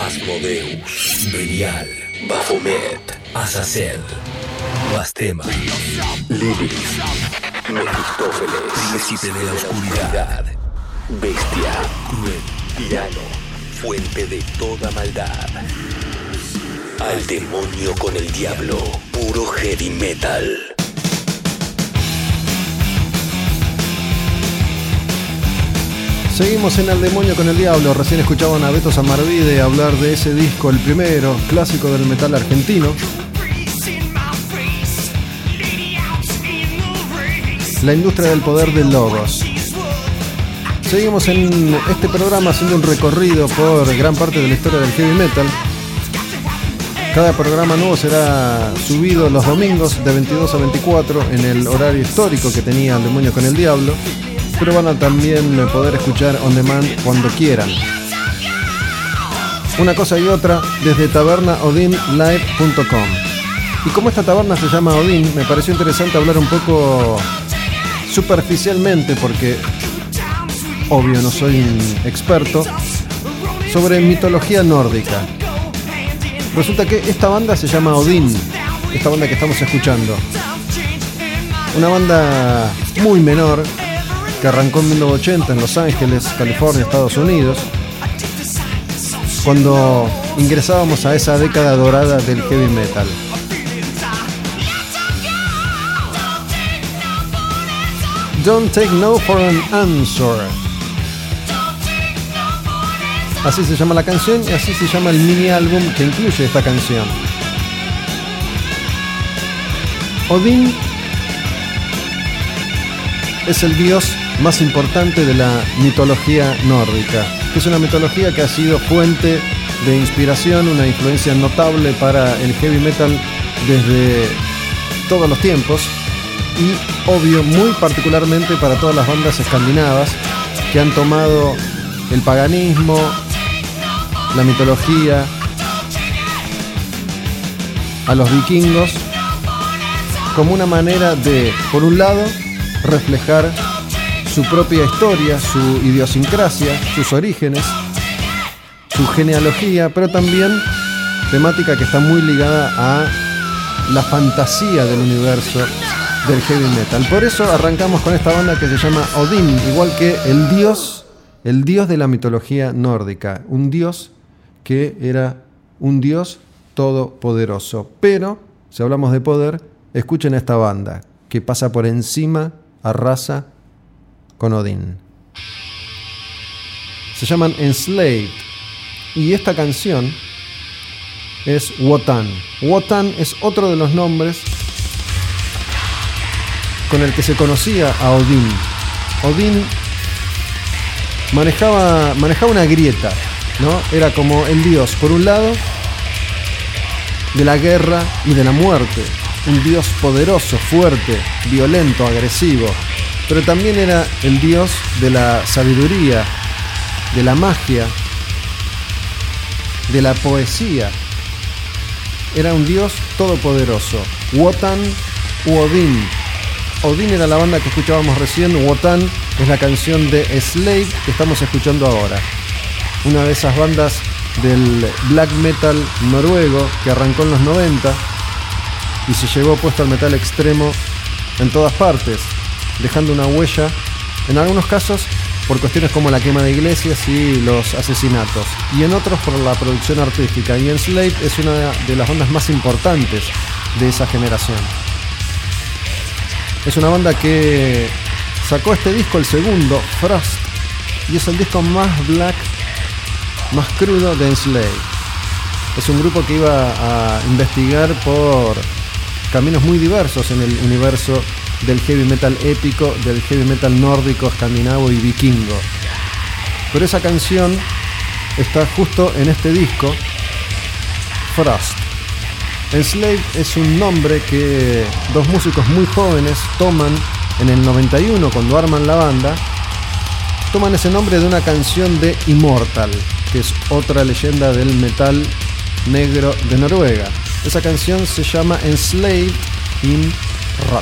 Asmodeus, Belial, Baphomet, Azazel, Bastema, Lilith, Mefistófeles, príncipe de la oscuridad, bestia, cruel, tirano, fuente de toda maldad. Al demonio con el diablo, puro heavy metal. Seguimos en Al Demonio con el Diablo. Recién escuchaban a Beto Samarvide hablar de ese disco, el primero, clásico del metal argentino. La industria del poder de Logos. Seguimos en este programa haciendo un recorrido por gran parte de la historia del heavy metal. Cada programa nuevo será subido los domingos de veintidós a veinticuatro en el horario histórico que tenía Al Demonio con el Diablo, pero van a también poder escuchar on demand cuando quieran. Una cosa y otra desde taberna odin live punto com. Y como esta taberna se llama Odin, me pareció interesante hablar un poco superficialmente, porque obvio no soy un experto, sobre mitología nórdica. Resulta que esta banda se llama Odin, esta banda que estamos escuchando. Una banda muy menor, que arrancó en mil novecientos ochenta en Los Ángeles, California, Estados Unidos, cuando ingresábamos a esa década dorada del heavy metal. Don't Take No for an Answer. Así se llama la canción y así se llama el mini álbum que incluye esta canción. Odín es el dios más importante de la mitología nórdica, que es una mitología que ha sido fuente de inspiración, una influencia notable para el heavy metal desde todos los tiempos y, obvio, muy particularmente para todas las bandas escandinavas que han tomado el paganismo, la mitología, a los vikingos, como una manera de, por un lado, reflejar su propia historia, su idiosincrasia, sus orígenes, su genealogía, pero también temática que está muy ligada a la fantasía del universo del heavy metal. Por eso arrancamos con esta banda que se llama Odín, igual que el dios, el dios de la mitología nórdica, un dios que era un dios todopoderoso. Pero, si hablamos de poder, escuchen a esta banda que pasa por encima, arrasa con Odín. Se llaman Enslaved y esta canción es Wotan. Wotan es otro de los nombres con el que se conocía a Odín. Odín manejaba, manejaba una grieta, ¿no? Era como el dios, por un lado, de la guerra y de la muerte, un dios poderoso, fuerte, violento, agresivo, pero también era el dios de la sabiduría, de la magia, de la poesía. Era un dios todopoderoso. Wotan u Odín. Odín era la banda que escuchábamos recién, Wotan es la canción de Slave que estamos escuchando ahora. Una de esas bandas del black metal noruego que arrancó en los noventa y se llevó puesto al metal extremo en todas partes, dejando una huella, en algunos casos por cuestiones como la quema de iglesias y los asesinatos, y en otros por la producción artística. Y Enslaved es una de las bandas más importantes de esa generación. Es una banda que sacó este disco, el segundo, Frost, y es el disco más black, más crudo de Enslaved. Es un grupo que iba a investigar por caminos muy diversos en el universo del heavy metal épico, del heavy metal nórdico, escandinavo y vikingo. Pero esa canción está justo en este disco, Frost. Enslaved es un nombre que dos músicos muy jóvenes toman en el noventa y uno cuando arman la banda. Toman ese nombre de una canción de Immortal, que es otra leyenda del metal negro de Noruega. Esa canción se llama Enslaved in Rot.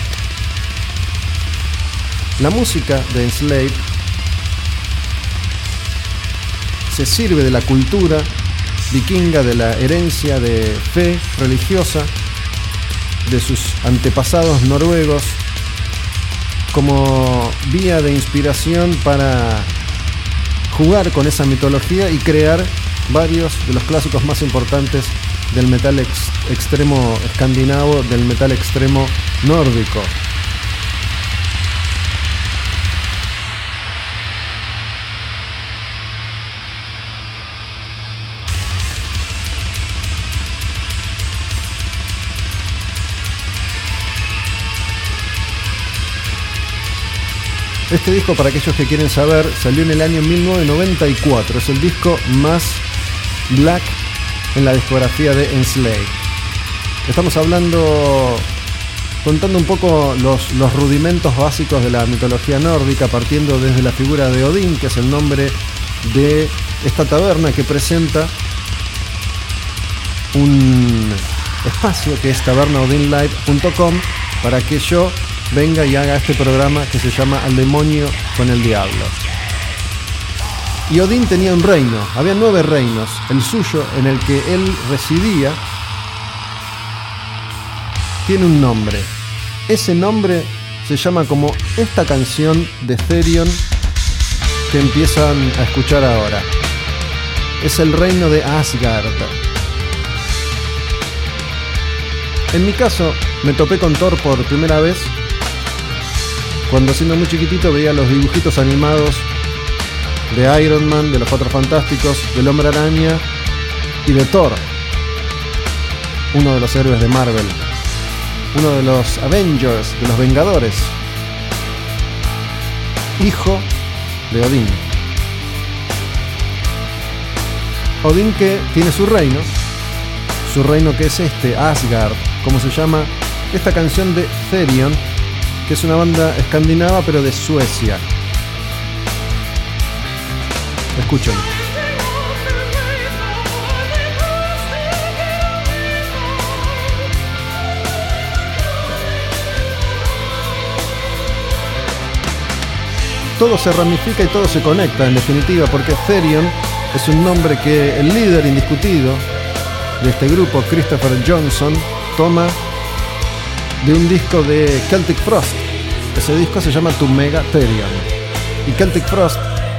La música de Enslaved se sirve de la cultura vikinga, de la herencia de fe religiosa de sus antepasados noruegos, como vía de inspiración para jugar con esa mitología y crear varios de los clásicos más importantes del metal ex extremo escandinavo, del metal extremo nórdico. Este disco, para aquellos que quieren saber, salió en el año mil novecientos noventa y cuatro. Es el disco más black en la discografía de Enslaved. Estamos hablando, contando un poco los, los rudimentos básicos de la mitología nórdica, partiendo desde la figura de Odín, que es el nombre de esta taberna que presenta un espacio que es taberna odin live punto com, para que yo venga y haga este programa que se llama Al demonio con el diablo. Y Odín tenía un reino, había nueve reinos. El suyo, en el que él residía, tiene un nombre. Ese nombre se llama como esta canción de Therion que empiezan a escuchar ahora. Es el reino de Asgard. En mi caso, me topé con Thor por primera vez cuando, siendo muy chiquitito, veía los dibujitos animados de Iron Man, de los Cuatro Fantásticos, del Hombre Araña y de Thor, uno de los héroes de Marvel, uno de los Avengers, de los Vengadores, hijo de Odín. Odín, que tiene su reino, su reino que es este, Asgard, como se llama esta canción de Therion, que es una banda escandinava pero de Suecia. Escuchen. Todo se ramifica y todo se conecta, en definitiva, porque Therion es un nombre que el líder indiscutido de este grupo, Christopher Johnson, toma de un disco de Celtic Frost. Ese disco se llama To Mega Therion. Y Celtic Frost,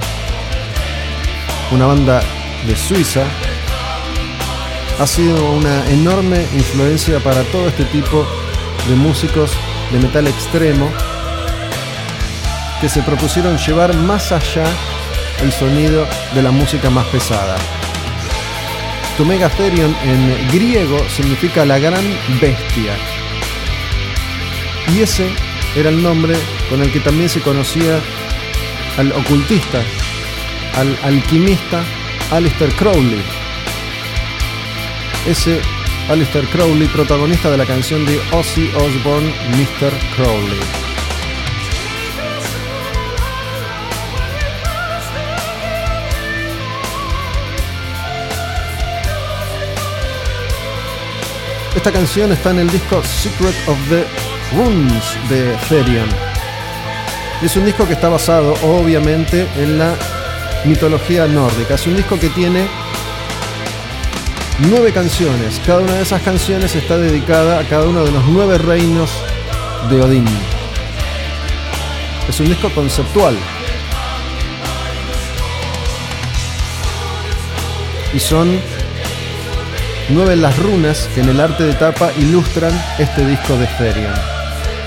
una banda de Suiza, ha sido una enorme influencia para todo este tipo de músicos de metal extremo que se propusieron llevar más allá el sonido de la música más pesada. To Mega Therion en griego significa la gran bestia. Y ese era el nombre con el que también se conocía al ocultista, al alquimista Aleister Crowley. Ese Aleister Crowley, protagonista de la canción de Ozzy Osbourne, mister Crowley. Esta canción está en el disco Secret of the Runes de Therion. Es un disco que está basado, obviamente, en la mitología nórdica. Es un disco que tiene nueve canciones. Cada una de esas canciones está dedicada a cada uno de los nueve reinos de Odín. Es un disco conceptual. Y son nueve las runas que en el arte de tapa ilustran este disco de Therion.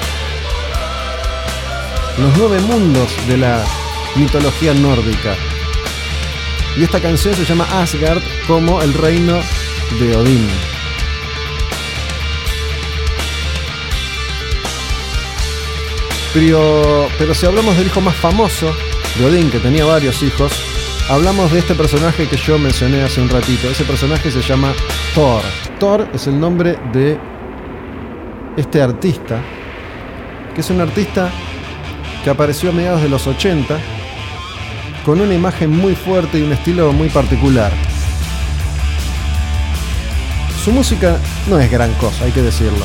Los nueve mundos de la mitología nórdica. Y esta canción se llama Asgard, como el reino de Odín. Pero, pero si hablamos del hijo más famoso de Odín, que tenía varios hijos, hablamos de este personaje que yo mencioné hace un ratito. Ese personaje se llama Thor. Thor es el nombre de este artista, que es un artista que apareció a mediados de los ochenta, con una imagen muy fuerte y un estilo muy particular. Su música no es gran cosa, hay que decirlo.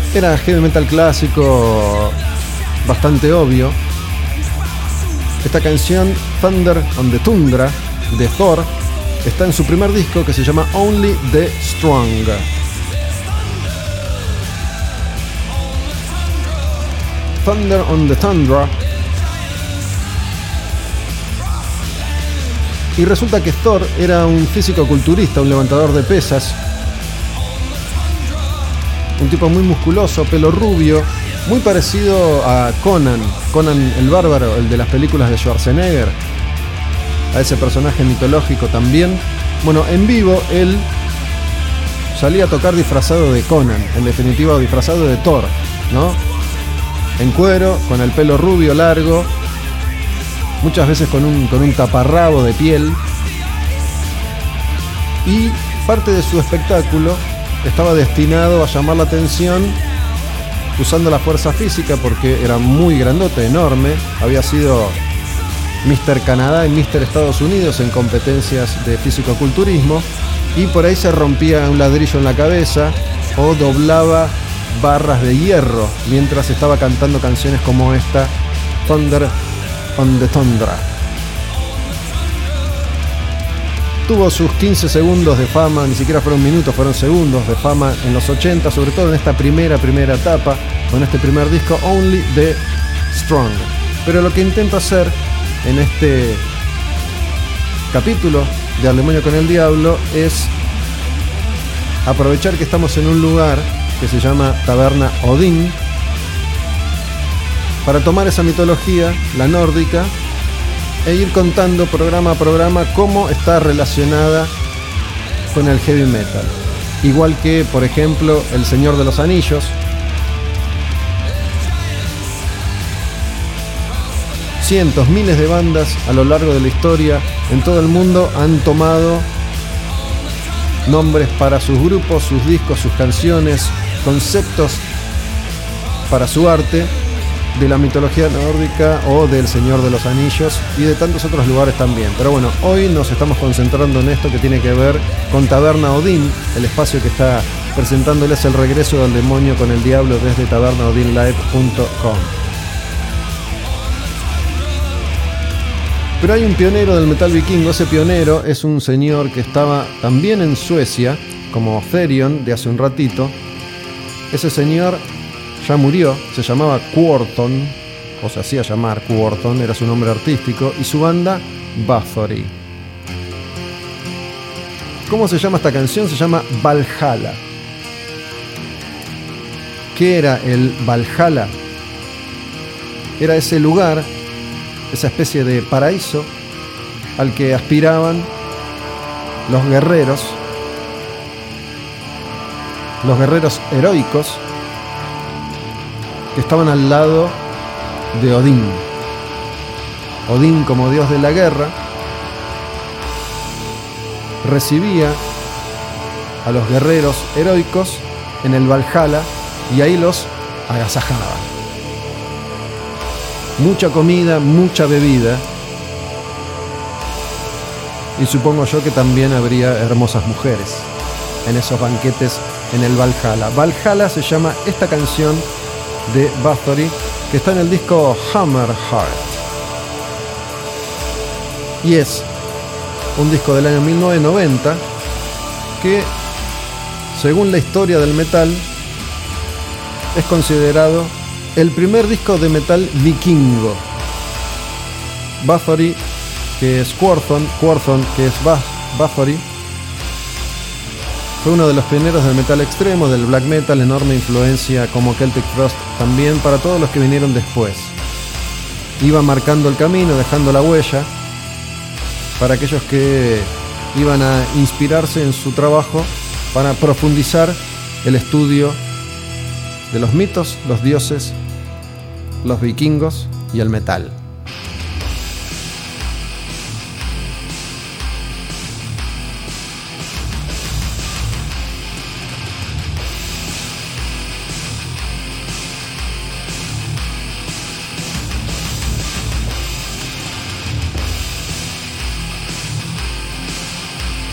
Era heavy metal clásico, bastante obvio. Esta canción, Thunder on the Tundra, de Thor, está en su primer disco que se llama Only the Strong. Thunder on the Tundra. Y resulta que Thor era un físico-culturista, un levantador de pesas, un tipo muy musculoso, pelo rubio, muy parecido a Conan, Conan el Bárbaro, el de las películas de Schwarzenegger, a ese personaje mitológico también. Bueno, en vivo él salía a tocar disfrazado de Conan, en definitiva disfrazado de Thor, ¿no? En cuero, con el pelo rubio largo, muchas veces con un, con un taparrabo de piel. Y parte de su espectáculo estaba destinado a llamar la atención usando la fuerza física, porque era muy grandote, enorme. Había sido míster Canadá y míster Estados Unidos en competencias de fisicoculturismo, y por ahí se rompía un ladrillo en la cabeza o doblaba barras de hierro mientras estaba cantando canciones como esta, Thunder on the Tundra. Tuvo sus quince segundos de fama, ni siquiera fueron minutos, fueron segundos de fama en los ochenta, sobre todo en esta primera, primera etapa, con este primer disco, Only the Strong. Pero lo que intento hacer en este capítulo de Al Demonio con el Diablo es aprovechar que estamos en un lugar que se llama Taberna Odín, para tomar esa mitología, la nórdica, e ir contando programa a programa cómo está relacionada con el heavy metal. Igual que, por ejemplo, El Señor de los Anillos. Cientos, miles de bandas a lo largo de la historia en todo el mundo han tomado nombres para sus grupos, sus discos, sus canciones, conceptos para su arte de la mitología nórdica o del Señor de los Anillos y de tantos otros lugares también. Pero bueno, hoy nos estamos concentrando en esto que tiene que ver con Taberna Odín, el espacio que está presentándoles el regreso del demonio con el diablo desde taberna odin live punto com. Pero hay un pionero del metal vikingo. Ese pionero es un señor que estaba también en Suecia, como Therion de hace un ratito. Ese señor ya murió, se llamaba Quorthon, o se hacía llamar Quorthon, era su nombre artístico, y su banda Bathory. ¿Cómo se llama esta canción? Se llama Valhalla. ¿Qué era el Valhalla? Era ese lugar, esa especie de paraíso al que aspiraban los guerreros, los guerreros heroicos que estaban al lado de Odín. Odín, como dios de la guerra, recibía a los guerreros heroicos en el Valhalla y ahí los agasajaba. Mucha comida, mucha bebida, y supongo yo que también habría hermosas mujeres en esos banquetes en el Valhalla. Valhalla se llama esta canción de Bathory, que está en el disco Hammerheart, y es un disco del año mil novecientos noventa que, según la historia del metal, es considerado el primer disco de metal vikingo. Bathory, que es Quorthon, Quorthon, que es Bathory, fue uno de los pioneros del metal extremo, del black metal, enorme influencia como Celtic Frost también para todos los que vinieron después. Iba marcando el camino, dejando la huella para aquellos que iban a inspirarse en su trabajo para profundizar el estudio de los mitos, los dioses, los vikingos y el metal.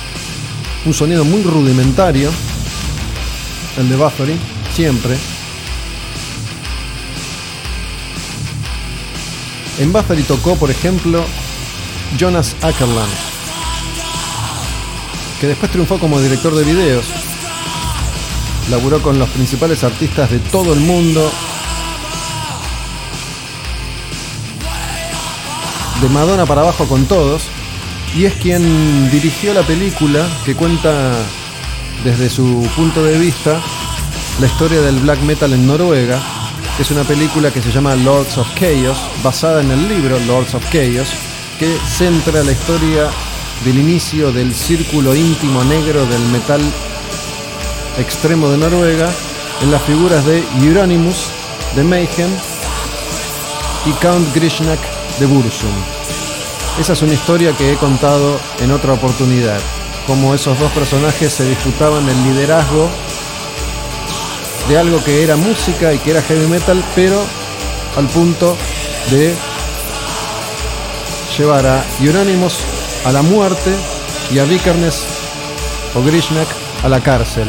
Un sonido muy rudimentario, el de Bathory, siempre. En Bathory tocó, por ejemplo, Jonas Åkerlund, que después triunfó como director de videos. Laburó con los principales artistas de todo el mundo, de Madonna para abajo con todos, y es quien dirigió la película que cuenta desde su punto de vista la historia del black metal en Noruega. Es una película que se llama Lords of Chaos, basada en el libro Lords of Chaos, que centra la historia del inicio del círculo íntimo negro del metal extremo de Noruega, en las figuras de Euronymous de Mayhem y Count Grishnak de Burzum. Esa es una historia que he contado en otra oportunidad, cómo esos dos personajes se disputaban el liderazgo de algo que era música y que era heavy metal, pero al punto de llevar a Euronymous a la muerte y a Vikernes o Grishnak a la cárcel.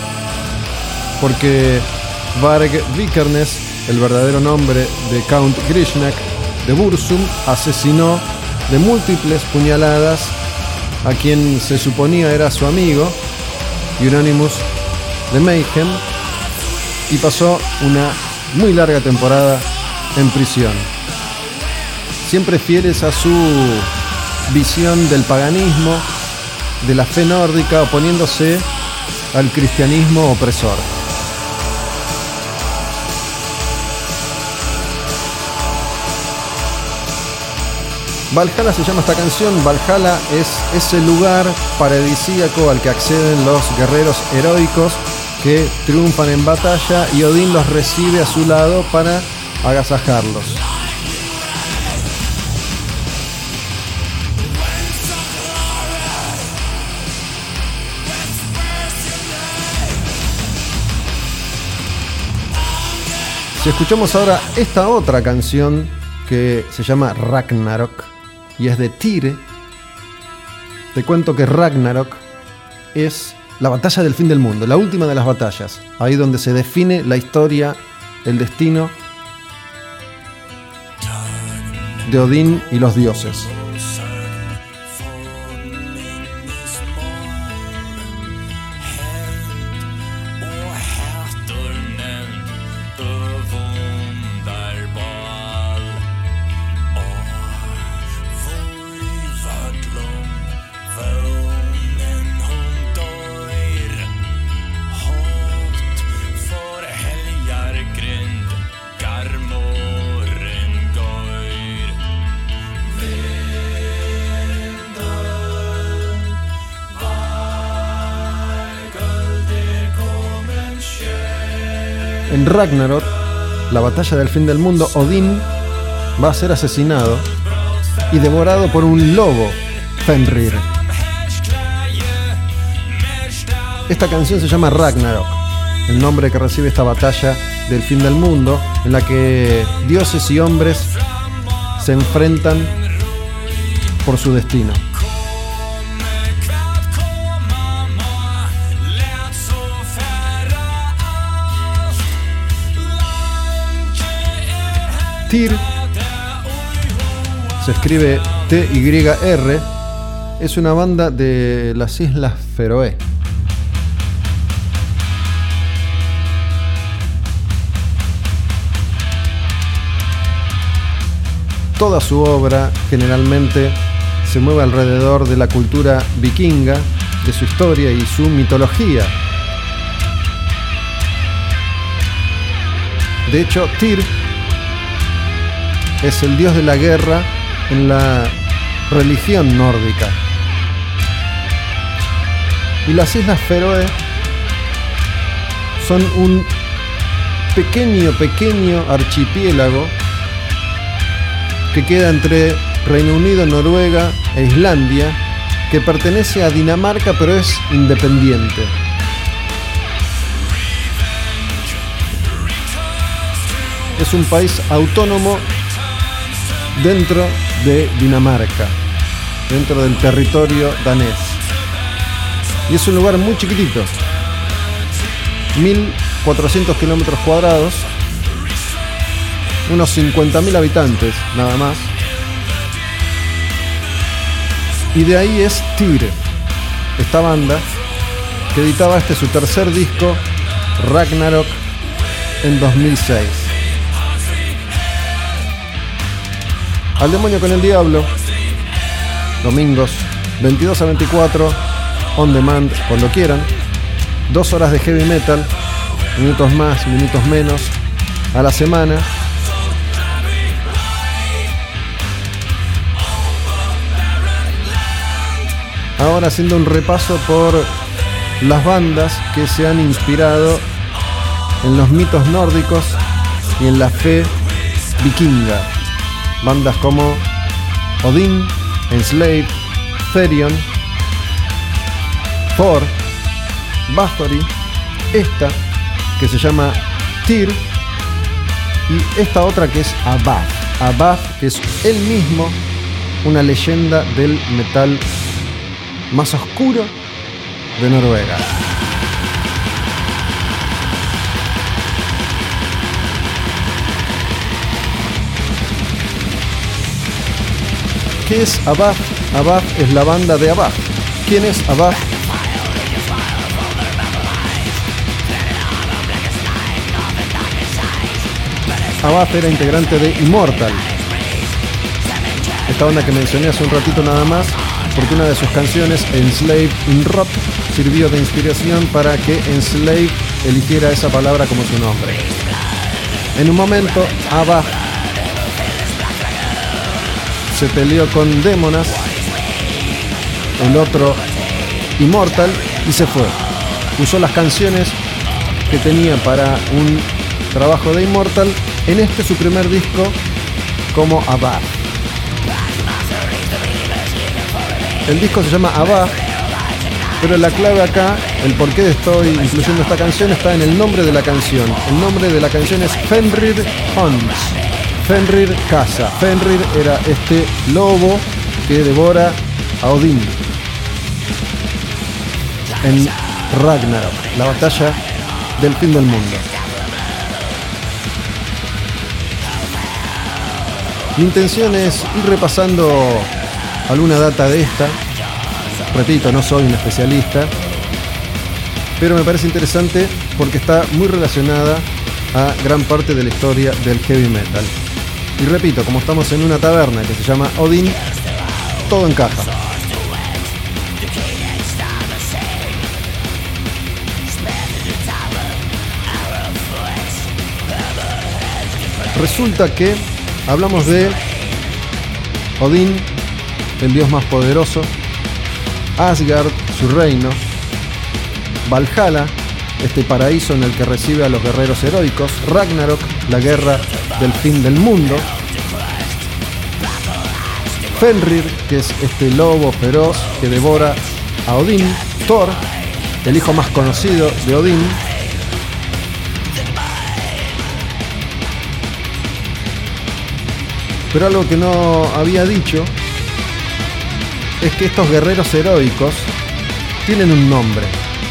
Porque Varg Vikernes, el verdadero nombre de Count Grishnak de Burzum, asesinó de múltiples puñaladas a quien se suponía era su amigo, Euronymous de Mayhem, y pasó una muy larga temporada en prisión. Siempre fieles a su visión del paganismo, de la fe nórdica, oponiéndose al cristianismo opresor. Valhalla se llama esta canción. Valhalla es ese lugar paradisíaco al que acceden los guerreros heroicos que triunfan en batalla, y Odín los recibe a su lado para agasajarlos. Si escuchamos ahora esta otra canción que se llama Ragnarok y es de Tyr, te cuento que Ragnarok es la batalla del fin del mundo, la última de las batallas, ahí donde se define la historia, el destino de Odín y los dioses. En Ragnarok, la batalla del fin del mundo, Odín va a ser asesinado y devorado por un lobo, Fenrir. Esta canción se llama Ragnarok, el nombre que recibe esta batalla del fin del mundo, en la que dioses y hombres se enfrentan por su destino. Tyr se escribe T Y R, es una banda de las Islas Feroe. Toda su obra generalmente se mueve alrededor de la cultura vikinga, de su historia y su mitología. De hecho, Tyr es el dios de la guerra en la religión nórdica. Y las Islas Feroe son un pequeño, pequeño archipiélago que queda entre Reino Unido, Noruega e Islandia, que pertenece a Dinamarca pero es independiente. Es un país autónomo dentro de Dinamarca, dentro del territorio danés. Y es un lugar muy chiquitito, mil cuatrocientos kilómetros cuadrados, unos cincuenta mil habitantes, nada más. Y de ahí es Tyr, esta banda que editaba este su tercer disco, Ragnarok, en dos mil seis. Al demonio con el diablo, domingos veintidós a veinticuatro, on demand, cuando quieran. Dos horas de heavy metal, minutos más, minutos menos, a la semana. Ahora haciendo un repaso por las bandas que se han inspirado en los mitos nórdicos y en la fe vikinga. Bandas como Odín, Enslaved, Therion, Thor, Bathory, esta que se llama Tyr y esta otra que es Abath. Abath, que es él mismo una leyenda del metal más oscuro de Noruega. ¿Qué es Abath? Abath es la banda de Abath. ¿Quién es Abath? Abath era integrante de Immortal, esta banda que mencioné hace un ratito nada más, porque una de sus canciones, Enslaved in Rot, sirvió de inspiración para que Enslaved eligiera esa palabra como su nombre. En un momento, Abath se peleó con Demonas, el otro Immortal, y se fue. Usó las canciones que tenía para un trabajo de Immortal en este su primer disco como Abath. El disco se llama Abath, pero la clave acá, el por qué estoy incluyendo esta canción, está en el nombre de la canción. El nombre de la canción es Fenrir Hunts. Fenrir caza. Fenrir era este lobo que devora a Odín en Ragnarok, la batalla del fin del mundo. Mi intención es ir repasando alguna data de esta. Repito, no soy un especialista, pero me parece interesante porque está muy relacionada a gran parte de la historia del heavy metal. Y repito, como estamos en una taberna que se llama Odín, todo encaja. Resulta que hablamos de Odín, el dios más poderoso, Asgard, su reino, Valhalla, este paraíso en el que recibe a los guerreros heroicos, Ragnarok, la guerra del fin del mundo, Fenrir, que es este lobo feroz que devora a Odín, Thor, el hijo más conocido de Odín, pero algo que no había dicho es que estos guerreros heroicos tienen un nombre.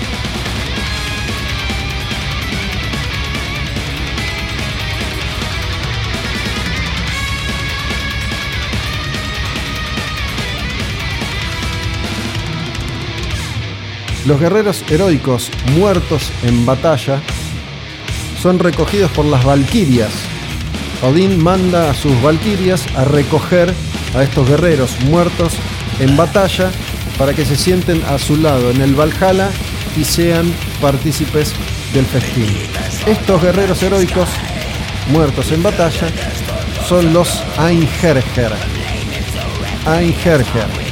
Los guerreros heroicos muertos en batalla son recogidos por las valquirias. Odín manda a sus valquirias a recoger a estos guerreros muertos en batalla para que se sienten a su lado en el Valhalla y sean partícipes del festín. Estos guerreros heroicos muertos en batalla son los Einherjar. Einherjar.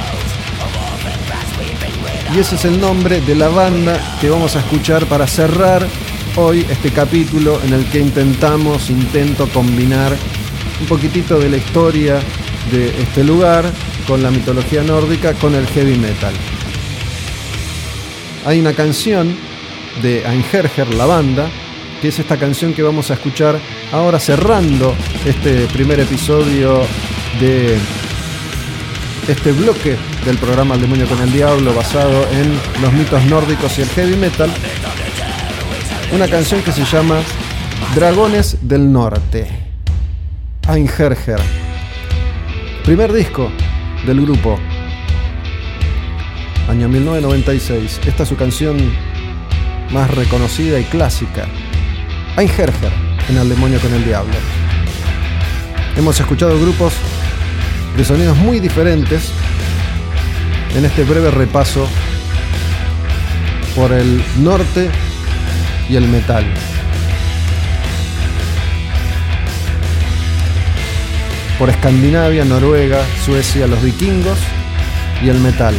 Y ese es el nombre de la banda que vamos a escuchar para cerrar hoy este capítulo en el que intentamos, intento combinar un poquitito de la historia de este lugar con la mitología nórdica, con el heavy metal. Hay una canción de Einherjar, la banda, que es esta canción que vamos a escuchar ahora cerrando este primer episodio de este bloque del programa El Demonio con el Diablo, basado en los mitos nórdicos y el heavy metal. Una canción que se llama Dragones del Norte. Einherjar, primer disco del grupo, año mil novecientos noventa y seis. Esta es su canción más reconocida y clásica, Einherjar, en Al demonio con el diablo. Hemos escuchado grupos de sonidos muy diferentes en este breve repaso por el norte y el metal. Por Escandinavia, Noruega, Suecia, los vikingos y el metal.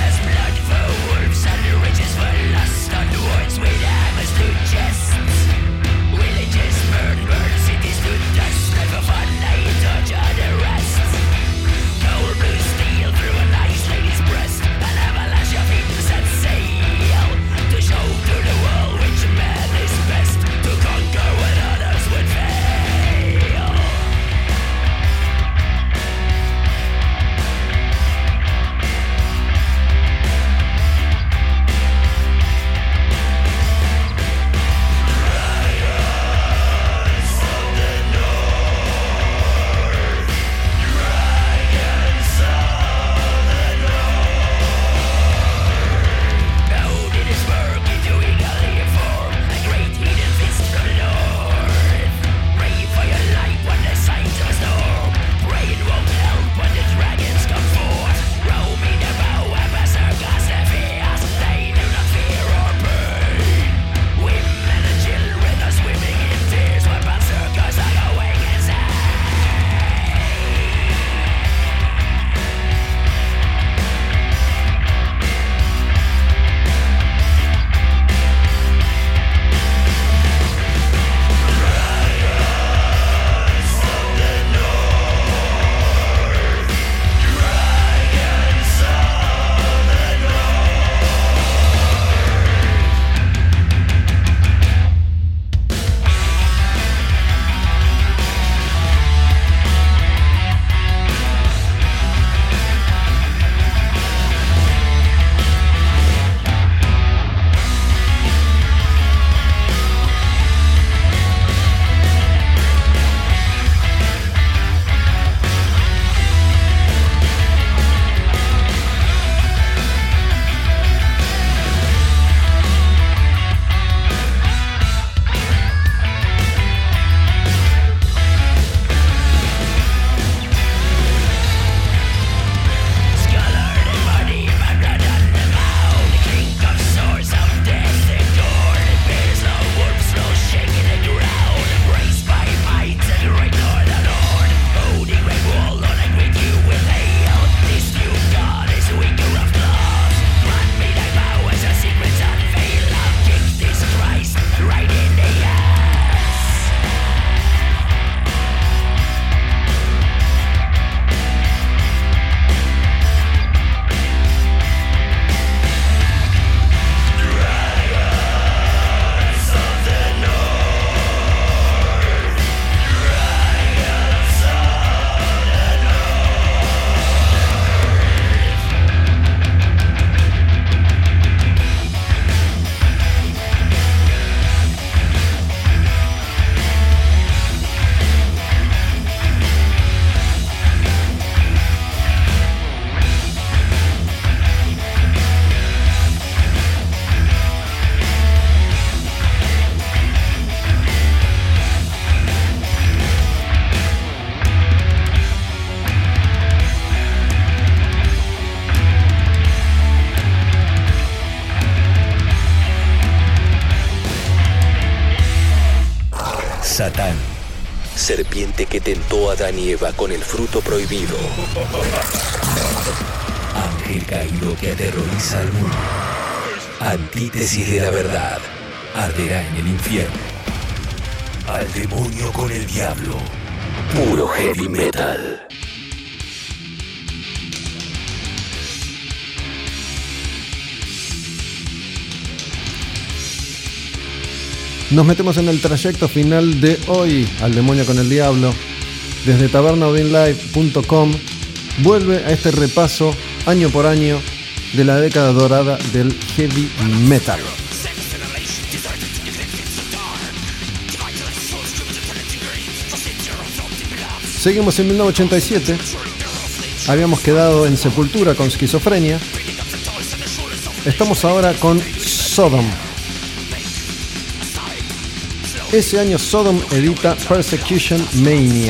Satán, serpiente que tentó a Adán y Eva con el fruto prohibido. Ángel caído que aterroriza al mundo. Antítesis de la verdad, arderá en el infierno. Al demonio con el diablo. Puro heavy metal. Nos metemos en el trayecto final de hoy, Al demonio con el diablo. Desde taberna odin live punto com vuelve a este repaso año por año de la década dorada del heavy metal. Seguimos en mil novecientos ochenta y siete. Habíamos quedado en Sepultura con Esquizofrenia. Estamos ahora con Sodom. Ese año Sodom edita Persecution Mania.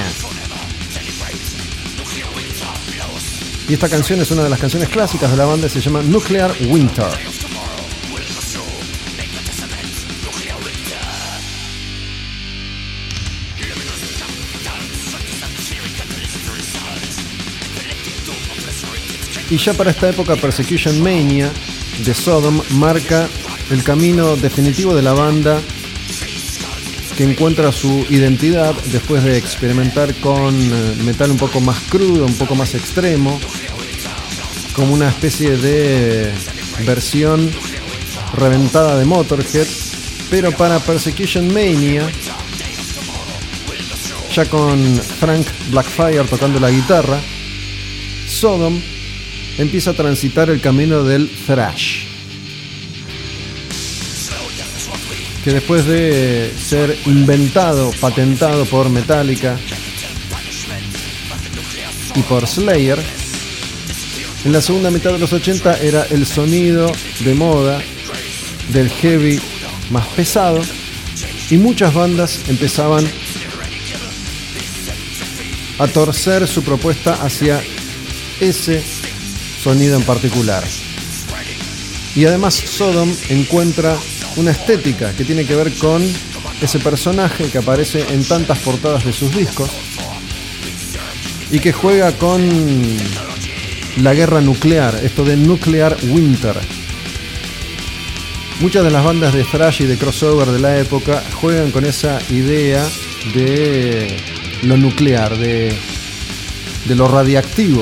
Y esta canción es una de las canciones clásicas de la banda y se llama Nuclear Winter. Y ya para esta época Persecution Mania de Sodom marca el camino definitivo de la banda, que encuentra su identidad después de experimentar con metal un poco más crudo, un poco más extremo, como una especie de versión reventada de Motorhead, pero para Persecution Mania, ya con Frank Blackfire tocando la guitarra, Sodom empieza a transitar el camino del thrash, que después de ser inventado, patentado por Metallica y por Slayer, en la segunda mitad de los ochenta era el sonido de moda del heavy más pesado, y muchas bandas empezaban a torcer su propuesta hacia ese sonido en particular. Y además Sodom encuentra una estética que tiene que ver con ese personaje que aparece en tantas portadas de sus discos y que juega con la guerra nuclear, esto de Nuclear Winter. Muchas de las bandas de thrash y de crossover de la época juegan con esa idea de lo nuclear, de, de lo radiactivo.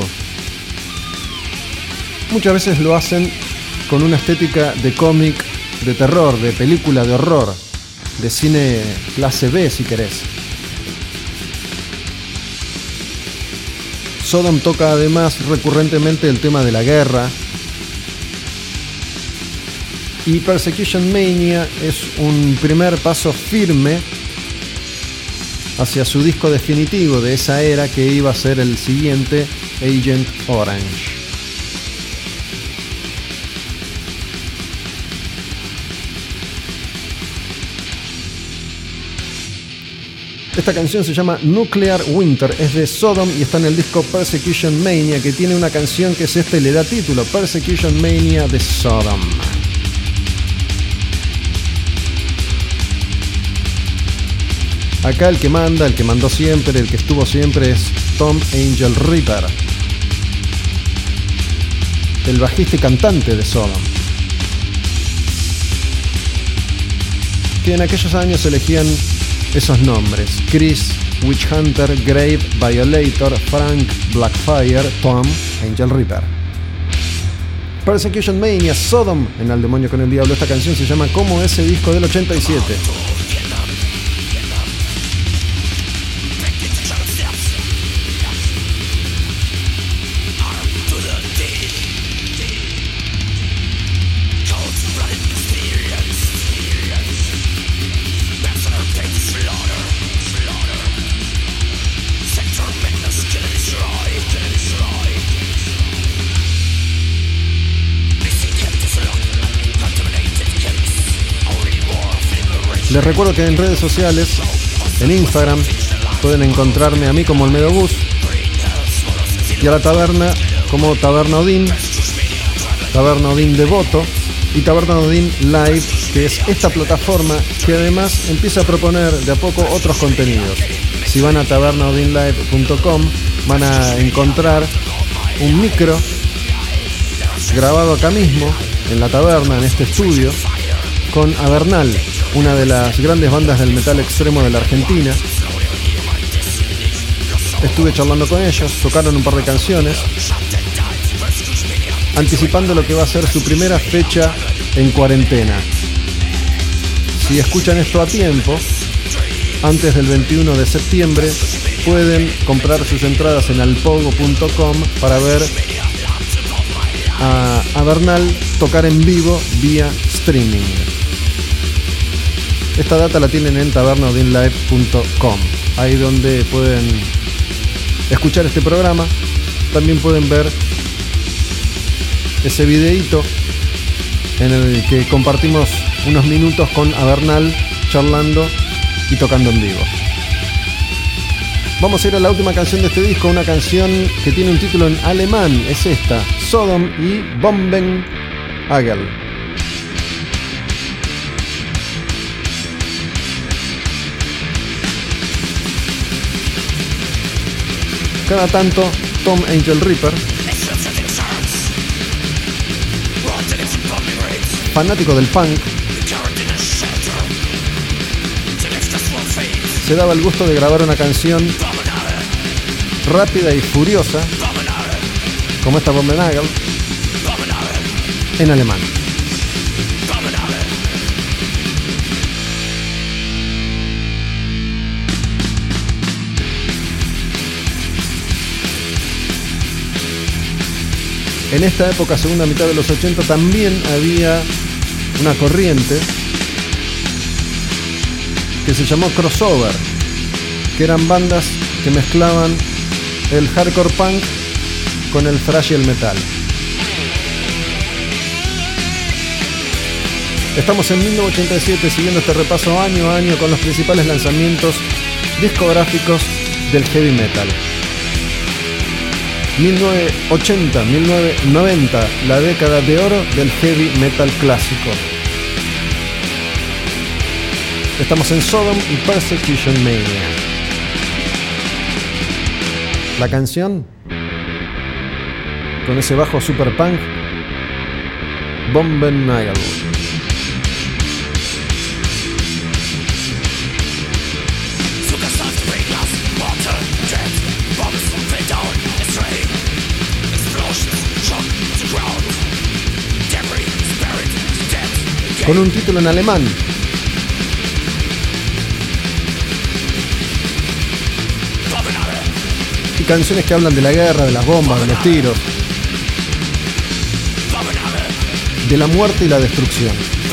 Muchas veces lo hacen con una estética de cómic, de terror, de película de horror, de cine clase B si querés. Sodom toca además recurrentemente el tema de la guerra, y Persecution Mania es un primer paso firme hacia su disco definitivo de esa era, que iba a ser el siguiente, Agent Orange. Esta canción se llama Nuclear Winter, es de Sodom y está en el disco Persecution Mania, que tiene una canción que es esta y le da título, Persecution Mania de Sodom. Acá el que manda, el que mandó siempre, el que estuvo siempre es Tom Angel Reaper, el bajista y cantante de Sodom, que en aquellos años elegían esos nombres: Chris, Witch Hunter, Grave, Violator, Frank, Blackfire, Tom, Angel Reaper. Persecution Mania, Sodom en Al Demonio con el Diablo. Esta canción se llama como ese disco del ochenta y siete. Les recuerdo que en redes sociales, en Instagram, pueden encontrarme a mí como Olmedo Bus y a la taberna como Taberna Odín, Taberna Odín Devoto y Taberna Odín Live, que es esta plataforma que además empieza a proponer de a poco otros contenidos. Si van a taberna odin live punto com van a encontrar un micro grabado acá mismo en la taberna, en este estudio, con Avernal, una de las grandes bandas del metal extremo de la Argentina. Estuve charlando con ellos, tocaron un par de canciones, anticipando lo que va a ser su primera fecha en cuarentena. Si escuchan esto a tiempo, antes del veintiuno de septiembre, pueden comprar sus entradas en alpogo punto com para ver a Avernal tocar en vivo vía streaming. Esta data la tienen en taberna odin live punto com, ahí donde pueden escuchar este programa, también pueden ver ese videíto en el que compartimos unos minutos con Avernal charlando y tocando en vivo. Vamos a ir a la última canción de este disco, una canción que tiene un título en alemán, es esta, Sodom y Bombenagel. Cada tanto, Tom Angel Reaper, fanático del punk, se daba el gusto de grabar una canción rápida y furiosa, como esta Bombenagel, en alemán. En esta época, segunda mitad de los ochenta, también había una corriente que se llamó crossover, que eran bandas que mezclaban el hardcore punk con el thrash y el metal. Estamos en mil novecientos ochenta y siete siguiendo este repaso año a año con los principales lanzamientos discográficos del heavy metal. mil novecientos ochenta a mil novecientos noventa, la década de oro del heavy metal clásico. Estamos en Sodom y Persecution Mania. La canción, con ese bajo super punk, Bombenagel. Con un título en alemán. Y canciones que hablan de la guerra, de las bombas, de los tiros, de la muerte y la destrucción.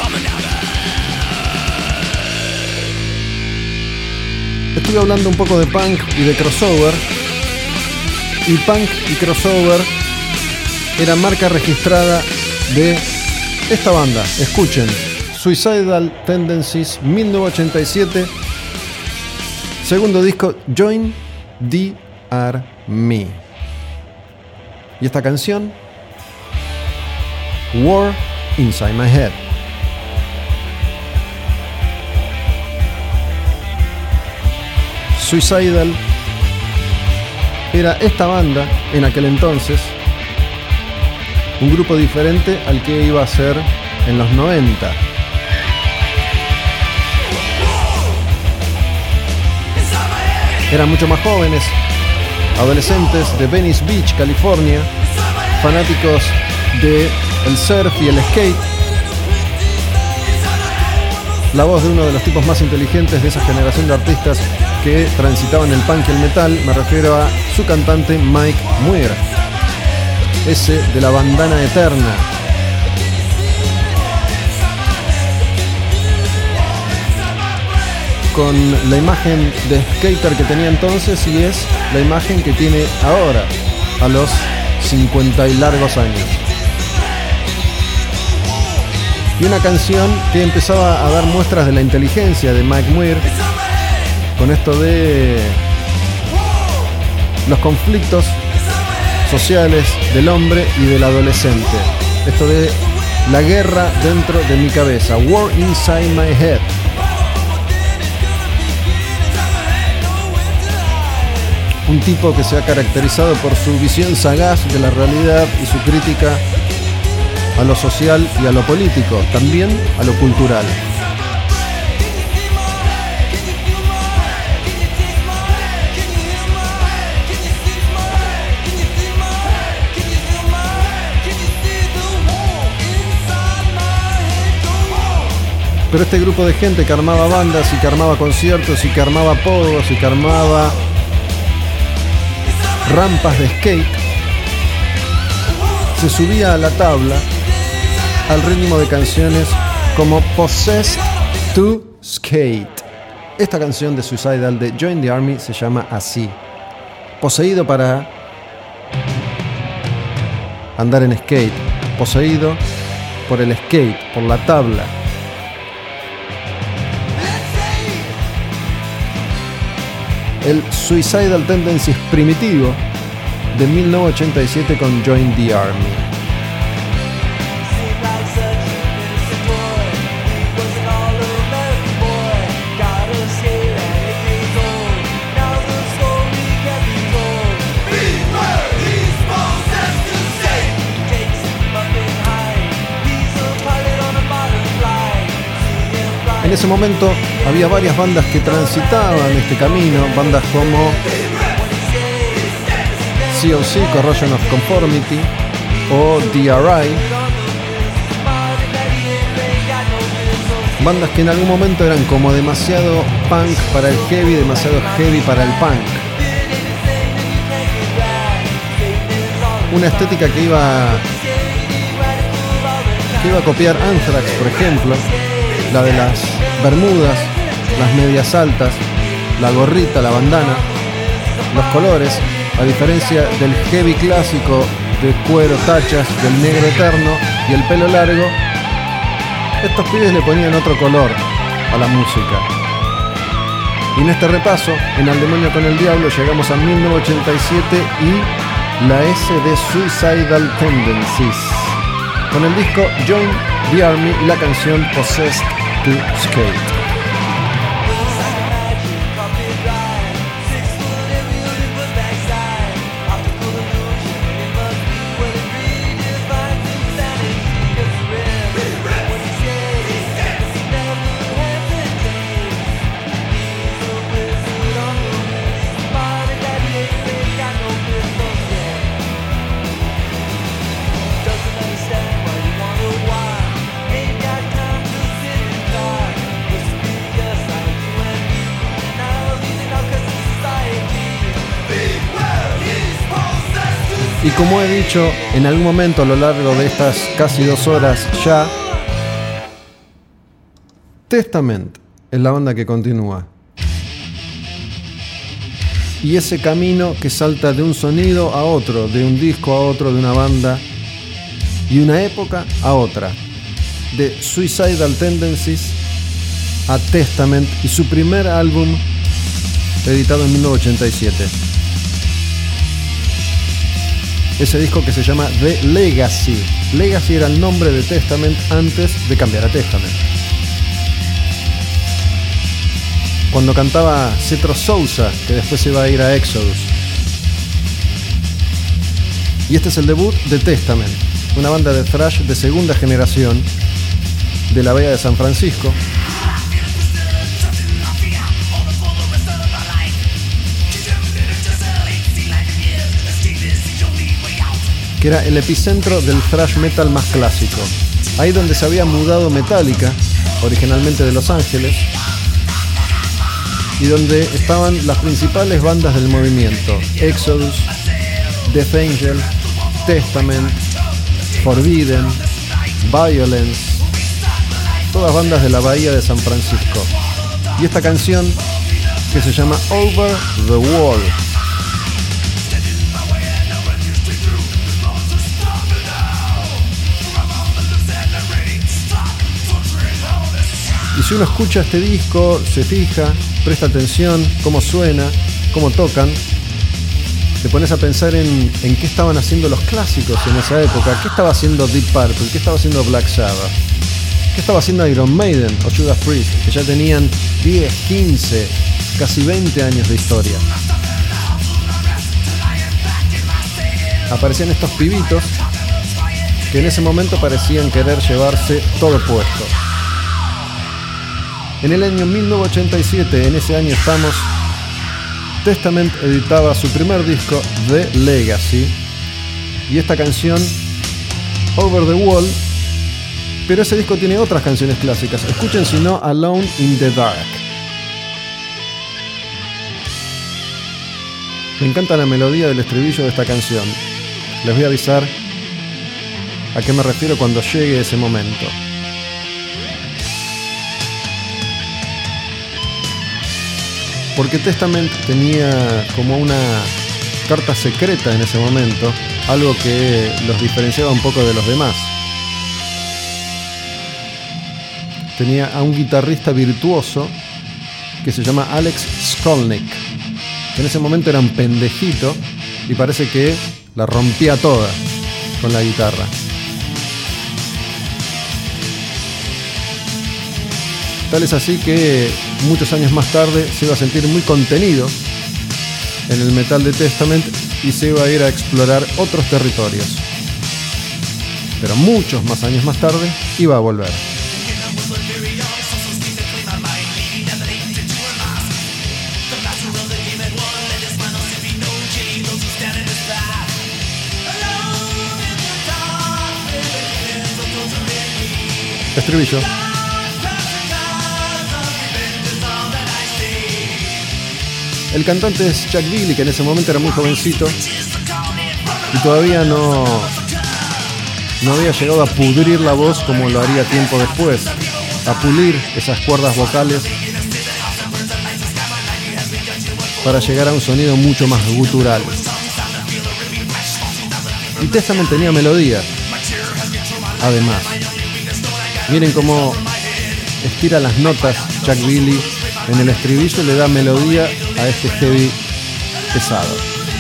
Estuve hablando un poco de punk y de crossover. Y punk y crossover era marca registrada de esta banda. Escuchen, Suicidal Tendencies, mil novecientos ochenta y siete, segundo disco, Join the Army. Y esta canción, War Inside My Head. Suicidal era esta banda en aquel entonces, un grupo diferente al que iba a ser en los noventa. Eran mucho más jóvenes, adolescentes de Venice Beach, California, fanáticos del surf y el skate. La voz de uno de los tipos más inteligentes de esa generación de artistas que transitaban el punk y el metal, me refiero a su cantante Mike Muir, ese de la bandana eterna. Con la imagen de skater que tenía entonces y es la imagen que tiene ahora, a los cincuenta y largos años. Y una canción que empezaba a dar muestras de la inteligencia de Mike Muir, con esto de los conflictos sociales del hombre y del adolescente. Esto de la guerra dentro de mi cabeza, War Inside My Head. Un tipo que se ha caracterizado por su visión sagaz de la realidad y su crítica a lo social y a lo político, también a lo cultural. Pero este grupo de gente que armaba bandas y que armaba conciertos y que armaba pogos y que armaba rampas de skate, se subía a la tabla al ritmo de canciones como Possessed to Skate. Esta canción de Suicidal de Join the Army se llama así. poseído para andar en skate, poseído por el skate, por la tabla. El Suicidal Tendencies primitivo de mil novecientos ochenta y siete con Join the Army. En ese momento había varias bandas que transitaban este camino, bandas como C O C, Corrosion of Conformity, o D R I, bandas que en algún momento eran como demasiado punk para el heavy, demasiado heavy para el punk. Una estética que iba, que iba a copiar Anthrax, por ejemplo, la de las bermudas, las medias altas, la gorrita, la bandana, los colores, a diferencia del heavy clásico de cuero, tachas, del negro eterno y el pelo largo, estos pibes le ponían otro color a la música. Y en este repaso, en Al Demonio con el Diablo, llegamos a mil novecientos ochenta y siete y la S de Suicidal Tendencies, con el disco Join the Army y la canción Possessed to Skate. Y como he dicho en algún momento a lo largo de estas casi dos horas ya, Testament es la banda que continúa. Y ese camino que salta de un sonido a otro, de un disco a otro, de una banda y una época a otra. De Suicidal Tendencies a Testament y su primer álbum editado en mil novecientos ochenta y siete. Ese disco que se llama The Legacy. Legacy era el nombre de Testament antes de cambiar a Testament. Cuando cantaba Cetro Sousa, que después se iba a ir a Exodus. Y este es el debut de Testament, una banda de thrash de segunda generación de la Bahía de San Francisco. Que era el epicentro del thrash metal más clásico. Ahí donde se había mudado Metallica, originalmente de Los Ángeles, y donde estaban las principales bandas del movimiento: Exodus, Death Angel, Testament, Forbidden, Violence, todas bandas de la Bahía de San Francisco. Y esta canción, que se llama Over the Wall, y si uno escucha este disco, se fija, presta atención cómo suena, cómo tocan, te pones a pensar en, en qué estaban haciendo los clásicos en esa época. ¿Qué estaba haciendo Deep Purple? ¿Qué estaba haciendo Black Sabbath? ¿Qué estaba haciendo Iron Maiden o Judas Priest? Que ya tenían diez, quince, casi veinte años de historia. Aparecían estos pibitos que en ese momento parecían querer llevarse todo puesto. En el año mil novecientos ochenta y siete, en ese año estamos, Testament editaba su primer disco, The Legacy, y esta canción, Over the Wall, pero ese disco tiene otras canciones clásicas. Escuchen si no Alone in the Dark. Me encanta la melodía del estribillo de esta canción. Les voy a avisar a qué me refiero cuando llegue ese momento. Porque Testament tenía como una carta secreta en ese momento, algo que los diferenciaba un poco de los demás. Tenía a un guitarrista virtuoso que se llama Alex Skolnick, que en ese momento era un pendejito y parece que la rompía toda con la guitarra. Tal es así que muchos años más tarde se iba a sentir muy contenido en el metal de Testament y se iba a ir a explorar otros territorios. Pero muchos más años más tarde iba a volver. Estribillo. El cantante es Chuck Billy, que en ese momento era muy jovencito y todavía no, no había llegado a pudrir la voz como lo haría tiempo después, a pulir esas cuerdas vocales para llegar a un sonido mucho más gutural. Y Testament tenía melodía, además. Miren cómo estira las notas Chuck Billy en el estribillo y le da melodía a este heavy pesado.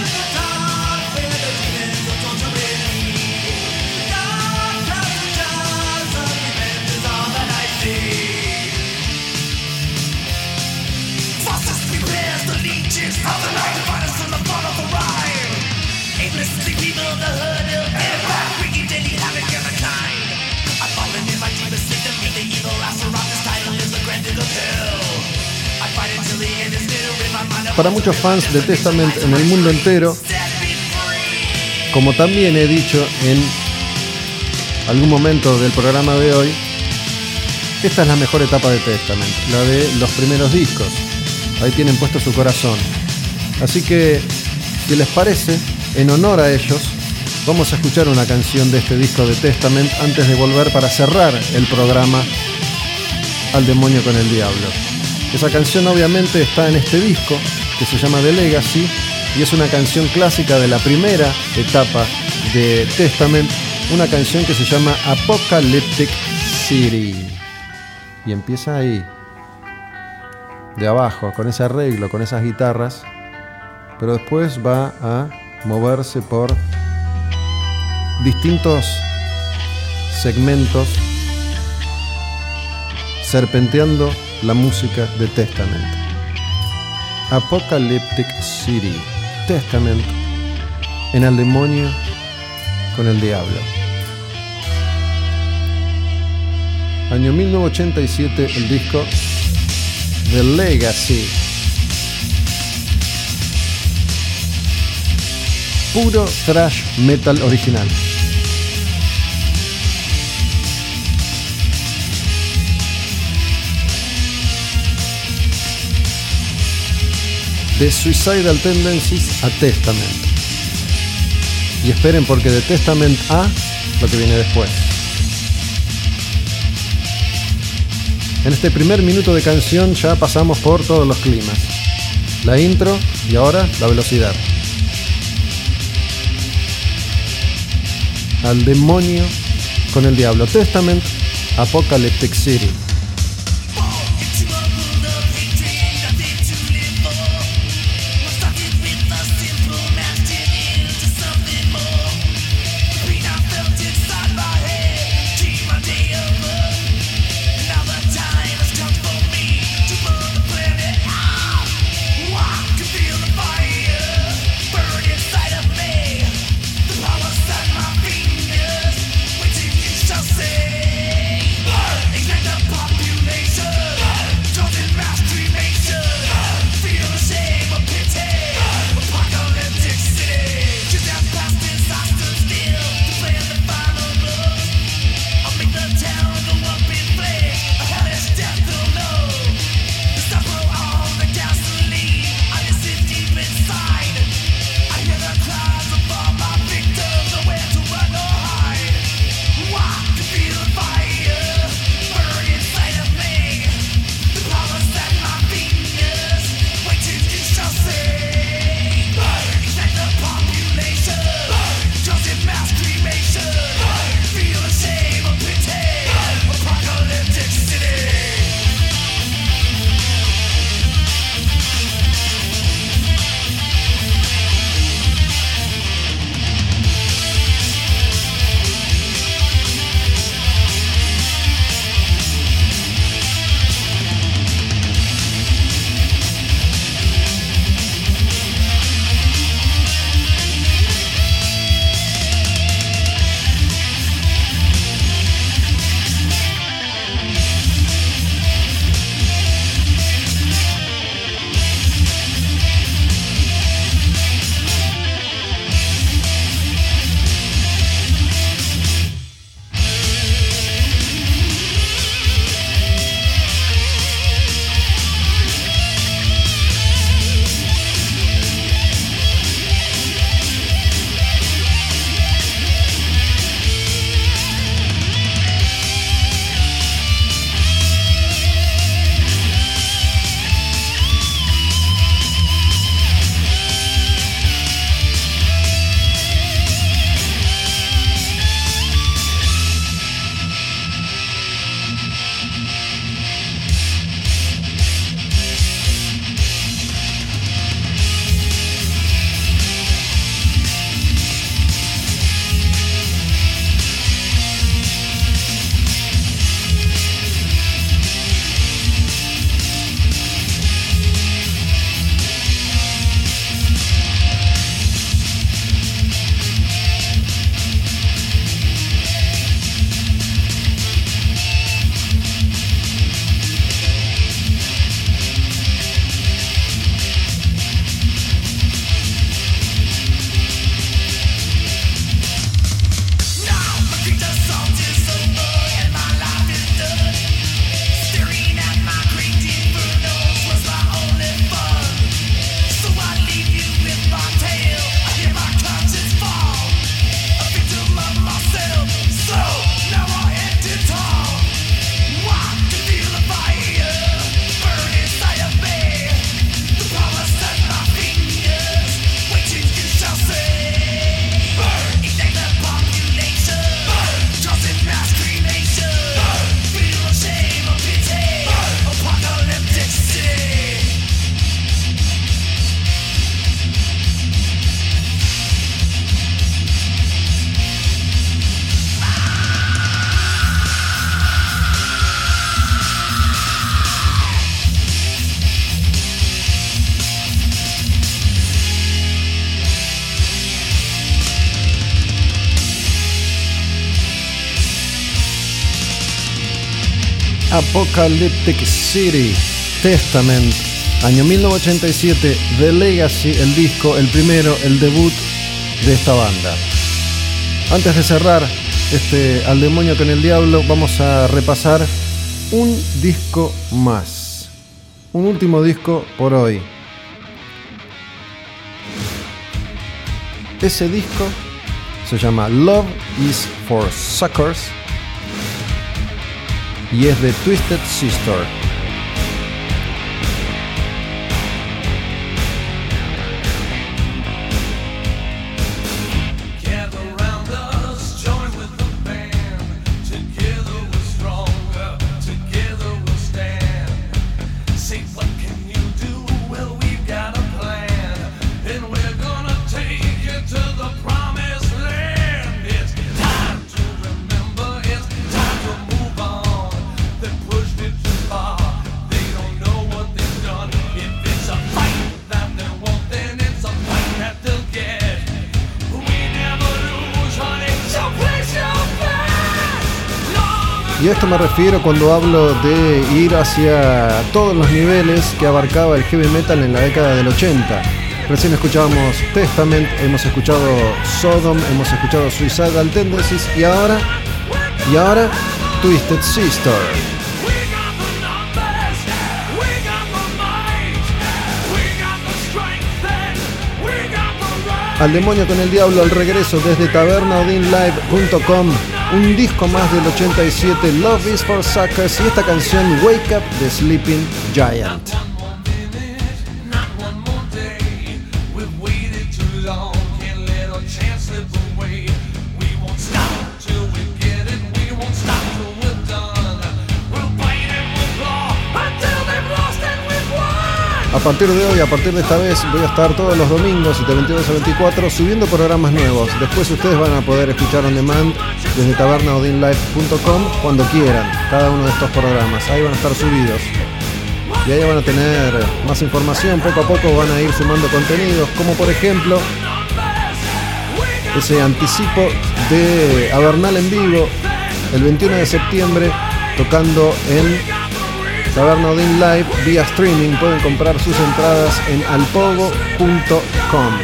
Para muchos fans de Testament en el mundo entero, como también he dicho en algún momento del programa de hoy, esta es la mejor etapa de Testament, la de los primeros discos. Ahí tienen puesto su corazón. Así que, si les parece, en honor a ellos, vamos a escuchar una canción de este disco de Testament antes de volver para cerrar el programa Al Demonio con el Diablo. Esa canción obviamente está en este disco que se llama The Legacy y es una canción clásica de la primera etapa de Testament, una canción que se llama Apocalyptic City y empieza ahí, de abajo, con ese arreglo, con esas guitarras, pero después va a moverse por distintos segmentos, serpenteando la música de Testament. Apocalyptic City, Testament, en Al Demonio con el Diablo. Año mil novecientos ochenta y siete, el disco The Legacy. Puro thrash metal original. De Suicidal Tendencies a Testament. Y esperen porque de Testament a lo que viene después. En este primer minuto de canción ya pasamos por todos los climas. La intro y ahora la velocidad. Al Demonio con el Diablo. Testament, Apocalyptic City. Ignite the Apocalyptic City, Testament, año mil novecientos ochenta y siete, The Legacy, el disco, el primero, el debut de esta banda. Antes de cerrar este Al Demonio con el Diablo, vamos a repasar un disco más, un último disco por hoy. Ese disco se llama Love is for Suckers y es de Twisted Sister. Y a esto me refiero cuando hablo de ir hacia todos los niveles que abarcaba el heavy metal en la década del ochenta. Recién escuchábamos Testament, hemos escuchado Sodom, hemos escuchado Suicidal Tendencies y ahora, y ahora Twisted Sister. Al Demonio con el Diablo, al regreso desde taberna odin live punto com. Un disco más del ochenta y siete, Love is for Suckers, y esta canción Wake Up de Sleeping Giant. A partir de hoy, a partir de esta vez, voy a estar todos los domingos de veintidós a veinticuatro subiendo programas nuevos. Después ustedes van a poder escuchar on demand desde taberna odin live punto com cuando quieran cada uno de estos programas. Ahí van a estar subidos. Y ahí van a tener más información. Poco a poco van a ir sumando contenidos, como por ejemplo ese anticipo de Avernal en vivo el veintiuno de septiembre, tocando en Taberna Odin Live vía streaming. Pueden comprar sus entradas en alpogo punto com.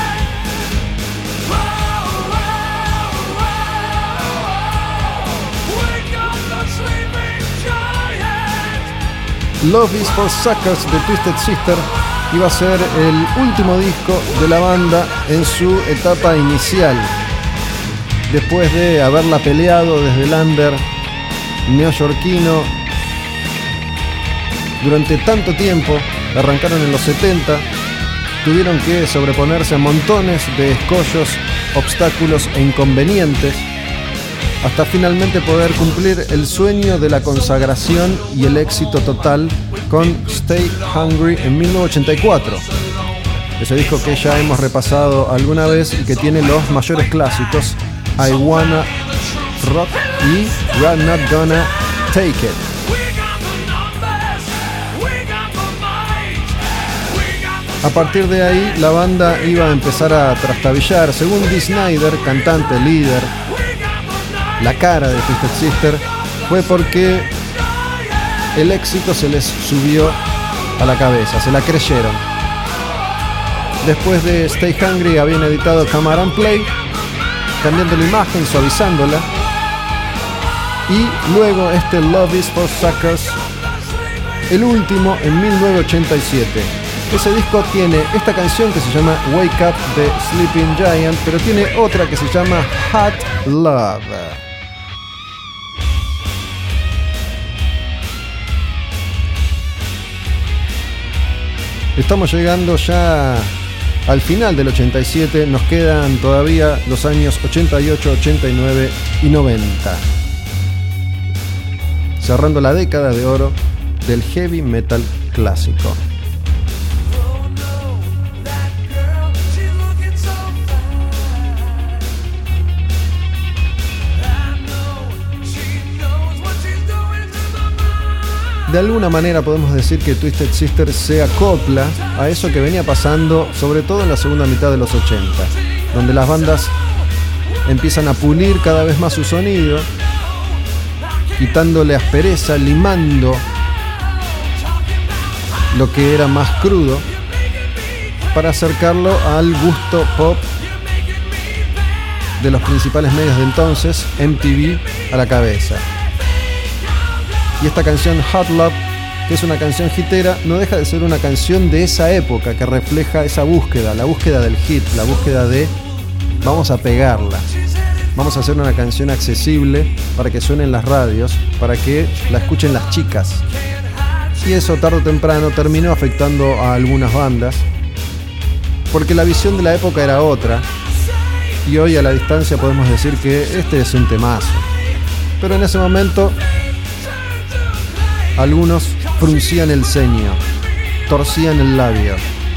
Love is for Suckers de Twisted Sister iba a ser el último disco de la banda en su etapa inicial, después de haberla peleado desde el under neoyorquino durante tanto tiempo. Arrancaron en los setenta, tuvieron que sobreponerse a montones de escollos, obstáculos e inconvenientes hasta finalmente poder cumplir el sueño de la consagración y el éxito total con Stay Hungry en mil novecientos ochenta y cuatro. Ese disco que ya hemos repasado alguna vez y que tiene los mayores clásicos I Wanna Rock y We're Not Gonna Take It. A partir de ahí, la banda iba a empezar a trastabillar. Según Dee Snider, cantante, líder, la cara de Twisted Sister, fue porque el éxito se les subió a la cabeza, se la creyeron. Después de Stay Hungry habían editado Come Out and Play, cambiando la imagen, suavizándola, y luego este Love is for Suckers, el último en mil novecientos ochenta y siete. Ese disco tiene esta canción que se llama Wake Up de Sleeping Giant, pero tiene otra que se llama Hot Love. Estamos llegando ya al final del ochenta y siete, nos quedan todavía los años ochenta y ocho, ochenta y nueve y noventa. Cerrando la década de oro del heavy metal clásico. De alguna manera podemos decir que Twisted Sister se acopla a eso que venía pasando, sobre todo en la segunda mitad de los ochenta, donde las bandas empiezan a pulir cada vez más su sonido quitándole aspereza, limando lo que era más crudo para acercarlo al gusto pop de los principales medios de entonces, M T V a la cabeza. Y esta canción Hot Love, que es una canción hitera, no deja de ser una canción de esa época que refleja esa búsqueda, la búsqueda del hit, la búsqueda de vamos a pegarla, vamos a hacer una canción accesible para que suene en las radios, para que la escuchen las chicas. Y eso tarde o temprano terminó afectando a algunas bandas, porque la visión de la época era otra, y hoy a la distancia podemos decir que este es un temazo. Pero en ese momento algunos fruncían el ceño, torcían el labio.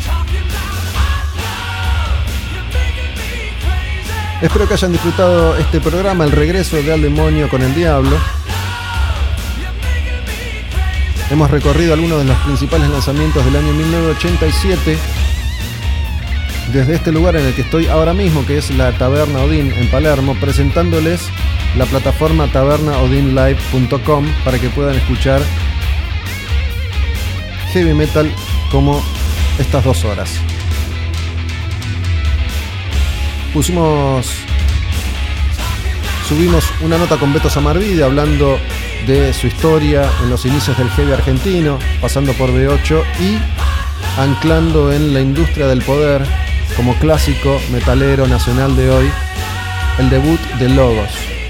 Espero que hayan disfrutado este programa, el regreso de Al Demonio con el Diablo. Hemos recorrido algunos de los principales lanzamientos del año mil novecientos ochenta y siete desde este lugar en el que estoy ahora mismo, que es la Taberna Odin en Palermo, presentándoles la plataforma taberna odin live punto com para que puedan escuchar heavy metal como estas dos horas. Pusimos, subimos una nota con Beto Samarvide hablando de su historia en los inicios del heavy argentino, pasando por B ocho y anclando en la industria del poder como clásico metalero nacional de hoy, el debut de Logos.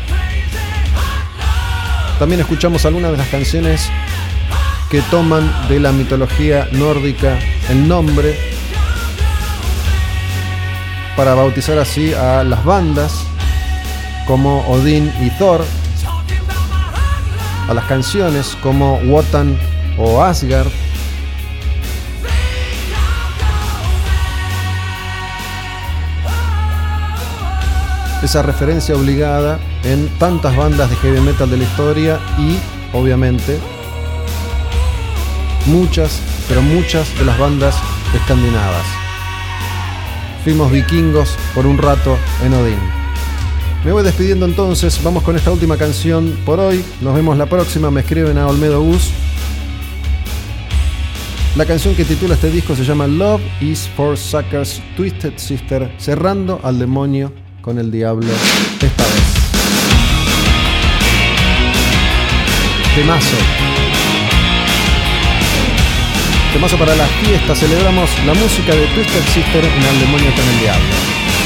También escuchamos algunas de las canciones que toman de la mitología nórdica el nombre para bautizar así a las bandas como Odín y Thor, a las canciones como Wotan o Asgard, esa referencia obligada en tantas bandas de heavy metal de la historia y obviamente muchas, pero muchas de las bandas escandinavas. Fuimos vikingos por un rato en Odín. Me voy despidiendo entonces, vamos con esta última canción por hoy. Nos vemos la próxima, me escriben a Olmedo Bus. La canción que titula este disco se llama Love is for Suckers, Twisted Sister, cerrando Al Demonio con el Diablo esta vez. Temazo. Temazo para la fiesta. Celebramos la música de Twisted Sister en Al Demonio con el Diablo.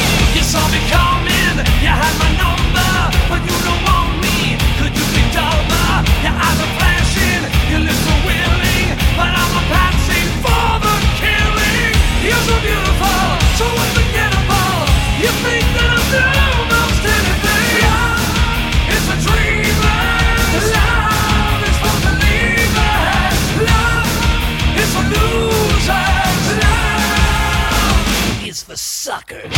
Suckers.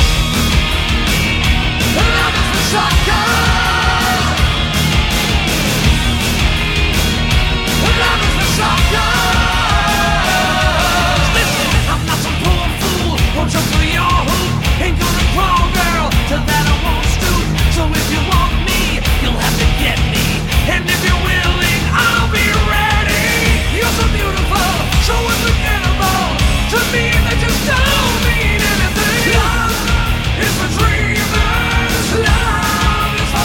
Love is for suckers. Love is for suckers. Listen, I'm not some poor fool. Won't jump through your hoop. Ain't gonna crawl, girl, to that I won't stoop. So if you want me, you'll have to get me. And if you're willing, I'll be ready. You're so beautiful, so unforgettable. To me, they just don't mean anything. Love is for dreamers. Love is for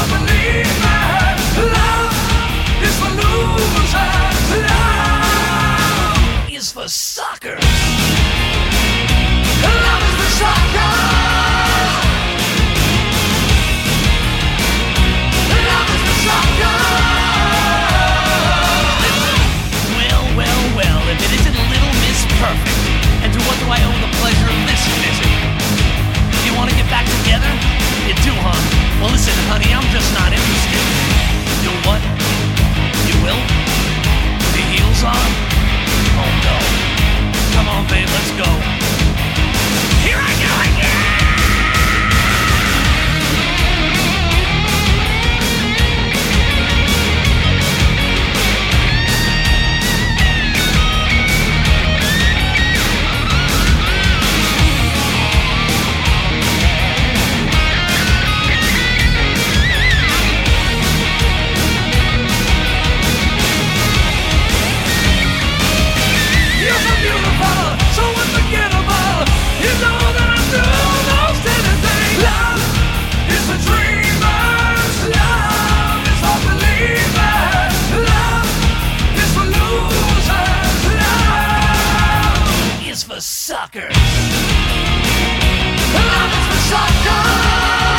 sucker. Love is for suckers.